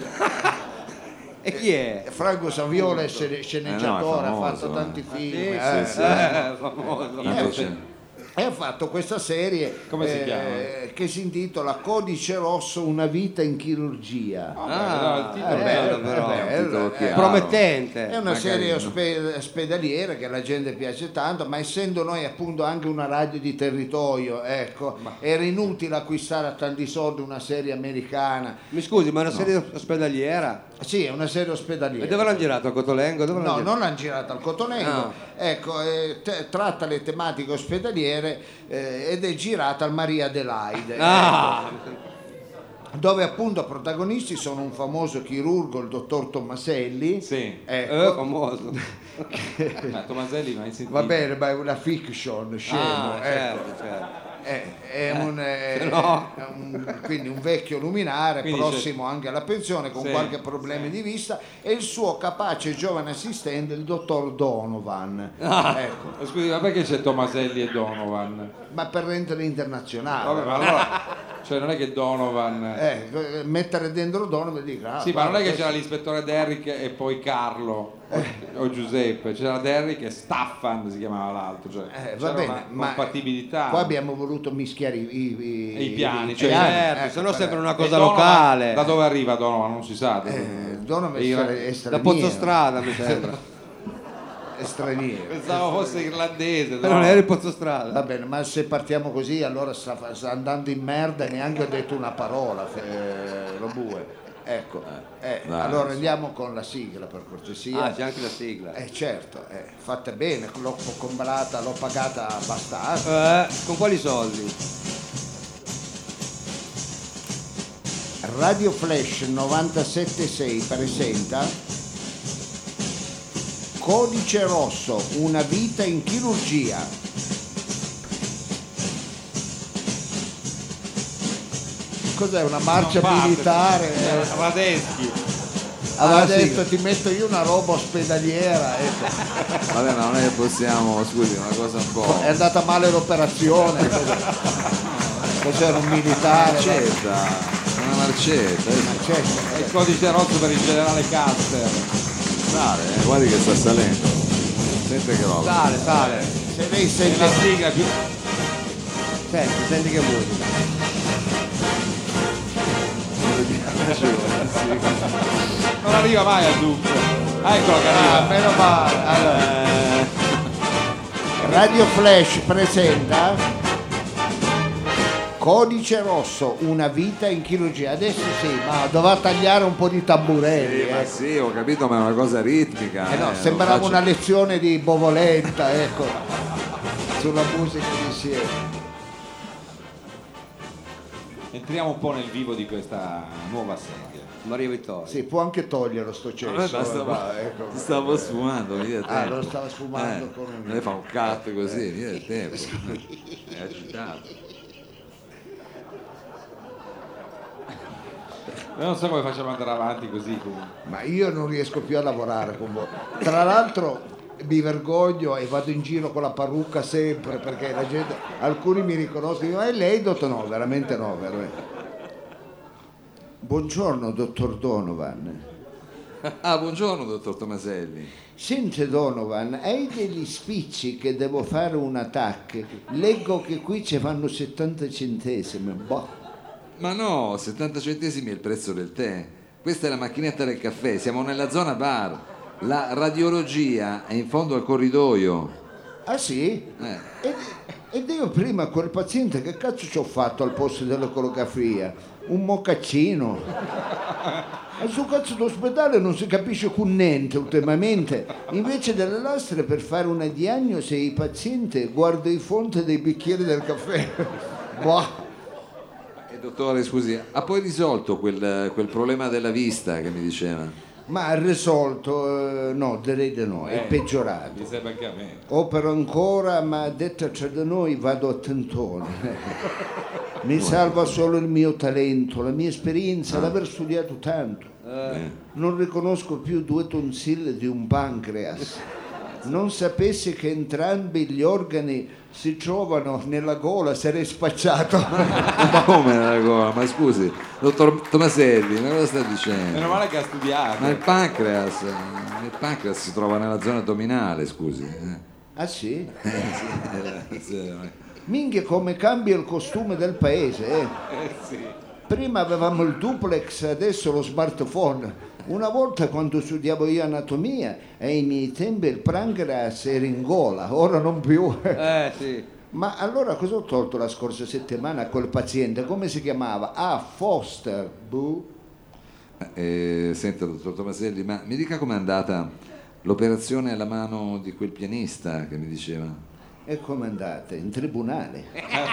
e chi è? Franco Savioli è scene- sceneggiatore, Eh no, è ha fatto famoso, tanti eh. film, Sì, eh, sì, sì. Eh, famoso. Invece, e ha fatto questa serie Come si eh, chiama? che si intitola Codice Rosso, una vita in chirurgia. Ah, il titolo eh, è bello eh, però. bello, titolo eh. chiaro. Promettente. È una Magari serie no. ospe- ospedaliera che alla gente piace tanto, ma essendo noi appunto anche una radio di territorio, ecco, era inutile acquistare a tanti soldi una serie americana. Mi scusi, ma è una serie ospedaliera? Sì, è una serie E ospedaliera. dove l'hanno girato? A Cotolengo? Dove l'hanno No, girato? non l'hanno girata al Cotolengo, Ah. ecco, eh, te- tratta le tematiche ospedaliere eh, ed è girata al Maria Adelaide, Ah, ecco, dove appunto protagonisti sono un famoso chirurgo, il dottor Tommaselli. Sì. Ecco. eh, famoso. Ma Tomaselli mai sentito? Va bene, ma è una fiction, scemo, Ah, ecco. certo, certo. È, è un, è- no. è un- quindi un vecchio luminare, Quindi prossimo anche alla pensione, con Sì, qualche problema di vista, e il suo capace giovane assistente, il dottor Donovan. Ah. Ecco, Scusi, ma perché c'è Tomaselli e Donovan? ma per rendere internazionale. Vabbè, ma allora, cioè non è che Donovan... Eh, mettere dentro Donovan e dire, ah, Sì, ma non è che guarda, c'era l'ispettore Derrick e poi Carlo o, o Giuseppe, c'era Derrick e Staffan si chiamava l'altro, cioè Eh, va c'era bene, una ma compatibilità. Qua abbiamo voluto mischiare i, i- E i piani, cioè, piani, certo, ecco, se no per- sembra una E cosa Donovan- locale. Da dove arriva Donovan? Non si sa. eh, Donovan E è, i- stra- è Da straniero. Pozzostrada mi sembra. È straniero. Pensavo fosse irlandese. Ma non no? era il Pozzostrada. Va bene, ma se partiamo così allora sta, sta andando in merda e neanche ho detto una parola, eh, lo bue. Ecco, eh, dai, allora sì. andiamo con la sigla per cortesia. Ah, c'è anche la sigla. Eh certo, eh, fatta bene, l'ho comprata, l'ho pagata abbastanza. Eh, con quali soldi? Radio Flash novantasette sei presenta Codice Rosso, una vita in chirurgia. Cos'è, una marcia Non parte. militare? Eh, Eh, Radeschi. aveva Ah, sì. detto ti metto io una roba ospedaliera, ecco. vabbè, ma non è che possiamo, scusi, una cosa un po'. È andata male l'operazione. Cos'era un militare? Marcetta, una marcetta, eh, Ma certo, È il codice rosso per il generale Caster. sale, eh, guardi che sta salendo. Sente che roba. Sale, sale. se lei È sente la sigla più... Senti, senti che musica. Non Non arriva mai al dunque. Ah, eccola che arriva. Ah, meno male. Allora. Radio Flash presenta Codice Rosso, una vita in chirurgia. Adesso sì, ma doveva tagliare un po' di tamburelli. Sì, ma ecco. sì, ho capito, ma è una cosa ritmica. Eh no, eh, sembrava non faccio- una lezione di Bovolenta, ecco, sulla musica di insieme. Entriamo un po' nel vivo di questa nuova serie. Maria Vittoria. Sì, può anche toglierlo sto cesso. Vabbè, ma stavo, va, ecco. stavo sfumando, via il Ah, tempo. lo stava sfumando Eh, come un- lei fa un cut così, via il tempo. È agitato. Io non so come facciamo ad andare avanti così comunque. Ma io non riesco più a lavorare con voi. Tra l'altro mi vergogno e vado in giro con la parrucca sempre perché la gente, alcuni mi riconoscono, ma è lei dottor? No, veramente no, veramente. Buongiorno dottor Donovan. Ah, buongiorno dottor Tomaselli. Sente Donovan, hai degli spicci che devo fare un attacco? Leggo che qui ci fanno settanta centesimi. Boh. Ma no, settanta centesimi è il prezzo del tè. Questa è la macchinetta del caffè, siamo nella zona bar. La radiologia è in fondo al corridoio. Ah sì? Eh. Ed, ed io prima quel paziente che cazzo ci ho fatto al posto dell'ecografia? Un mocaccino. Al suo cazzo d'ospedale non si capisce con niente ultimamente. Invece delle lastre per fare una diagnosi ai pazienti guardo i fonti dei bicchieri del caffè. Boh. E dottore, scusi, ha poi risolto quel, quel problema della vista che mi diceva? Ma ha risolto, eh, no, direi di no, è Eh, peggiorato. Mi sembra anche a me. Opero ancora, ma detta tra di noi vado a tentone. Mi salva solo il mio talento, la mia esperienza, l'aver studiato tanto. Non riconosco più due tonsille di un pancreas. Non sapessi che entrambi gli organi si trovano nella gola, sarei spacciato. Ma come la gola? Ma scusi, dottor Tomaselli, ma cosa sta Meno dicendo? male che ha studiato. Ma il pancreas, il pancreas si trova nella zona addominale, scusi. Eh. Ah sì? Eh, sì, eh, sì. Minchia come cambia il costume del paese, eh? Eh sì. Prima avevamo il duplex, adesso lo smartphone. Una volta quando studiavo io anatomia, ai miei tempi il pancreas era in gola, ora non più. Eh sì. Ma allora cosa ho tolto la scorsa settimana a quel paziente? Come si chiamava? Ah, Foster. Buh. Eh, senta, dottor Tomaselli, ma mi dica com'è andata l'operazione alla mano di quel pianista che mi diceva? E com'è andata? In tribunale.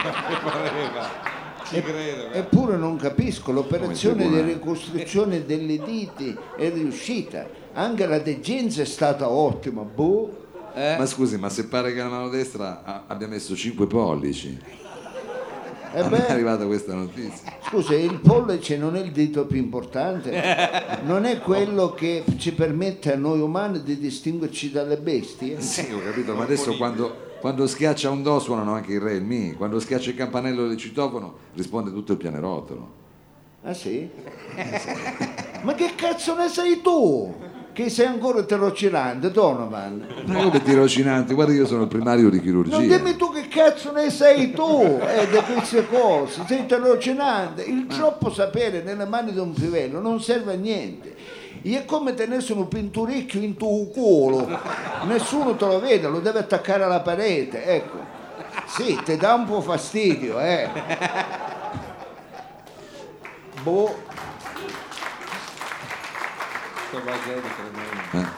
Ci credo. eh. Eppure non capisco, l'operazione Come di tribunale? ricostruzione delle diti è riuscita. Anche la degenza è stata ottima. Boh. Eh? Ma scusi, ma se pare che la mano destra ha- abbia messo cinque pollici. E A me è beh, arrivata questa notizia. scusa, il pollice non è il dito più importante? Non è quello che ci permette a noi umani di distinguerci dalle bestie? Sì, ho capito, ma adesso quando, quando schiaccia un do suonano anche il re e il mi, quando schiaccia il campanello del citofono risponde tutto il pianerottolo. Ah sì? Ma che cazzo ne sei tu? Che sei ancora tirocinante, Donovan? Ma come tirocinante? Guarda, io sono il primario di Non chirurgia. dimmi tu che cazzo ne sei tu eh, di queste cose, sei tirocinante. Il troppo sapere nelle mani di un pivello non serve a niente. È come tenersi un pinturicchio in tuo culo, nessuno te lo vede, lo deve attaccare alla parete, ecco. Sì, ti dà un po' fastidio, eh. Boh. Tomaselli tremendo.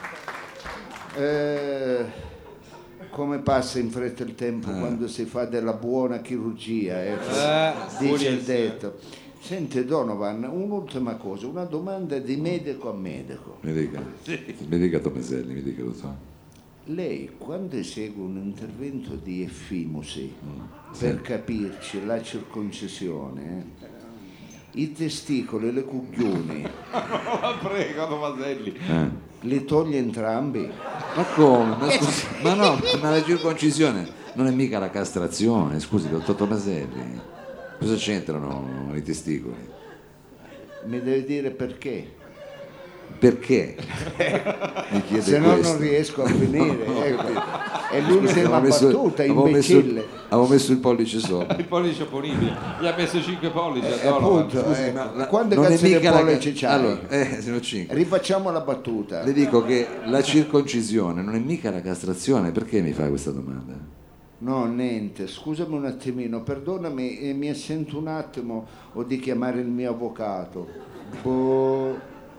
Eh, come passa in fretta il tempo quando si fa della buona chirurgia, ecco. Eh, Dice il buonissimo. detto. Senti Donovan, un'ultima cosa, una domanda di medico a medico. Mi dica, mi dica Tomaselli, mi dica, lo so. Lei quando esegue un intervento di effimusi, per capirci la circoncisione, eh, i testicoli e le cucchioni Ma prego, Tomaselli. Eh. li toglie entrambi? Ma come? Ma, scusi, ma no, ma la circoncisione non è mica la castrazione, scusi, dottor Tomaselli. Cosa c'entrano i testicoli? Mi deve dire perché. perché? Mi chiede se no questo. non riesco a finire. Ecco. È Scusi, l'ultima avevo messo- battuta, avevo messo, imbecille. avevo messo il pollice sopra. Il pollice opponibile, gli ha messo cinque pollici, Eh, adoro. appunto, Scusi, eh, ma La- quante non è cazzo di mica la- pollici c'hai? Allora, eh, sono cinque. Rifacciamo la battuta. Le dico che la circoncisione non è mica la castrazione, perché mi fai questa domanda? No, niente, scusami un attimino, perdonami, eh, mi assento un attimo, ho di chiamare il mio avvocato. Boh.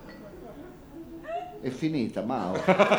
È finita, Mao.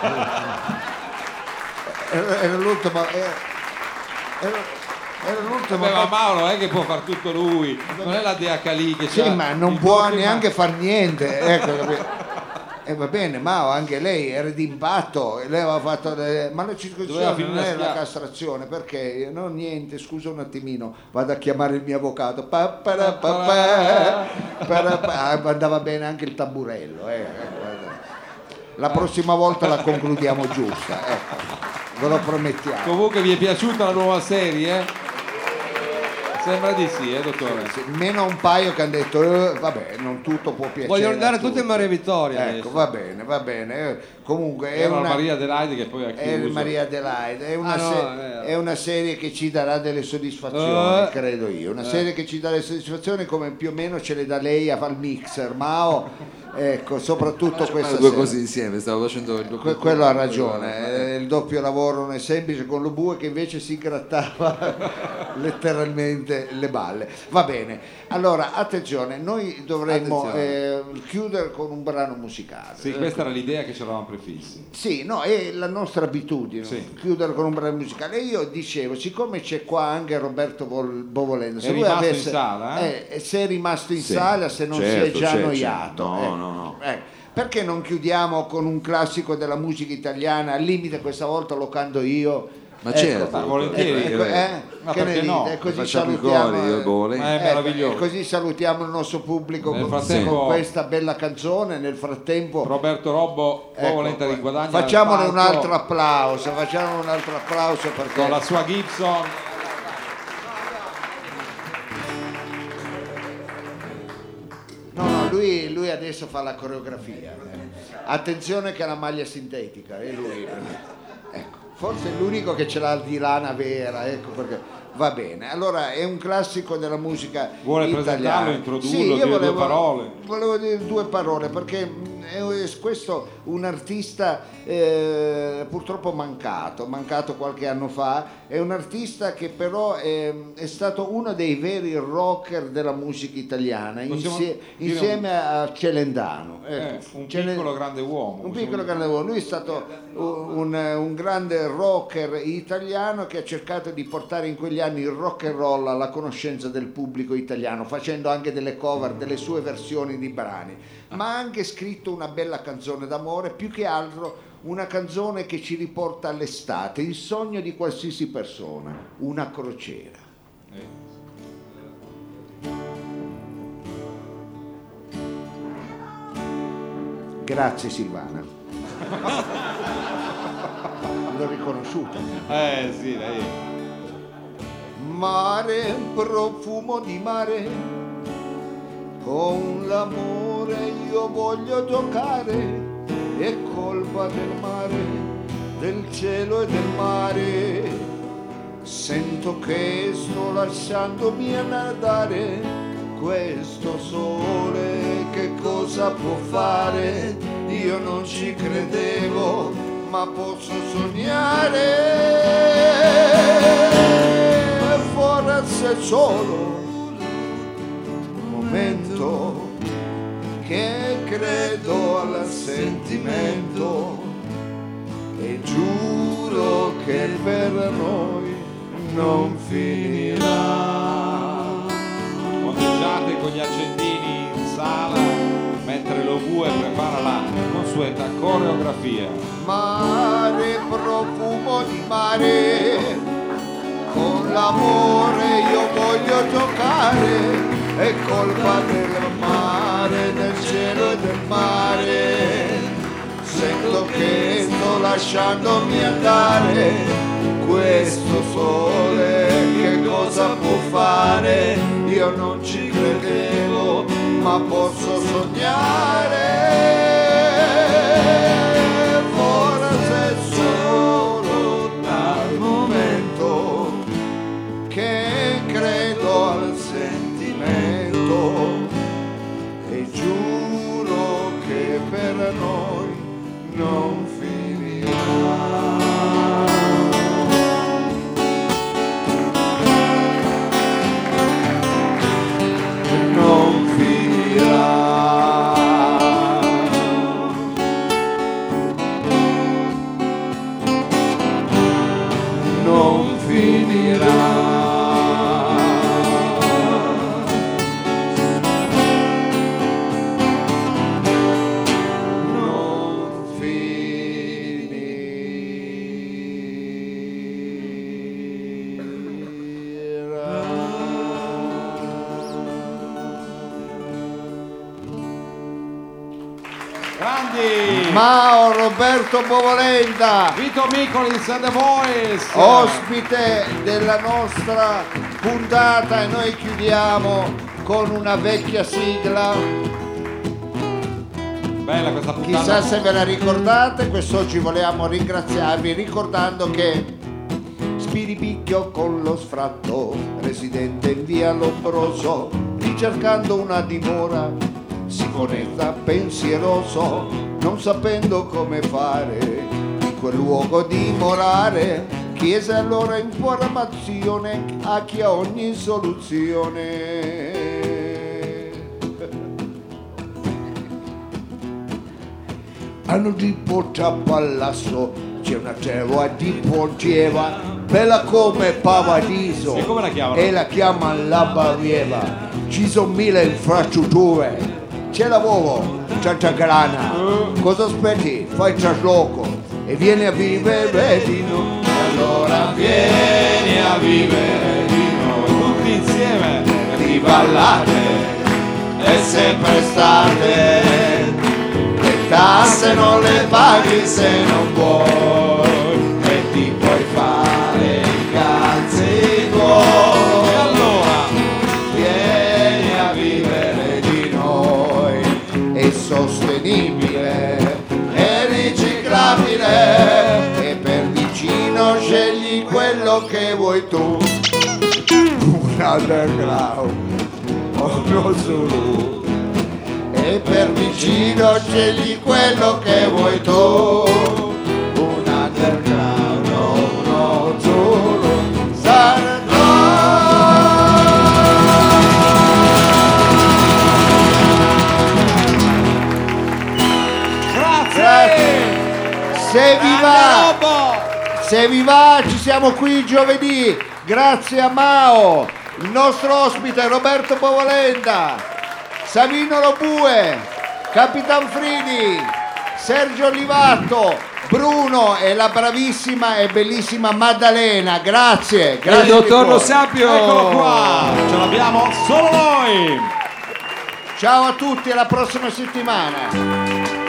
Era, era l'ultima. Era, era, era l'ultima. Vabbè, ma Mauro non è che può far tutto lui, non è la Dea Calì che Sì, c'ha ma non il può doppio neanche ma- far niente. Ecco, capito? E va bene, Mao, anche lei era d'impatto, e lei aveva fatto le- ma la Doveva circoncisione finire non la è la schiava. castrazione, perché no niente, scusa un attimino, vado a chiamare il mio avvocato. Pa, para, pa, pa, para, pa. Ah, andava bene anche il tamburello, eh. guarda. La prossima volta la concludiamo giusta, ecco. Ve lo promettiamo. Comunque vi è piaciuta la nuova serie? Sembra di sì, eh dottore? Meno un paio che hanno detto eh, vabbè, non tutto può piacere. Vogliono a dare tutti. tutte Maria Vittoria Ecco, adesso. va bene, va bene. Eh, Comunque è Era una Maria Adelaide che poi ha è chiuso. Maria Adelaide, è una, Ah, no, se- è vero. è una serie che ci darà delle soddisfazioni, Eh. credo io. Una serie che ci dà delle soddisfazioni come più o meno ce le dà lei a fal mixer, Mao. Ecco, soprattutto questa Due sera. cose insieme, stavo facendo il doppio. Que- quello ha ragione, eh, il doppio lavoro non è semplice con lo bue che invece si grattava letteralmente le balle. Va bene, allora attenzione, noi dovremmo eh, chiudere con un brano musicale. Sì, questa era l'idea che ci eravamo prefissi. Sì, no, è la nostra abitudine, Sì. chiudere con un brano musicale. E io dicevo, siccome c'è qua anche Roberto Vol- Bovolendo, se È lui rimasto in avesse, sala, eh? eh, se è rimasto in Sì, sala, se non si è certo, già certo, annoiato. no, eh. no, no. Eh, perché non chiudiamo con un classico della musica italiana? Al limite questa volta lo canto io. Ma Ecco, certo, ma volentieri, ecco, eh, Ma che ne perché no? dite? E così facciamo i salutiamo, cori, io eh, Bovolendo. Ma è ecco, meraviglioso. e così salutiamo il nostro pubblico Nel con, frattempo- con questa bella canzone. Nel frattempo Roberto Robbo, ecco, volenta di guadagno. facciamole al un palco altro applauso, facciamo un altro applauso perché con la sua Gibson. no, no, lui, lui adesso fa la coreografia. eh. Attenzione che ha la maglia sintetica, è lui. Ecco, forse è l'unico che ce l'ha di lana vera, ecco perché va bene. Allora è un classico della musica Vuole italiana. presentarlo, introdurlo, Sì, io dire volevo, due parole? Volevo dire due parole perché mh, è questo un artista eh, purtroppo mancato, mancato qualche anno fa, è un artista che però è, è stato uno dei veri rocker della musica italiana, Possiamo insie- dire insieme a Celendano. Eh, Ecco, un Celen- piccolo grande uomo. un possiamo piccolo dire. grande uomo. Lui è stato un, un grande rocker italiano che ha cercato di portare in quegli anni il rock and roll alla conoscenza del pubblico italiano, facendo anche delle cover delle sue versioni di brani, ma ha anche scritto una bella canzone d'amore, più che altro una canzone che ci riporta all'estate, il sogno di qualsiasi persona, una crociera. Grazie Silvana. L'ho riconosciuta. Eh sì, lei. Mare, profumo di mare, con l'amore io voglio giocare, è colpa del mare, del cielo e del mare. Sento che sto lasciandomi andare, questo sole che cosa può fare? Io non ci credevo, ma posso sognare. Forse solo un momento che credo al sentimento e giuro che per noi non finirà. Ondeggiate con gli accendini in sala mentre lo bue prepara la consueta coreografia. Mare, profumo di mare, con l'amore io voglio giocare, è colpa del mare, del cielo e del mare. Sento che sto lasciandomi andare, questo sole che cosa può fare? Io non ci credevo, ma posso sognare. Mao Roberto Bovolenda, Vito Micolis and the Voice, ospite della nostra puntata, e noi chiudiamo con una vecchia sigla. Bella questa puntata. Chissà se ve la ricordate, quest'oggi volevamo ringraziarvi ricordando che Spiripicchio con lo sfratto, residente in via Lombroso, ricercando una dimora, si poneva pensieroso, non sapendo come fare in quel luogo dimorare, chiese allora informazione a chi ha ogni soluzione. Hanno di Porta Palazzo c'è una terra di Portieva, bella come Paradiso, e come la chiamano? E la chiamano la Baviera. Ci sono mille infrastrutture, c'è lavoro, tanta grana, cosa aspetti? Fai il trasloco e vieni a vivere di noi. E allora vieni a vivere di noi, tutti insieme, di ballate e sempre state, le tasse non le paghi se non vuoi, e ti puoi fare i cazzi tuoi. E allora vieni a vivere di noi, è sostenibile, è riciclabile, e per vicino scegli quello che vuoi tu. Un underground o uno Zulu, e per vicino scegli quello che vuoi tu. Un underground o uno Zulu, sarà se vi va, se vi va, ci siamo qui giovedì, grazie a Mao, il nostro ospite Roberto Bovolenda, Savino Lobue, Capitan Fridi, Sergio Olivato, Bruno e la bravissima e bellissima Maddalena, grazie, grazie. Il dottor Lo Sapio, eccolo qua, ce l'abbiamo solo noi. Ciao a tutti, alla prossima settimana.